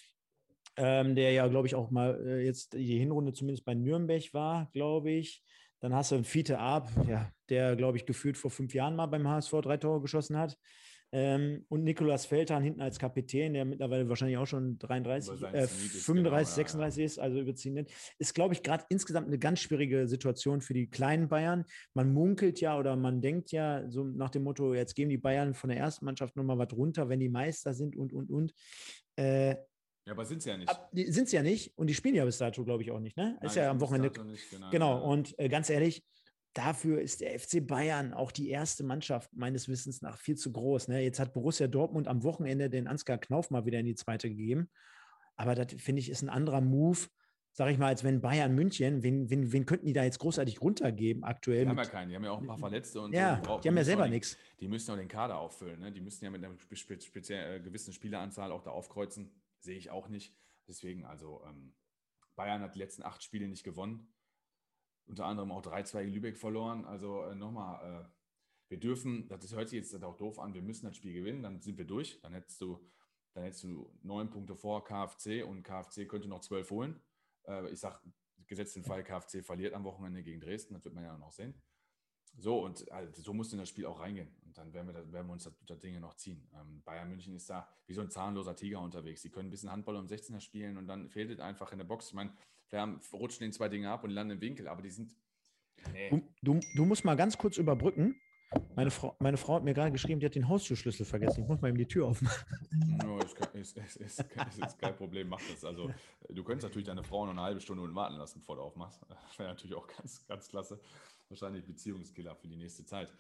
ähm, der ja, glaube ich, auch mal äh, jetzt die Hinrunde zumindest bei Nürnberg war, glaube ich. Dann hast du einen Fiete Ab, ja, der, glaube ich, gefühlt vor fünf Jahren mal beim H S V drei Tore geschossen hat. Ähm, und Nikolas Feldhahn hinten als Kapitän, der mittlerweile wahrscheinlich auch schon dreiunddreißig, äh, ist, fünfunddreißig, genau, sechsunddreißig ja, ja. ist, also überziehend. Ist, glaube ich, gerade insgesamt eine ganz schwierige Situation für die kleinen Bayern. Man munkelt ja oder man denkt ja so nach dem Motto, jetzt geben die Bayern von der ersten Mannschaft nochmal was runter, wenn die Meister sind und, und, und. Äh, Ja, aber sind sie ja nicht. Ab, die sind es ja nicht und die spielen ja bis dato, glaube ich, auch nicht. Ne? Nein, Ist ja am Wochenende. nicht, genau. Genau, und äh, ganz ehrlich, dafür ist der F C Bayern auch die erste Mannschaft meines Wissens nach viel zu groß. Ne? Jetzt hat Borussia Dortmund am Wochenende den Ansgar Knauf mal wieder in die zweite gegeben. Aber das, finde ich, ist ein anderer Move, sage ich mal, als wenn Bayern München, wen, wen, wen könnten die da jetzt großartig runtergeben aktuell? Die haben mit, ja keinen, die haben ja auch ein paar Verletzte und ja, so. Die, brauchen, die haben ja selber den, nichts. Die müssen auch den Kader auffüllen. Ne? Die müssen ja mit einer spe speziell, äh, gewissen Spieleranzahl auch da aufkreuzen. Sehe ich auch nicht. Deswegen, also ähm, Bayern hat die letzten acht Spiele nicht gewonnen. Unter anderem auch drei zwei gegen Lübeck verloren. Also äh, nochmal, äh, wir dürfen, das hört sich jetzt auch doof an, wir müssen das Spiel gewinnen, dann sind wir durch. Dann hättest du, dann hättest du neun Punkte vor K F C und K F C könnte noch zwölf holen. Äh, ich sage, gesetzt den Fall, K F C verliert am Wochenende gegen Dresden, das wird man ja noch sehen. So, und also, so musst du in das Spiel auch reingehen. Und dann werden wir, da, werden wir uns das, das Dinge noch ziehen. Ähm, Bayern München ist da wie so ein zahnloser Tiger unterwegs. Die können ein bisschen Handball um sechzehner spielen und dann fehlt es einfach in der Box. Ich meine, wir haben, rutschen den zwei Dinge ab und landen im Winkel, aber die sind. Nee. Du, du, du musst mal ganz kurz überbrücken. Meine Frau, meine Frau hat mir gerade geschrieben, die hat den Haustürschlüssel vergessen. Ich muss mal eben die Tür aufmachen. No, ist, ist, ist, ist, ist kein Problem, mach das. Also, du könntest natürlich deine Frau noch eine halbe Stunde unten warten lassen, bevor du aufmachst. Wäre natürlich auch ganz, ganz klasse. Wahrscheinlich Beziehungskiller für die nächste Zeit.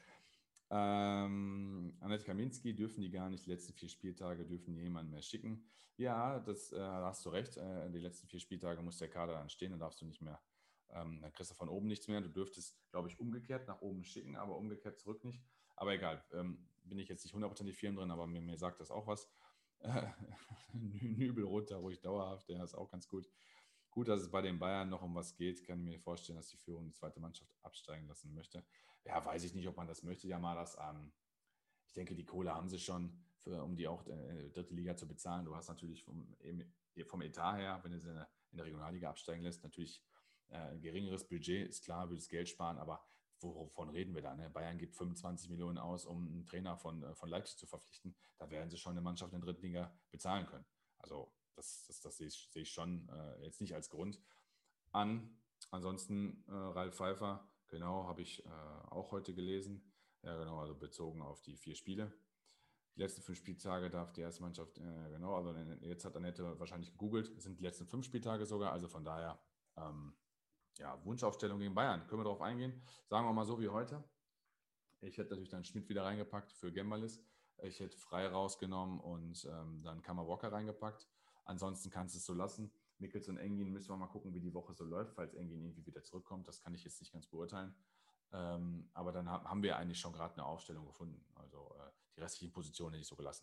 Ähm, Annette Kaminski dürfen die gar nicht, die letzten vier Spieltage dürfen die jemanden mehr schicken. Ja, das äh, hast du recht. Äh, die letzten vier Spieltage muss der Kader dann stehen, dann darfst du nicht mehr, ähm, dann kriegst du von oben nichts mehr. Du dürftest, glaube ich, umgekehrt nach oben schicken, aber umgekehrt zurück nicht. Aber egal, ähm, bin ich jetzt nicht hundertprozentig firm drin, aber mir, mir sagt das auch was. Äh, Nübel runter, ruhig dauerhaft, der ist auch ganz gut. Gut, dass es bei den Bayern noch um was geht, kann ich mir vorstellen, dass die Führung die zweite Mannschaft absteigen lassen möchte. Ja, weiß ich nicht, ob man das möchte, ja mal das. Ähm, ich denke, die Kohle haben sie schon. für, um die auch äh, dritte Liga zu bezahlen. Du hast natürlich vom, vom Etat her, wenn du sie in der, in der Regionalliga absteigen lässt, natürlich äh, ein geringeres Budget, ist klar, würdest Geld sparen, aber wovon reden wir da? Ne? Bayern gibt fünfundzwanzig Millionen aus, um einen Trainer von, äh, von Leipzig zu verpflichten. Da werden sie schon eine Mannschaft in der dritten Liga bezahlen können. Also das, das, das sehe ich, sehe ich schon äh, jetzt nicht als Grund an. Ansonsten äh, Ralf Pfeiffer, genau, habe ich äh, auch heute gelesen. Ja, genau, also bezogen auf die vier Spiele. Die letzten fünf Spieltage darf die erste Mannschaft, äh, genau, also jetzt hat Annette wahrscheinlich gegoogelt, es sind die letzten fünf Spieltage sogar, also von daher, ähm, ja, Wunschaufstellung gegen Bayern. Können wir darauf eingehen? Sagen wir mal so wie heute. Ich hätte natürlich dann Schmidt wieder reingepackt für Gembalis. Ich hätte Frei rausgenommen und ähm, dann Kammer Walker reingepackt. Ansonsten kannst du es so lassen. Mickels und Engin müssen wir mal gucken, wie die Woche so läuft, falls Engin irgendwie wieder zurückkommt. Das kann ich jetzt nicht ganz beurteilen. Ähm, aber dann haben wir eigentlich schon gerade eine Aufstellung gefunden. Also äh, die restlichen Positionen hätte ich so gelassen.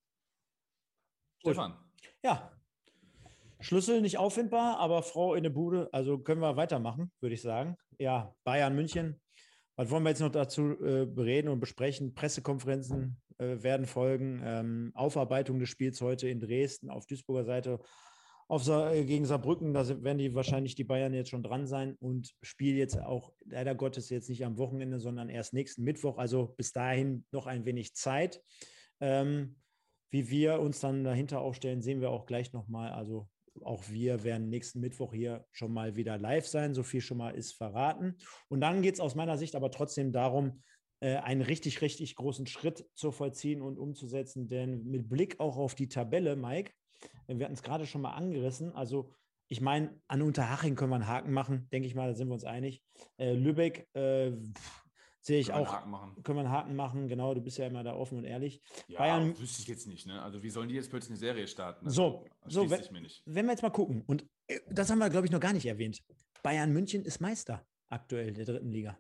Gut. Stefan. Ja. Schlüssel nicht auffindbar, aber Frau in der Bude, also können wir weitermachen, würde ich sagen. Ja, Bayern München. Was wollen wir jetzt noch dazu äh, bereden und besprechen? Pressekonferenzen äh, werden folgen. Ähm, Aufarbeitung des Spiels heute in Dresden auf Duisburger Seite. Auf Sa- äh, gegen Saarbrücken, da sind, werden die wahrscheinlich die Bayern jetzt schon dran sein und Spiel jetzt auch leider Gottes jetzt nicht am Wochenende, sondern erst nächsten Mittwoch. Also bis dahin noch ein wenig Zeit. Ähm, wie wir uns dann dahinter aufstellen, sehen wir auch gleich nochmal. Also auch wir werden nächsten Mittwoch hier schon mal wieder live sein. So viel schon mal ist verraten. Und dann geht es aus meiner Sicht aber trotzdem darum, äh, einen richtig, richtig großen Schritt zu vollziehen und umzusetzen. Denn mit Blick auch auf die Tabelle, Mike, wir hatten es gerade schon mal angerissen. Also ich meine, an Unterhaching können wir einen Haken machen, denke ich mal, da sind wir uns einig. Äh, Lübeck äh, sehe ich Können wir auch. einen Haken machen. Können wir einen Haken machen, genau, du bist ja immer da offen und ehrlich. Ja, Bayern, wüsste ich jetzt nicht. Ne? Also wie sollen die jetzt plötzlich eine Serie starten? so, Also, so wenn, sich mir nicht. wenn wir jetzt mal gucken, und äh, das haben wir, glaube ich, noch gar nicht erwähnt. Bayern München ist Meister aktuell der dritten Liga.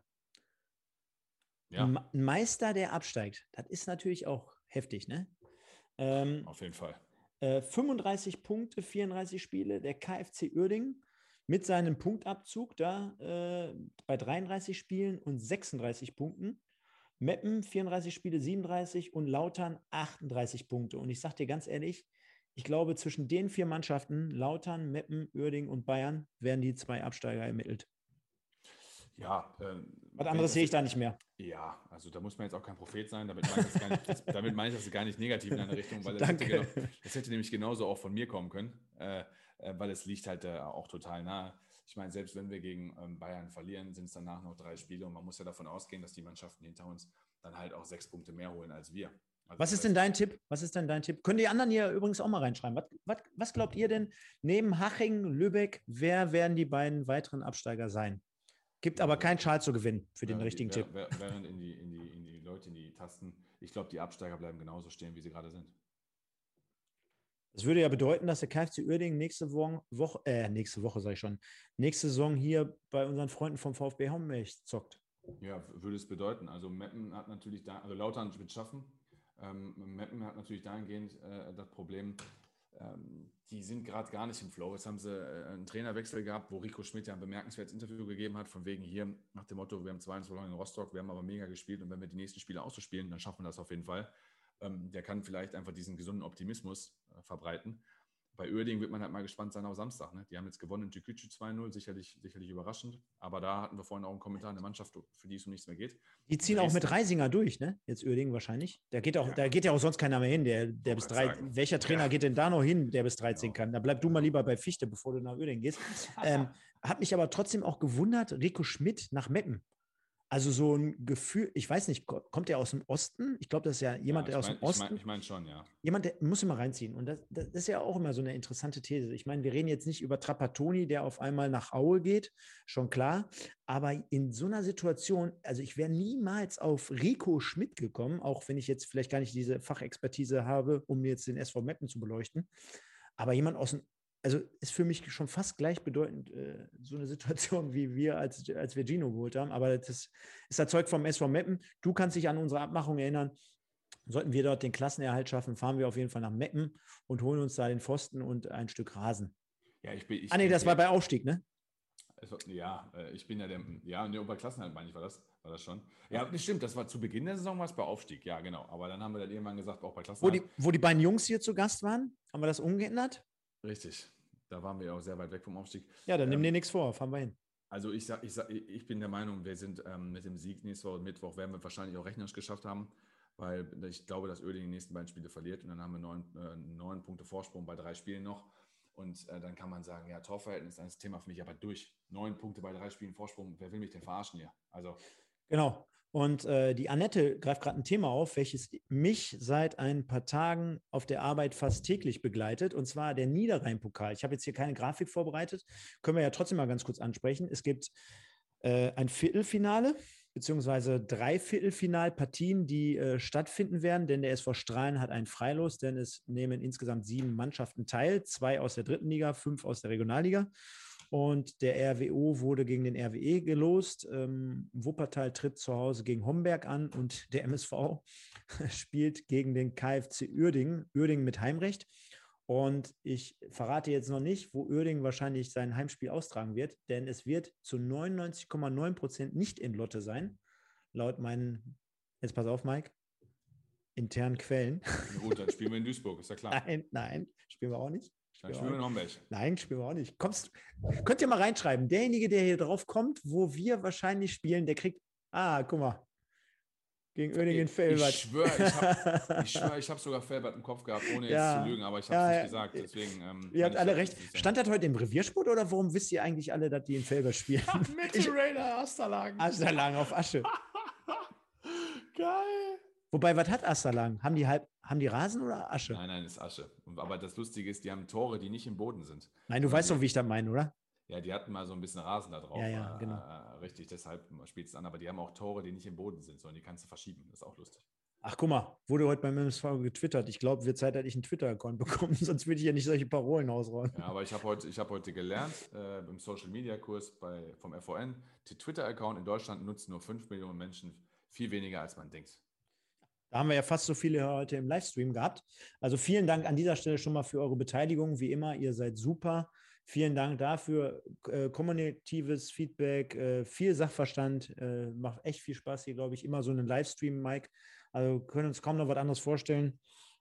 Ja, Ein Meister, der absteigt. Das ist natürlich auch heftig, ne? Ähm, auf jeden Fall. äh, fünfunddreißig Punkte, vierunddreißig Spiele, der K F C Uerdingen mit seinem Punktabzug da äh, bei dreiunddreißig Spielen und sechsunddreißig Punkten. Meppen vierunddreißig Spiele, siebenunddreißig und Lautern achtunddreißig Punkte. Und ich sage dir ganz ehrlich, ich glaube, zwischen den vier Mannschaften, Lautern, Meppen, Uerdingen und Bayern, werden die zwei Absteiger ermittelt. Ja, ähm, Was anderes sehe ich da nicht mehr. Ja, also da muss man jetzt auch kein Prophet sein. Damit meine ich das gar nicht, das, damit meine ich das gar nicht negativ in eine Richtung, weil das hätte, genau, das hätte nämlich genauso auch von mir kommen können, äh, äh, weil es liegt halt äh, auch total nahe. Ich meine, selbst wenn wir gegen ähm, Bayern verlieren, sind es danach noch drei Spiele und man muss ja davon ausgehen, dass die Mannschaften hinter uns dann halt auch sechs Punkte mehr holen als wir. Also was ist denn dein Tipp? Was ist denn dein Tipp? Können die anderen hier übrigens auch mal reinschreiben. Was, was, was glaubt ihr denn, neben Haching, Lübeck, wer werden die beiden weiteren Absteiger sein? Gibt aber keinen Schal zu gewinnen für den richtigen die, Tipp. Während in die, in, die, in die Leute, in die Tasten, ich glaube, die Absteiger bleiben genauso stehen, wie sie gerade sind. Das würde ja bedeuten, dass der K F C Uerdingen nächste Woche, Woche äh, nächste Woche sage ich schon, nächste Saison hier bei unseren Freunden vom VfB Homberg zockt. Ja, würde es bedeuten. Also Meppen hat natürlich da, also Lautern wird schaffen. Ähm, Meppen hat natürlich dahingehend äh, das Problem, ähm, die sind gerade gar nicht im Flow. Jetzt haben sie äh, einen Trainerwechsel gehabt, wo Rico Schmidt ja ein bemerkenswertes Interview gegeben hat, von wegen hier nach dem Motto, wir haben zwei eins verloren in Rostock, wir haben aber mega gespielt und wenn wir die nächsten Spiele auch so spielen, dann schaffen wir das auf jeden Fall. Ähm, der kann vielleicht einfach diesen gesunden Optimismus äh, verbreiten. Bei Uerdingen wird man halt mal gespannt sein auf Samstag. Ne? Die haben jetzt gewonnen in Tükücü zwei null, sicherlich, sicherlich überraschend. Aber da hatten wir vorhin auch einen Kommentar, eine Mannschaft, für die es um nichts mehr geht. Die ziehen Dresden auch mit Reisinger durch, ne? Jetzt Uerdingen wahrscheinlich. Da geht, auch, ja. da geht ja auch sonst keiner mehr hin. Der, der bis drei, welcher Trainer ja. geht denn da noch hin, der bis dreizehn genau. kann? Da bleib du mal lieber bei Fichte, bevor du nach Uerdingen gehst. ähm, hat mich aber trotzdem auch gewundert, Rico Schmidt nach Meppen. Also so ein Gefühl, ich weiß nicht, kommt der aus dem Osten? Ich glaube, das ist ja jemand, ja, der aus mein, dem Osten. Ich meine ich mein schon, ja. Jemand, der muss immer reinziehen. Und das, das ist ja auch immer so eine interessante These. Ich meine, wir reden jetzt nicht über Trapattoni, der auf einmal nach Aue geht, schon klar. Aber in so einer Situation, also ich wäre niemals auf Rico Schmidt gekommen, auch wenn ich jetzt vielleicht gar nicht diese Fachexpertise habe, um jetzt den S V Meppen zu beleuchten. Aber jemand aus dem Also ist für mich schon fast gleichbedeutend äh, so eine Situation, wie wir, als, als wir Gino geholt haben. Aber das ist das Zeug vom S V Meppen. Du kannst dich an unsere Abmachung erinnern. Sollten wir dort den Klassenerhalt schaffen, fahren wir auf jeden Fall nach Meppen und holen uns da den Pfosten und ein Stück Rasen. Ja, ich bin, ich ah, nee, das war bei Aufstieg, ne? Also, ja, ich bin ja der, ja, ne, bei Klassenerhalt meine ich war das. war das schon. Ja, das stimmt, das war zu Beginn der Saison, war es bei Aufstieg, ja, genau. Aber dann haben wir dann irgendwann gesagt, auch bei Wo Klassenerhalt. die, wo die beiden Jungs hier zu Gast waren, haben wir das umgeändert? Richtig, da waren wir auch sehr weit weg vom Aufstieg. Ja, dann nimm Ähm, dir nichts vor, fahren wir hin. Also ich, sag, ich, sag, ich bin der Meinung, wir sind ähm, mit dem Sieg nächste Woche Mittwoch, werden wir wahrscheinlich auch rechnerisch geschafft haben, weil ich glaube, dass Uerdingen die nächsten beiden Spiele verliert und dann haben wir neun, äh, neun Punkte Vorsprung bei drei Spielen noch. Und äh, dann kann man sagen, ja, Torverhältnis ist ein Thema für mich, aber durch neun Punkte bei drei Spielen Vorsprung, wer will mich denn verarschen hier? Also Genau. Und äh, die Annette greift gerade ein Thema auf, welches mich seit ein paar Tagen auf der Arbeit fast täglich begleitet, und zwar der Niederrhein-Pokal. Ich habe jetzt hier keine Grafik vorbereitet, können wir ja trotzdem mal ganz kurz ansprechen. Es gibt äh, ein Viertelfinale, beziehungsweise drei Viertelfinalpartien, die äh, stattfinden werden, denn der S V Strahlen hat ein Freilos, denn es nehmen insgesamt sieben Mannschaften teil, zwei aus der dritten Liga, fünf aus der Regionalliga. Und der R W O wurde gegen den R W E gelost. Ähm, Wuppertal tritt zu Hause gegen Homberg an und der M S V spielt gegen den K F C Uerdingen, Uerdingen mit Heimrecht. Und ich verrate jetzt noch nicht, wo Uerdingen wahrscheinlich sein Heimspiel austragen wird, denn es wird zu neunundneunzig Komma neun Prozent nicht in Lotte sein, laut meinen, jetzt pass auf, Mike, internen Quellen. Na gut, dann spielen wir in Duisburg, ist ja klar. Nein, nein, spielen wir auch nicht. Dann spielen wir in Homberg. Nein, spielen wir auch nicht. Kommst, könnt ihr mal reinschreiben. Derjenige, der hier drauf kommt, wo wir wahrscheinlich spielen, der kriegt, ah, guck mal, gegen Uerdingen Felbert. Ich schwöre, ich habe ich schwör, ich hab sogar Felbert im Kopf gehabt, ohne ja, jetzt zu lügen, aber ich habe es ja, nicht ja. gesagt. Deswegen, ähm, ihr habt alle recht. Stand das heute im Reviersport oder warum wisst ihr eigentlich alle, dass die in Felbert spielen? Metal Raider Asterlagen. Asterlagen auf Asche. Geil. Wobei, was hat Asterlagen? Haben die halb, haben die Rasen oder Asche? Nein, nein, ist Asche. Aber das Lustige ist, die haben Tore, die nicht im Boden sind. Nein, du Und weißt die, doch, wie ich das meine, oder? Ja, die hatten mal so ein bisschen Rasen da drauf. Ja, ja, genau. Äh, richtig, deshalb spielt es an. Aber die haben auch Tore, die nicht im Boden sind, sondern die kannst du verschieben. Das ist auch lustig. Ach, guck mal, wurde heute beim M S V getwittert. Ich glaube, wird Zeit, dass ich einen Twitter-Account bekomme, sonst würde ich ja nicht solche Parolen ausräumen. Ja, aber ich habe heute, hab heute gelernt, äh, im Social-Media-Kurs bei, vom F O N, die Twitter-Account in Deutschland nutzen nur fünf Millionen Menschen, viel weniger als man denkt. Da haben wir ja fast so viele heute im Livestream gehabt. Also vielen Dank an dieser Stelle schon mal für eure Beteiligung. Wie immer, ihr seid super. Vielen Dank dafür. Äh, kommunikatives Feedback, äh, viel Sachverstand. Äh, macht echt viel Spaß hier, glaube ich. Immer so einen Livestream, Mike. Also können uns kaum noch was anderes vorstellen.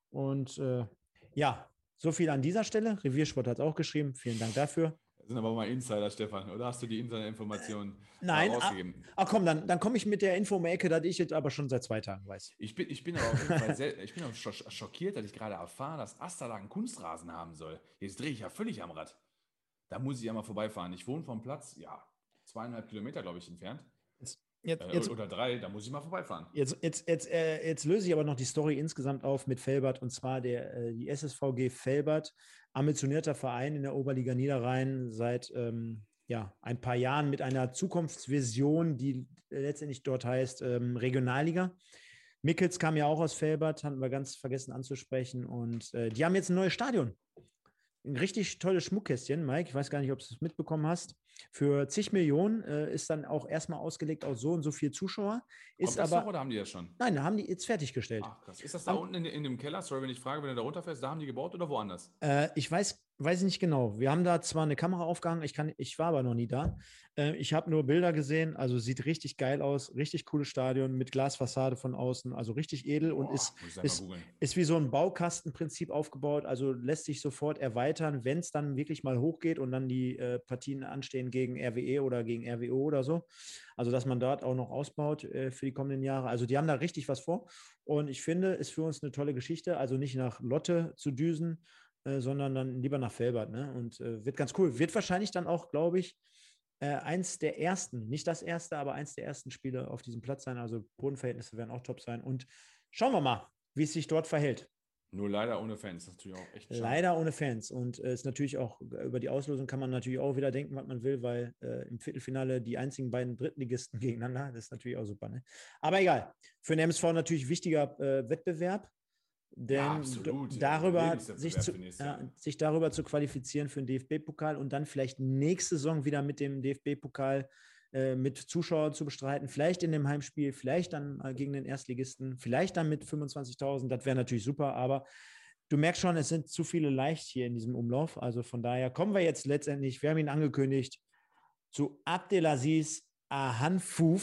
Und äh, ja, so viel an dieser Stelle. Reviersport hat es auch geschrieben. Vielen Dank dafür. Das sind aber mal Insider, Stefan. Oder hast du die Insider-Informationen äh, Nein, rausgegeben? Ach komm, dann, dann komme ich mit der Info um die Ecke, dass ich jetzt aber schon seit zwei Tagen weiß. Ich bin, ich bin aber auf jeden Fall sehr, ich bin auch schockiert, dass ich gerade erfahre, dass Asterlagen Kunstrasen haben soll. Jetzt drehe ich ja völlig am Rad. Da muss ich ja mal vorbeifahren. Ich wohne vom Platz, ja, zweieinhalb Kilometer, glaube ich, entfernt. Jetzt, jetzt, äh, jetzt, oder drei, da muss ich mal vorbeifahren. Jetzt, jetzt, jetzt, äh, jetzt löse ich aber noch die Story insgesamt auf mit Felbert, und zwar der, äh, die S S V G Felbert, ambitionierter Verein in der Oberliga Niederrhein seit ähm, ja, ein paar Jahren mit einer Zukunftsvision, die letztendlich dort heißt ähm, Regionalliga. Mickels kam ja auch aus Felbert, hatten wir ganz vergessen anzusprechen, und äh, die haben jetzt ein neues Stadion. Ein richtig tolles Schmuckkästchen, Mike. Ich weiß gar nicht, ob du es mitbekommen hast. Für zig Millionen äh, ist dann auch erstmal ausgelegt auf so und so viel Zuschauer. Ist Kommt das aber, noch oder haben die das schon? Nein, da haben die jetzt fertiggestellt. Ach, krass. Ist das da Am, unten in, in dem Keller? Sorry, wenn ich frage, wenn du da runterfährst, da haben die gebaut oder woanders? Äh, ich weiß, weiß nicht genau. Wir haben da zwar eine Kamera aufgehangen, ich, kann, ich war aber noch nie da. Äh, ich habe nur Bilder gesehen, also sieht richtig geil aus, richtig cooles Stadion mit Glasfassade von außen, also richtig edel. Boah, und ist, ist, ist wie so ein Baukastenprinzip aufgebaut, also lässt sich sofort erweitern, wenn es dann wirklich mal hochgeht und dann die äh, Partien anstehen gegen R W E oder gegen R W O oder so. Also dass man dort auch noch ausbaut äh, für die kommenden Jahre. Also die haben da richtig was vor, und ich finde, ist für uns eine tolle Geschichte, also nicht nach Lotte zu düsen, äh, sondern dann lieber nach Felbert. Ne? Und äh, wird ganz cool. Wird wahrscheinlich dann auch, glaube ich, äh, eins der ersten, nicht das erste, aber eins der ersten Spiele auf diesem Platz sein. Also Bodenverhältnisse werden auch top sein. Und schauen wir mal, wie es sich dort verhält. Nur leider ohne Fans, das ist natürlich auch echt schade. Leider ohne Fans. Und es äh, ist natürlich auch, über die Auslosung kann man natürlich auch wieder denken, was man will, weil äh, im Viertelfinale die einzigen beiden Drittligisten gegeneinander, das ist natürlich auch super. Ne? Aber egal, für den M S V natürlich wichtiger äh, Wettbewerb, denn ja, absolut, darüber, ja, sich, zu, ja, sich darüber zu qualifizieren für den D F B-Pokal und dann vielleicht nächste Saison wieder mit dem D F B-Pokal mit Zuschauern zu bestreiten, vielleicht in dem Heimspiel, vielleicht dann mal gegen den Erstligisten, vielleicht dann mit fünfundzwanzigtausend, das wäre natürlich super, aber du merkst schon, es sind zu viele leicht hier in diesem Umlauf, also von daher kommen wir jetzt letztendlich, wir haben ihn angekündigt, zu Abdelaziz Ahanfouf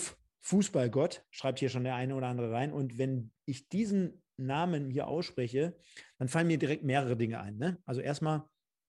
Fußballgott, schreibt hier schon der eine oder andere rein. Und wenn ich diesen Namen hier ausspreche, dann fallen mir direkt mehrere Dinge ein. Ne? Also erstmal,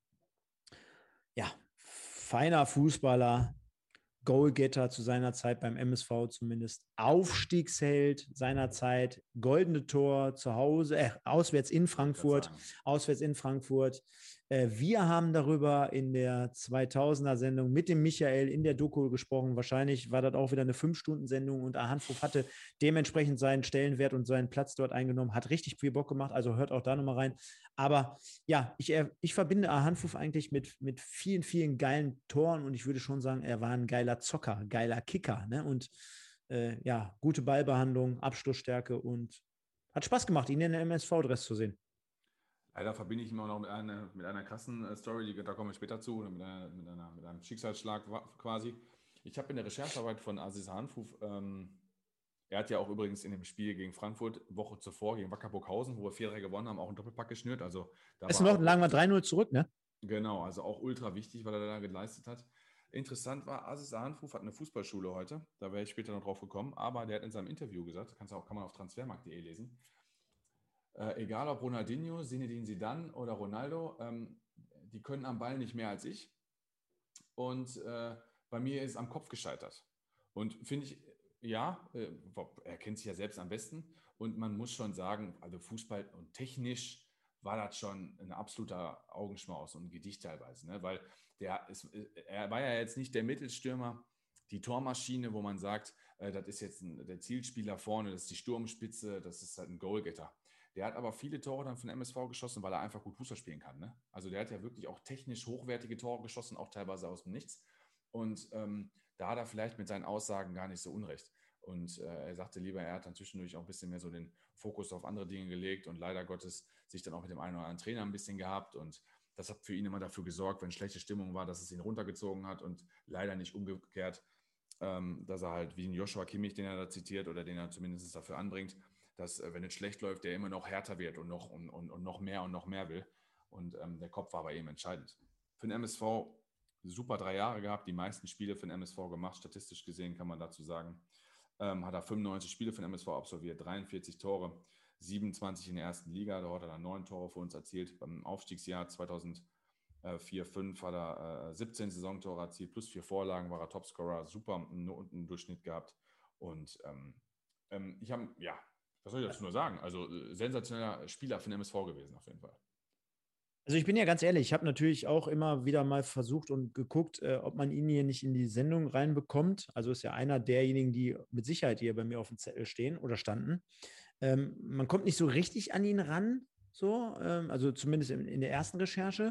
ja, feiner Fußballer, Goalgetter zu seiner Zeit beim M S V zumindest, Aufstiegsheld seiner Zeit, goldene Tor zu Hause, äh, auswärts in Frankfurt, auswärts in Frankfurt. Äh, wir haben darüber in der zweitausender-Sendung mit dem Michael in der Doku gesprochen. Wahrscheinlich war das auch wieder eine fünf-Stunden-Sendung und Ahanfuf hatte dementsprechend seinen Stellenwert und seinen Platz dort eingenommen, hat richtig viel Bock gemacht, also hört auch da nochmal rein. Aber ja, ich, ich verbinde Ahanfuf eigentlich mit, mit vielen, vielen geilen Toren und ich würde schon sagen, er war ein geiler Zocker, geiler Kicker, ne? Und äh, ja, gute Ballbehandlung, Abschlussstärke und hat Spaß gemacht, ihn in der M S V-Dress zu sehen. Leider verbinde ich ihn auch noch mit einer, mit einer krassen äh, Story, die, da kommen wir später zu, mit, einer, mit, einer, mit einem Schicksalsschlag quasi. Ich habe in der Recherchearbeit von Aziz Ahanfuf, ähm, er hat ja auch übrigens in dem Spiel gegen Frankfurt, Woche zuvor gegen Wacker Burghausen, wo wir vier drei gewonnen haben, auch einen Doppelpack geschnürt. Also, da ist noch, lagen wir drei null zurück, ne? Genau, also auch ultra wichtig, weil er da geleistet hat. Interessant war, Aziz Ahanfuf hat eine Fußballschule heute, da wäre ich später noch drauf gekommen, aber der hat in seinem Interview gesagt, kannst auch, kann man auf transfermarkt punkt de lesen, äh, egal ob Ronaldinho, Zinedine Zidane oder Ronaldo, ähm, die können am Ball nicht mehr als ich und äh, bei mir ist es am Kopf gescheitert. Und finde ich, ja, äh, er kennt sich ja selbst am besten und man muss schon sagen, also Fußball und technisch war das schon ein absoluter Augenschmaus und ein Gedicht teilweise, ne? Weil der ist, er war ja jetzt nicht der Mittelstürmer, die Tormaschine, wo man sagt, äh, das ist jetzt ein, der Zielspieler vorne, das ist die Sturmspitze, das ist halt ein Goalgetter. Der hat aber viele Tore dann von M S V geschossen, weil er einfach gut Fußball spielen kann, ne? Also der hat ja wirklich auch technisch hochwertige Tore geschossen, auch teilweise aus dem Nichts. Und ähm, da hat er vielleicht mit seinen Aussagen gar nicht so unrecht. Und äh, er sagte lieber, er hat dann zwischendurch auch ein bisschen mehr so den Fokus auf andere Dinge gelegt und leider Gottes sich dann auch mit dem einen oder anderen Trainer ein bisschen gehabt. Und das hat für ihn immer dafür gesorgt, wenn schlechte Stimmung war, dass es ihn runtergezogen hat und leider nicht umgekehrt, ähm, dass er halt wie ein Joshua Kimmich, den er da zitiert oder den er zumindest dafür anbringt, dass, äh, wenn es schlecht läuft, der immer noch härter wird und noch, und, und, und noch mehr und noch mehr will. Und ähm, der Kopf war bei ihm entscheidend. Für den M S V super drei Jahre gehabt, die meisten Spiele für den M S V gemacht, statistisch gesehen kann man dazu sagen. Ähm, hat er fünfundneunzig Spiele für den M S V absolviert, dreiundvierzig Tore, siebenundzwanzig in der ersten Liga, da hat er dann neun Tore für uns erzielt. Beim Aufstiegsjahr zweitausendvier fünf hat er äh, siebzehn Saisontore erzielt, plus vier Vorlagen, war er Topscorer, super Notendurchschnitt gehabt. Und ähm, ähm, ich habe, ja, was soll ich dazu nur sagen? Also äh, sensationeller Spieler für den M S V gewesen, auf jeden Fall. Also ich bin ja ganz ehrlich, ich habe natürlich auch immer wieder mal versucht und geguckt, äh, ob man ihn hier nicht in die Sendung reinbekommt. Also ist ja einer derjenigen, die mit Sicherheit hier bei mir auf dem Zettel stehen oder standen. Ähm, man kommt nicht so richtig an ihn ran, so, ähm, also zumindest in, in der ersten Recherche.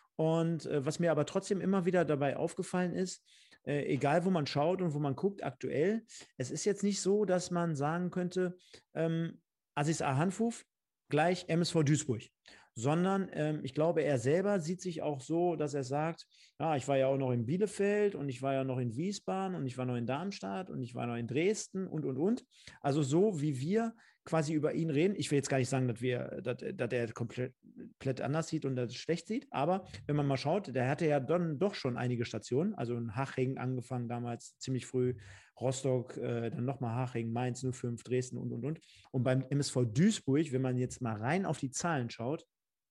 Und äh, was mir aber trotzdem immer wieder dabei aufgefallen ist, äh, egal wo man schaut und wo man guckt, aktuell, es ist jetzt nicht so, dass man sagen könnte, ähm, Aziz Ahanfuf gleich M S V Duisburg, sondern ähm, ich glaube, er selber sieht sich auch so, dass er sagt, ja, ich war ja auch noch in Bielefeld und ich war ja noch in Wiesbaden und ich war noch in Darmstadt und ich war noch in Dresden und, und, und. Also so, wie wir quasi über ihn reden. Ich will jetzt gar nicht sagen, dass, wir, dass, dass er komplett, komplett anders sieht und dass es schlecht sieht, aber wenn man mal schaut, der hatte ja dann doch schon einige Stationen, also in Haching angefangen damals ziemlich früh, Rostock, äh, dann nochmal Haching, Mainz null fünf, Dresden und, und, und. Und beim M S V Duisburg, wenn man jetzt mal rein auf die Zahlen schaut,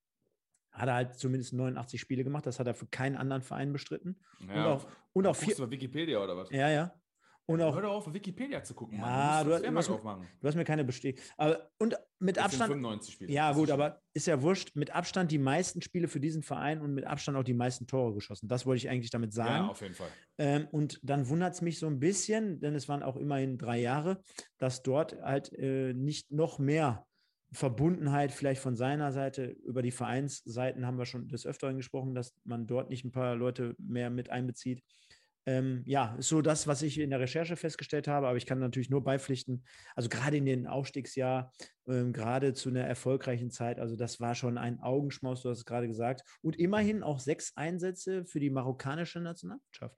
hat er halt zumindest neunundachtzig Spiele gemacht. Das hat er für keinen anderen Verein bestritten. Ja, und auch, und auch vier. Guckst du bei Wikipedia oder was? Ja, ja. Und ja, auch, hör doch auf, Wikipedia zu gucken, ja, Mann. Du musst du, du, hast, aufmachen. du hast mir keine Bestätigung. Aber und mit das Abstand. Sind fünfundneunzig Spiele. Ja, gut, aber ist ja wurscht. Mit Abstand die meisten Spiele für diesen Verein und mit Abstand auch die meisten Tore geschossen. Das wollte ich eigentlich damit sagen. Ja, auf jeden Fall. Ähm, und dann wundert es mich so ein bisschen, denn es waren auch immerhin drei Jahre, dass dort halt äh, nicht noch mehr Verbundenheit vielleicht von seiner Seite, über die Vereinsseiten haben wir schon des Öfteren gesprochen, dass man dort nicht ein paar Leute mehr mit einbezieht. Ähm, ja, ist so das, was ich in der Recherche festgestellt habe, aber ich kann natürlich nur beipflichten, also gerade in den Aufstiegsjahr, ähm, gerade zu einer erfolgreichen Zeit, also das war schon ein Augenschmaus, du hast es gerade gesagt, und immerhin auch sechs Einsätze für die marokkanische Nationalmannschaft.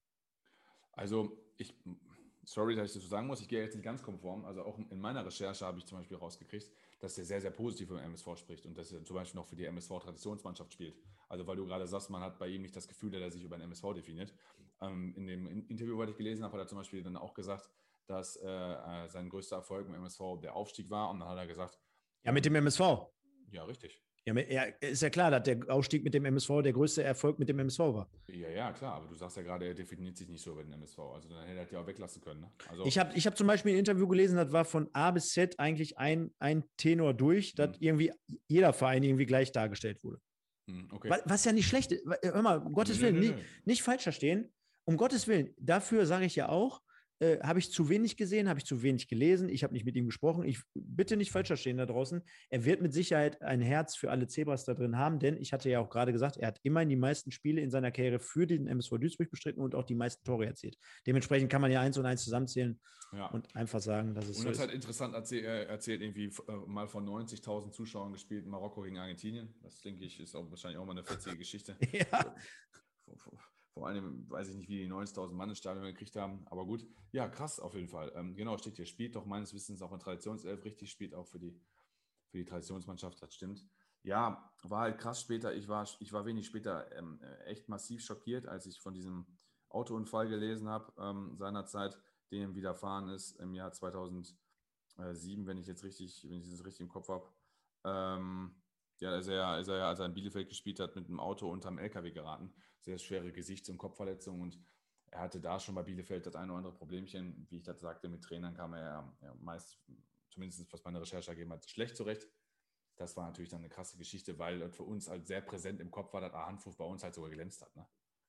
Also ich, sorry, dass ich das so sagen muss, ich gehe jetzt nicht ganz konform, also auch in meiner Recherche habe ich zum Beispiel rausgekriegt, dass er sehr, sehr positiv über den M S V spricht und dass er zum Beispiel noch für die M S V-Traditionsmannschaft spielt. Also weil du gerade sagst, man hat bei ihm nicht das Gefühl, dass er sich über den M S V definiert. Ähm, in dem Interview, was ich gelesen habe, hat er zum Beispiel dann auch gesagt, dass äh, sein größter Erfolg im M S V der Aufstieg war. Und dann hat er gesagt, Ja, mit dem M S V. Ja, richtig. Ja, ja, ist ja klar, dass der Aufstieg mit dem M S V der größte Erfolg mit dem M S V war. Ja, ja, klar, aber du sagst ja gerade, er definiert sich nicht so über den M S V. Also dann hätte er das ja auch weglassen können. Ne? Also, ich habe ich hab zum Beispiel ein Interview gelesen, das war von A bis Z eigentlich ein, ein Tenor durch, dass mhm. irgendwie jeder Verein irgendwie gleich dargestellt wurde. Mhm, okay. Was, was ja nicht schlecht ist. Hör mal, um Gottes nö, Willen, nö, nö. Nicht, nicht falsch verstehen. Um Gottes Willen, dafür sage ich ja auch, Äh, habe ich zu wenig gesehen, habe ich zu wenig gelesen, ich habe nicht mit ihm gesprochen. Ich bitte nicht falsch verstehen da draußen. Er wird mit Sicherheit ein Herz für alle Zebras da drin haben, denn ich hatte ja auch gerade gesagt, er hat immerhin die meisten Spiele in seiner Karriere für den M S V Duisburg bestritten und auch die meisten Tore erzielt. Dementsprechend kann man ja eins und eins zusammenzählen ja. und einfach sagen, dass es und so das ist. Und halt interessant erzählt, erzählt irgendwie äh, mal von neunzigtausend Zuschauern gespielt in Marokko gegen Argentinien. Das denke ich, ist auch wahrscheinlich auch mal eine witzige Geschichte. ja. Vor, vor, Vor allem weiß ich nicht, wie die neunzigtausend Mann ins Stadion gekriegt haben, aber gut. Ja, krass auf jeden Fall. Ähm, genau, steht hier, spielt doch meines Wissens auch in Traditionself richtig, spielt auch für die, für die Traditionsmannschaft, das stimmt. Ja, war halt krass später. Ich war, ich war wenig später ähm, echt massiv schockiert, als ich von diesem Autounfall gelesen habe, ähm, seinerzeit, dem widerfahren ist im Jahr zweitausendsieben, wenn ich jetzt richtig, wenn ich das richtig im Kopf habe. Ähm, Ja, ist er, ist er ja, als er in Bielefeld gespielt hat, mit einem Auto unterm L K W geraten. Sehr schwere Gesichts- und Kopfverletzung und er hatte da schon bei Bielefeld das eine oder andere Problemchen. Wie ich das sagte, mit Trainern kam er ja meist, zumindest was meine Recherche ergeben hat, schlecht zurecht. Das war natürlich dann eine krasse Geschichte, weil das für uns halt sehr präsent im Kopf war, dass A-Handfuß bei uns halt sogar glänzt hat. Ne?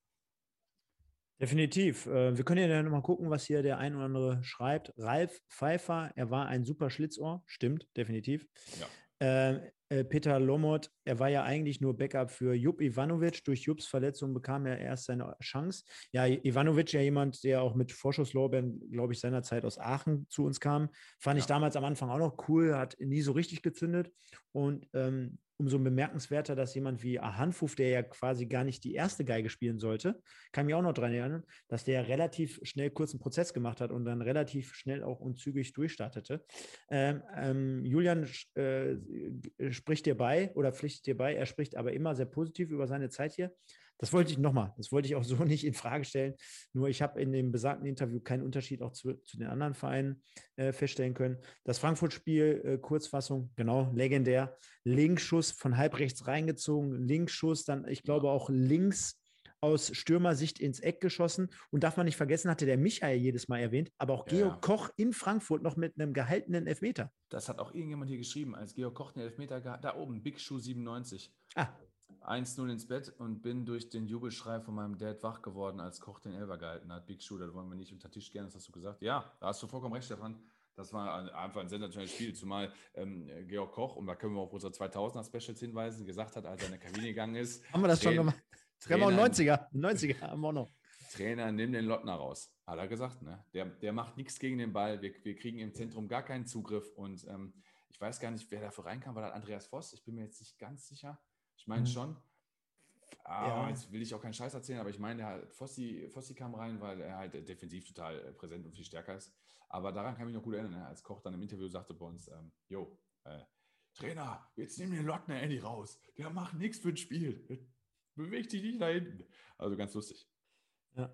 Definitiv. Wir können ja dann nochmal gucken, was hier der ein oder andere schreibt. Ralf Pfeiffer, er war ein super Schlitzohr. Stimmt, definitiv. Ja. Äh, äh, Peter Lomot, er war ja eigentlich nur Backup für Jupp Ivanovic. Durch Jupps Verletzung bekam er erst seine Chance. Ja, Ivanovic ja jemand, der auch mit Vorschusslorbeeren, glaube ich, seinerzeit aus Aachen zu uns kam. Fand ja. ich damals am Anfang auch noch cool, hat nie so richtig gezündet. Und ähm, umso bemerkenswerter, dass jemand wie Ahanfuf, der ja quasi gar nicht die erste Geige spielen sollte, kann mich auch noch daran erinnern, dass der relativ schnell kurzen Prozess gemacht hat und dann relativ schnell auch und zügig durchstartete. Ähm, ähm, Julian äh, spricht dir bei oder pflichtet dir bei, er spricht aber immer sehr positiv über seine Zeit hier. Das wollte ich nochmal, das wollte ich auch so nicht in Frage stellen. Nur ich habe in dem besagten Interview keinen Unterschied auch zu, zu den anderen Vereinen äh, feststellen können. Das Frankfurt-Spiel, äh, Kurzfassung, genau, legendär. Linksschuss von halb rechts reingezogen, Linksschuss, dann, ich glaube, auch links aus Stürmersicht ins Eck geschossen. Und darf man nicht vergessen, hatte der Michael jedes Mal erwähnt, aber auch ja, Georg ja. Koch in Frankfurt noch mit einem gehaltenen Elfmeter. Das hat auch irgendjemand hier geschrieben, als Georg Koch den Elfmeter gehalten, da oben, Big Shoe siebenundneunzig. Ah. eins null ins Bett und bin durch den Jubelschrei von meinem Dad wach geworden, als Koch den Elfer gehalten hat. Big Shoe, das wollen wir nicht unter den Tisch gehen, das hast du gesagt. Ja, da hast du vollkommen recht, Stefan. Das war einfach ein sensationelles Spiel, zumal ähm, Georg Koch, und da können wir auf unsere zweitausender-Specials hinweisen, gesagt hat, als er in die Kabine gegangen ist. Haben wir das Train- schon gemacht? Trainer, wir haben auch neunziger. neunziger haben wir auch noch. Trainer, nimm den Lottner raus. Hat er gesagt, ne? Der, der macht nichts gegen den Ball. Wir, wir kriegen im Zentrum gar keinen Zugriff. Und ähm, ich weiß gar nicht, wer dafür reinkam. War das Andreas Voss? Ich bin mir jetzt nicht ganz sicher. Ich meine mhm. schon. Ah, ja. Jetzt will ich auch keinen Scheiß erzählen, aber ich meine, der hat, Fossi, Fossi kam rein, weil er halt defensiv total präsent und viel stärker ist. Aber daran kann ich mich noch gut erinnern, ne? Als Koch dann im Interview sagte bei uns, ähm, jo, äh, Trainer, jetzt nimm den Lottner Eddie raus. Der macht nichts für ein Spiel. Bewegt dich nicht da hinten. Also ganz lustig. Ja,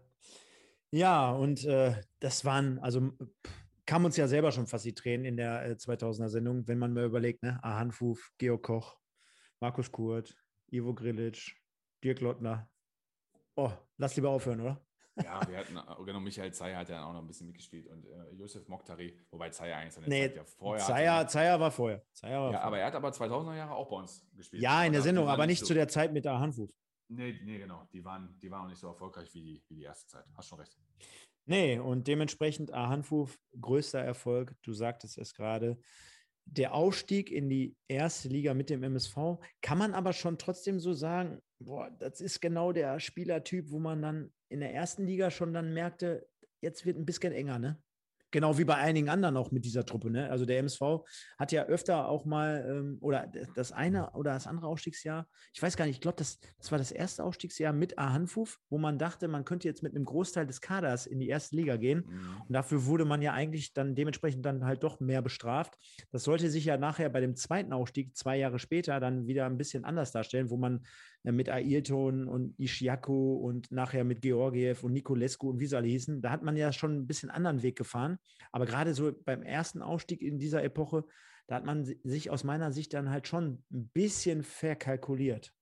ja und äh, das waren, also kam uns ja selber schon fast die Tränen in der äh, zweitausender-Sendung, wenn man mal überlegt, ne? Ahanfuf, Georg Koch, Markus Kurt, Ivo Grilic, Dirk Lottner. Oh, lass lieber aufhören, oder? Ja, wir hatten, genau, Michael Zeyer hat ja auch noch ein bisschen mitgespielt und äh, Josef Mokhtari, wobei Zeyer eigentlich seine nee, Zeit ja vorher Zeyer, hatte. Zeyer war vorher. Zeyer war ja, vorher. aber er hat aber zweitausender Jahre auch bei uns gespielt. Ja, in der aber Sendung, aber nicht so, zu der Zeit mit der Ahanfuf. Nee, nee, genau. Die waren, die waren auch nicht so erfolgreich wie die, wie die erste Zeit. Hast schon recht. Nee, und dementsprechend Ahanfuf, größter Erfolg, du sagtest es gerade. Der Aufstieg in die erste Liga mit dem M S V, kann man aber schon trotzdem so sagen, boah, das ist genau der Spielertyp, wo man dann in der ersten Liga schon dann merkte, jetzt wird ein bisschen enger, ne? Genau wie bei einigen anderen auch mit dieser Truppe, ne? Also der M S V hat ja öfter auch mal, ähm, oder das eine oder das andere Aufstiegsjahr, ich weiß gar nicht, ich glaube, das, das war das erste Aufstiegsjahr mit Ahanfuf, wo man dachte, man könnte jetzt mit einem Großteil des Kaders in die erste Liga gehen. Mhm. Und dafür wurde man ja eigentlich dann dementsprechend dann halt doch mehr bestraft. Das sollte sich ja nachher bei dem zweiten Aufstieg, zwei Jahre später, dann wieder ein bisschen anders darstellen, wo man äh, mit Ayrton und Ischiaku und nachher mit Georgiev und Niculescu und wie sie alle hießen, da hat man ja schon ein bisschen anderen Weg gefahren. Aber gerade so beim ersten Aufstieg in dieser Epoche, da hat man sich aus meiner Sicht dann halt schon ein bisschen verkalkuliert.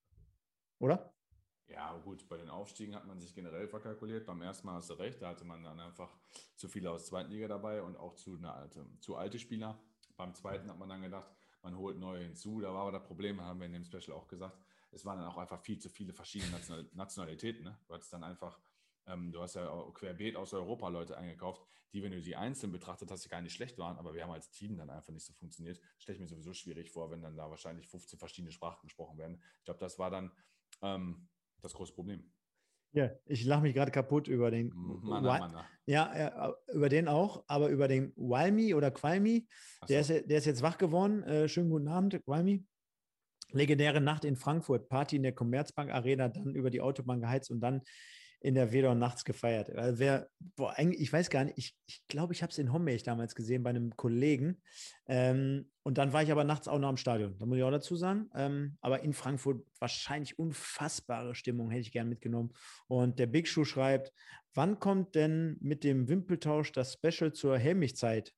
Oder? Ja, gut, bei den Aufstiegen hat man sich generell verkalkuliert. Beim ersten Mal hast du recht, da hatte man dann einfach zu viele aus der zweiten Liga dabei und auch zu, eine alte, zu alte Spieler. Beim zweiten hat man dann gedacht, man holt neue hinzu. Da war aber das Problem, haben wir in dem Special auch gesagt, es waren dann auch einfach viel zu viele verschiedene National- Nationalitäten. Ne? Du hattest dann einfach, ähm, du hast ja auch querbeet aus Europa Leute eingekauft, die, wenn du die einzeln betrachtet hast, gar nicht schlecht waren, aber wir haben als Team dann einfach nicht so funktioniert. Stelle ich mir sowieso schwierig vor, wenn dann da wahrscheinlich fünfzehn verschiedene Sprachen gesprochen werden. Ich glaube, das war dann ähm, das große Problem. Ja, ich lache mich gerade kaputt über den. Manna, Manna. Ja, ja, über den auch, aber über den Walmi oder Qualmi, Ach der, so. ist, der ist jetzt wach geworden. Äh, schönen guten Abend, Walmi. Legendäre Nacht in Frankfurt, Party in der Commerzbank Arena, dann über die Autobahn geheizt und dann in der Wedau nachts gefeiert. Also wer, boah, eigentlich, ich weiß gar nicht, ich glaube, ich, glaub, ich habe es in Homberg damals gesehen bei einem Kollegen. Ähm, und dann war ich aber nachts auch noch am Stadion, da muss ich auch dazu sagen. Ähm, aber in Frankfurt wahrscheinlich unfassbare Stimmung, hätte ich gern mitgenommen. Und der Big Shoe schreibt, wann kommt denn mit dem Wimpeltausch das Special zur Helmich-Zeit,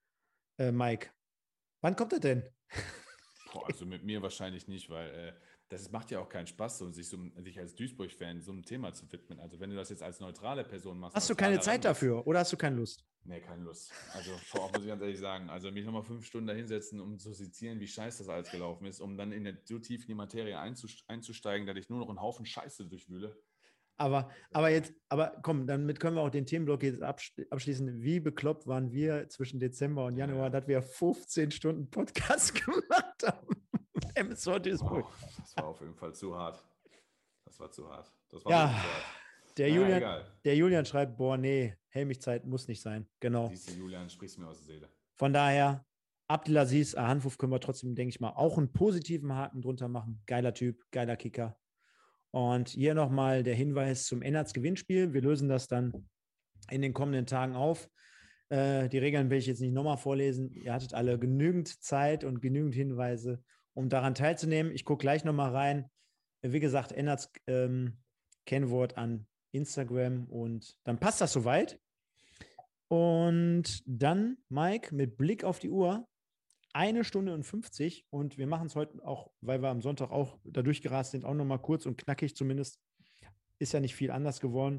äh, Mike? Wann kommt er denn? Boah, also mit mir wahrscheinlich nicht, weil äh, das macht ja auch keinen Spaß, so, sich, so, sich als Duisburg-Fan so einem Thema zu widmen. Also wenn du das jetzt als neutrale Person machst. Hast du keine Zeit dafür oder hast du keine Lust? Nee, keine Lust. Also boah, muss ich ganz ehrlich sagen. Also mich nochmal fünf Stunden da hinsetzen, um zu sezieren, wie scheiße das alles gelaufen ist, um dann in der, so tief in die Materie einzusteigen, dass ich nur noch einen Haufen Scheiße durchwühle. Aber, aber jetzt, aber komm, damit können wir auch den Themenblock jetzt abschließen. Wie bekloppt waren wir zwischen Dezember und Januar, ja, dass wir fünfzehn Stunden Podcast gemacht haben? M S V Duisburg. Oh, das war auf jeden Fall zu hart. Das war zu hart. Das war ja, zu hart. Der, naja, Julian, der Julian schreibt, boah, nee, Helmich-Zeit muss nicht sein. Genau. Siehst du, Julian, sprichst mir aus der Seele. Von daher, Abdelaziz, Ahanfuf können wir trotzdem, denke ich mal, auch einen positiven Haken drunter machen. Geiler Typ, geiler Kicker. Und hier nochmal der Hinweis zum Ennards-Gewinnspiel. Wir lösen das dann in den kommenden Tagen auf. Äh, die Regeln will ich jetzt nicht nochmal vorlesen. Ihr hattet alle genügend Zeit und genügend Hinweise, um daran teilzunehmen. Ich gucke gleich nochmal rein. Wie gesagt, Ennards ähm, Kennwort an Instagram und dann passt das soweit. Und dann, Mike, mit Blick auf die Uhr, eine Stunde und fünfzig und wir machen es heute auch, weil wir am Sonntag auch da durchgerast sind, auch nochmal kurz und knackig zumindest. Ist ja nicht viel anders geworden.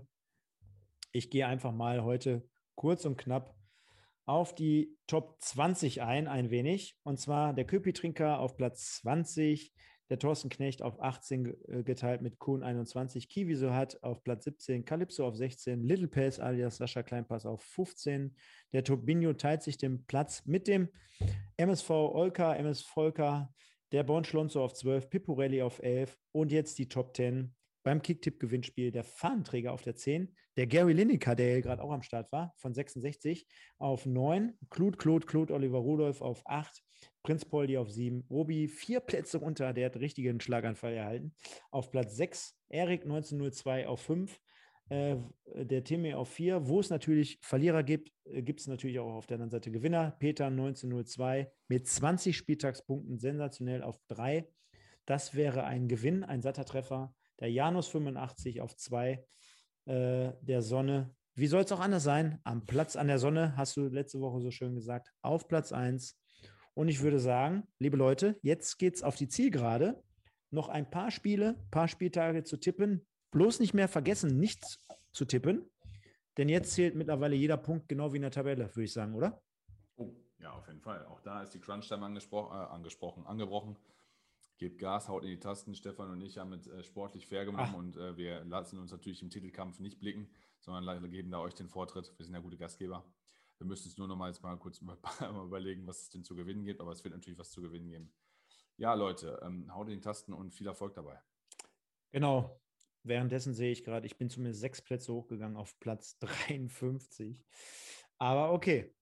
Ich gehe einfach mal heute kurz und knapp auf die Top zwanzig ein, ein wenig. Und zwar der Köpi-Trinker auf Platz zwanzig, der Thorsten Knecht auf achtzehn geteilt mit Kuhn einundzwanzig, Kiwi hat auf Platz siebzehn, Calypso auf sechzehn, Little Pace alias Sascha Kleinpass auf fünfzehn. Der Tobinho teilt sich den Platz mit dem M S V Olka, M S Volker, der Born Schlonzo auf zwölf, Piporelli auf elf und jetzt die Top zehn beim Kicktipp-Gewinnspiel der Fahnenträger auf der zehn, der Gary Lineker, der gerade auch am Start war, von sechsundsechzig auf neun, Claude, Claude, Claude, Oliver Rudolph auf acht, Prinz Poldi auf sieben, Obi vier Plätze runter, der hat richtigen Schlaganfall erhalten, auf Platz sechs, Erik neunzehnhundertzwei auf fünf, äh, der Timmy auf vier, wo es natürlich Verlierer gibt, äh, gibt es natürlich auch auf der anderen Seite Gewinner, Peter neunzehnhundertzwei mit zwanzig Spieltagspunkten sensationell auf drei, das wäre ein Gewinn, ein satter Treffer. Der Janus fünfundachtzig auf zwei, äh, der Sonne. Wie soll es auch anders sein? Am Platz an der Sonne, hast du letzte Woche so schön gesagt, auf Platz eins. Und ich würde sagen, liebe Leute, jetzt geht es auf die Zielgerade. Noch ein paar Spiele, ein paar Spieltage zu tippen. Bloß nicht mehr vergessen, nichts zu tippen. Denn jetzt zählt mittlerweile jeder Punkt genau wie in der Tabelle, würde ich sagen, oder? Oh, ja, auf jeden Fall. Auch da ist die Crunch-Time angespro- äh, angesprochen, angebrochen. Gebt Gas, haut in die Tasten. Stefan und ich haben mit äh, sportlich fair genommen Ach. und äh, wir lassen uns natürlich im Titelkampf nicht blicken, sondern geben da euch den Vortritt. Wir sind ja gute Gastgeber. Wir müssen es nur noch mal jetzt mal kurz überlegen, was es denn zu gewinnen gibt, aber es wird natürlich was zu gewinnen geben. Ja, Leute, ähm, haut in die Tasten und viel Erfolg dabei. Genau. Währenddessen sehe ich gerade, ich bin zumindest sechs Plätze hochgegangen auf Platz dreiundfünfzig. Aber okay.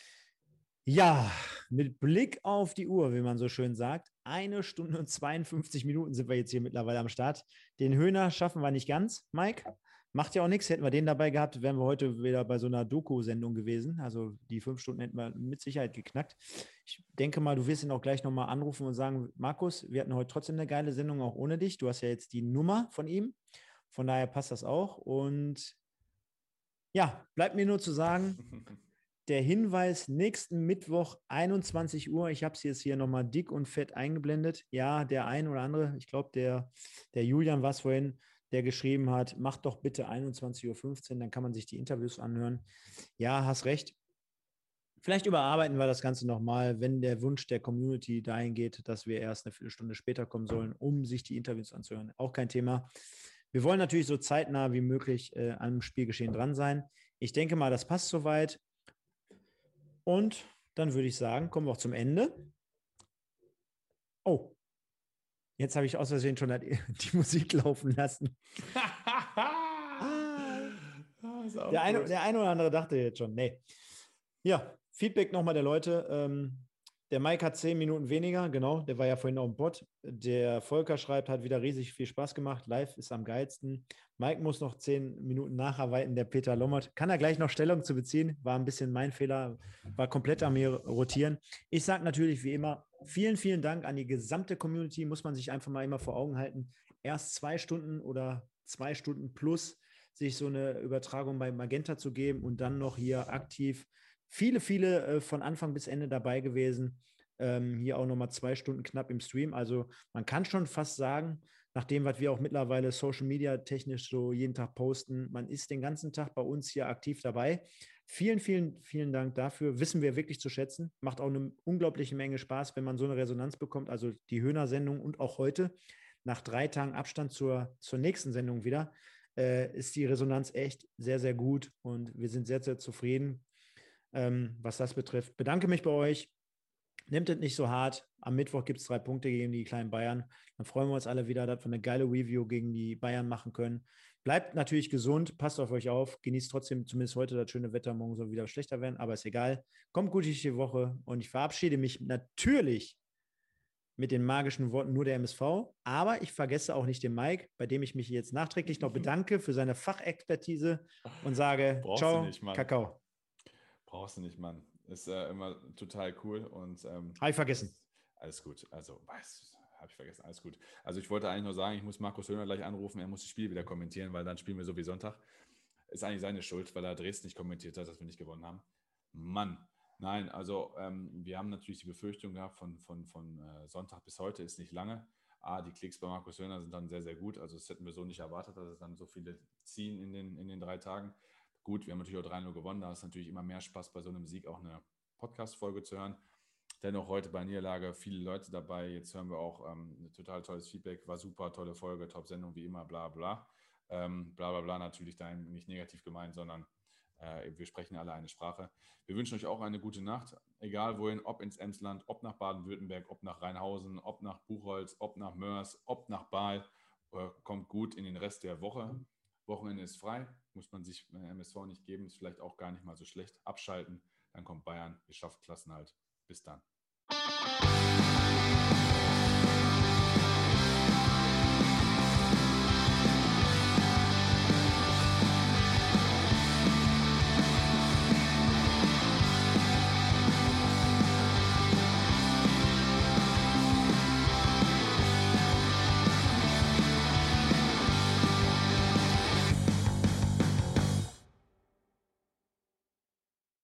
Ja, mit Blick auf die Uhr, wie man so schön sagt, eine Stunde und zweiundfünfzig Minuten sind wir jetzt hier mittlerweile am Start. Den Höhner schaffen wir nicht ganz, Mike. Macht ja auch nichts, hätten wir den dabei gehabt, wären wir heute wieder bei so einer Doku-Sendung gewesen. Also die fünf Stunden hätten wir mit Sicherheit geknackt. Ich denke mal, du wirst ihn auch gleich nochmal anrufen und sagen, Markus, wir hatten heute trotzdem eine geile Sendung, auch ohne dich. Du hast ja jetzt die Nummer von ihm. Von daher passt das auch. Und ja, bleibt mir nur zu sagen, der Hinweis, nächsten Mittwoch, einundzwanzig Uhr, ich habe es jetzt hier nochmal dick und fett eingeblendet. Ja, der ein oder andere, ich glaube, der, der Julian war es vorhin, der geschrieben hat, mach doch bitte einundzwanzig Uhr fünfzehn, dann kann man sich die Interviews anhören. Ja, hast recht. Vielleicht überarbeiten wir das Ganze nochmal, wenn der Wunsch der Community dahin geht, dass wir erst eine Viertelstunde später kommen sollen, um sich die Interviews anzuhören. Auch kein Thema. Wir wollen natürlich so zeitnah wie möglich äh, am Spielgeschehen dran sein. Ich denke mal, das passt soweit. Und dann würde ich sagen, kommen wir auch zum Ende. Oh, jetzt habe ich aus Versehen schon die Musik laufen lassen. der, eine, der eine oder andere dachte jetzt schon, nee. Ja, Feedback nochmal der Leute. Ähm, der Mike hat zehn Minuten weniger, genau, der war ja vorhin auch im Bot. Der Volker schreibt, hat wieder riesig viel Spaß gemacht. Live ist am geilsten. Mike muss noch zehn Minuten nacharbeiten. Der Peter Lommert kann er gleich noch Stellung zu beziehen. War ein bisschen mein Fehler, war komplett an mir rotieren. Ich sage natürlich wie immer, vielen, vielen Dank an die gesamte Community. Muss man sich einfach mal immer vor Augen halten. Erst zwei Stunden oder zwei Stunden plus sich so eine Übertragung bei Magenta zu geben und dann noch hier aktiv viele, viele äh, von Anfang bis Ende dabei gewesen. Ähm, hier auch nochmal zwei Stunden knapp im Stream. Also man kann schon fast sagen, nach dem, was wir auch mittlerweile Social Media technisch so jeden Tag posten, man ist den ganzen Tag bei uns hier aktiv dabei. Vielen, vielen, vielen Dank dafür. Wissen wir wirklich zu schätzen. Macht auch eine unglaubliche Menge Spaß, wenn man so eine Resonanz bekommt. Also die Höhner-Sendung und auch heute, nach drei Tagen Abstand zur, zur nächsten Sendung wieder, äh, ist die Resonanz echt sehr, sehr gut und wir sind sehr, sehr zufrieden. Ähm, was das betrifft. Bedanke mich bei euch. Nehmt es nicht so hart. Am Mittwoch gibt es drei Punkte gegen die kleinen Bayern. Dann freuen wir uns alle wieder, dass wir eine geile Review gegen die Bayern machen können. Bleibt natürlich gesund, passt auf euch auf, genießt trotzdem zumindest heute das schöne Wetter, morgen soll wieder schlechter werden, aber ist egal. Kommt gut durch die Woche und ich verabschiede mich natürlich mit den magischen Worten nur der M S V, aber ich vergesse auch nicht den Mike, bei dem ich mich jetzt nachträglich noch bedanke für seine Fachexpertise und sage, Brauchst ciao, du nicht, Mann. Kakao. Brauchst du nicht, Mann. Ist äh, immer total cool und ähm, habe ich vergessen. Alles gut. Also, was habe ich vergessen? Alles gut. Also, ich wollte eigentlich nur sagen, ich muss Markus Höhner gleich anrufen, er muss das Spiel wieder kommentieren, weil dann spielen wir so wie Sonntag. Ist eigentlich seine Schuld, weil er Dresden nicht kommentiert hat, dass wir nicht gewonnen haben. Mann. Nein, also ähm, wir haben natürlich die Befürchtung gehabt, von, von, von äh, Sonntag bis heute ist nicht lange. Ah, die Klicks bei Markus Höhner sind dann sehr, sehr gut. Also das hätten wir so nicht erwartet, dass es dann so viele ziehen in den, in den drei Tagen. Gut, wir haben natürlich auch drei null gewonnen. Da ist natürlich immer mehr Spaß, bei so einem Sieg auch eine Podcast-Folge zu hören. Dennoch heute bei Niederlage viele Leute dabei. Jetzt hören wir auch ähm, ein total tolles Feedback. War super, tolle Folge, Top-Sendung wie immer, bla bla. Ähm, bla bla bla natürlich da nicht negativ gemeint, sondern äh, wir sprechen alle eine Sprache. Wir wünschen euch auch eine gute Nacht, egal wohin, ob ins Emsland, ob nach Baden-Württemberg, ob nach Rheinhausen, ob nach Buchholz, ob nach Mörs, ob nach Baal. Äh, kommt gut in den Rest der Woche. Wochenende ist frei, muss man sich äh, M S V nicht geben, ist vielleicht auch gar nicht mal so schlecht. Abschalten, dann kommt Bayern, ihr schafft Klassenhalt. Bis dann.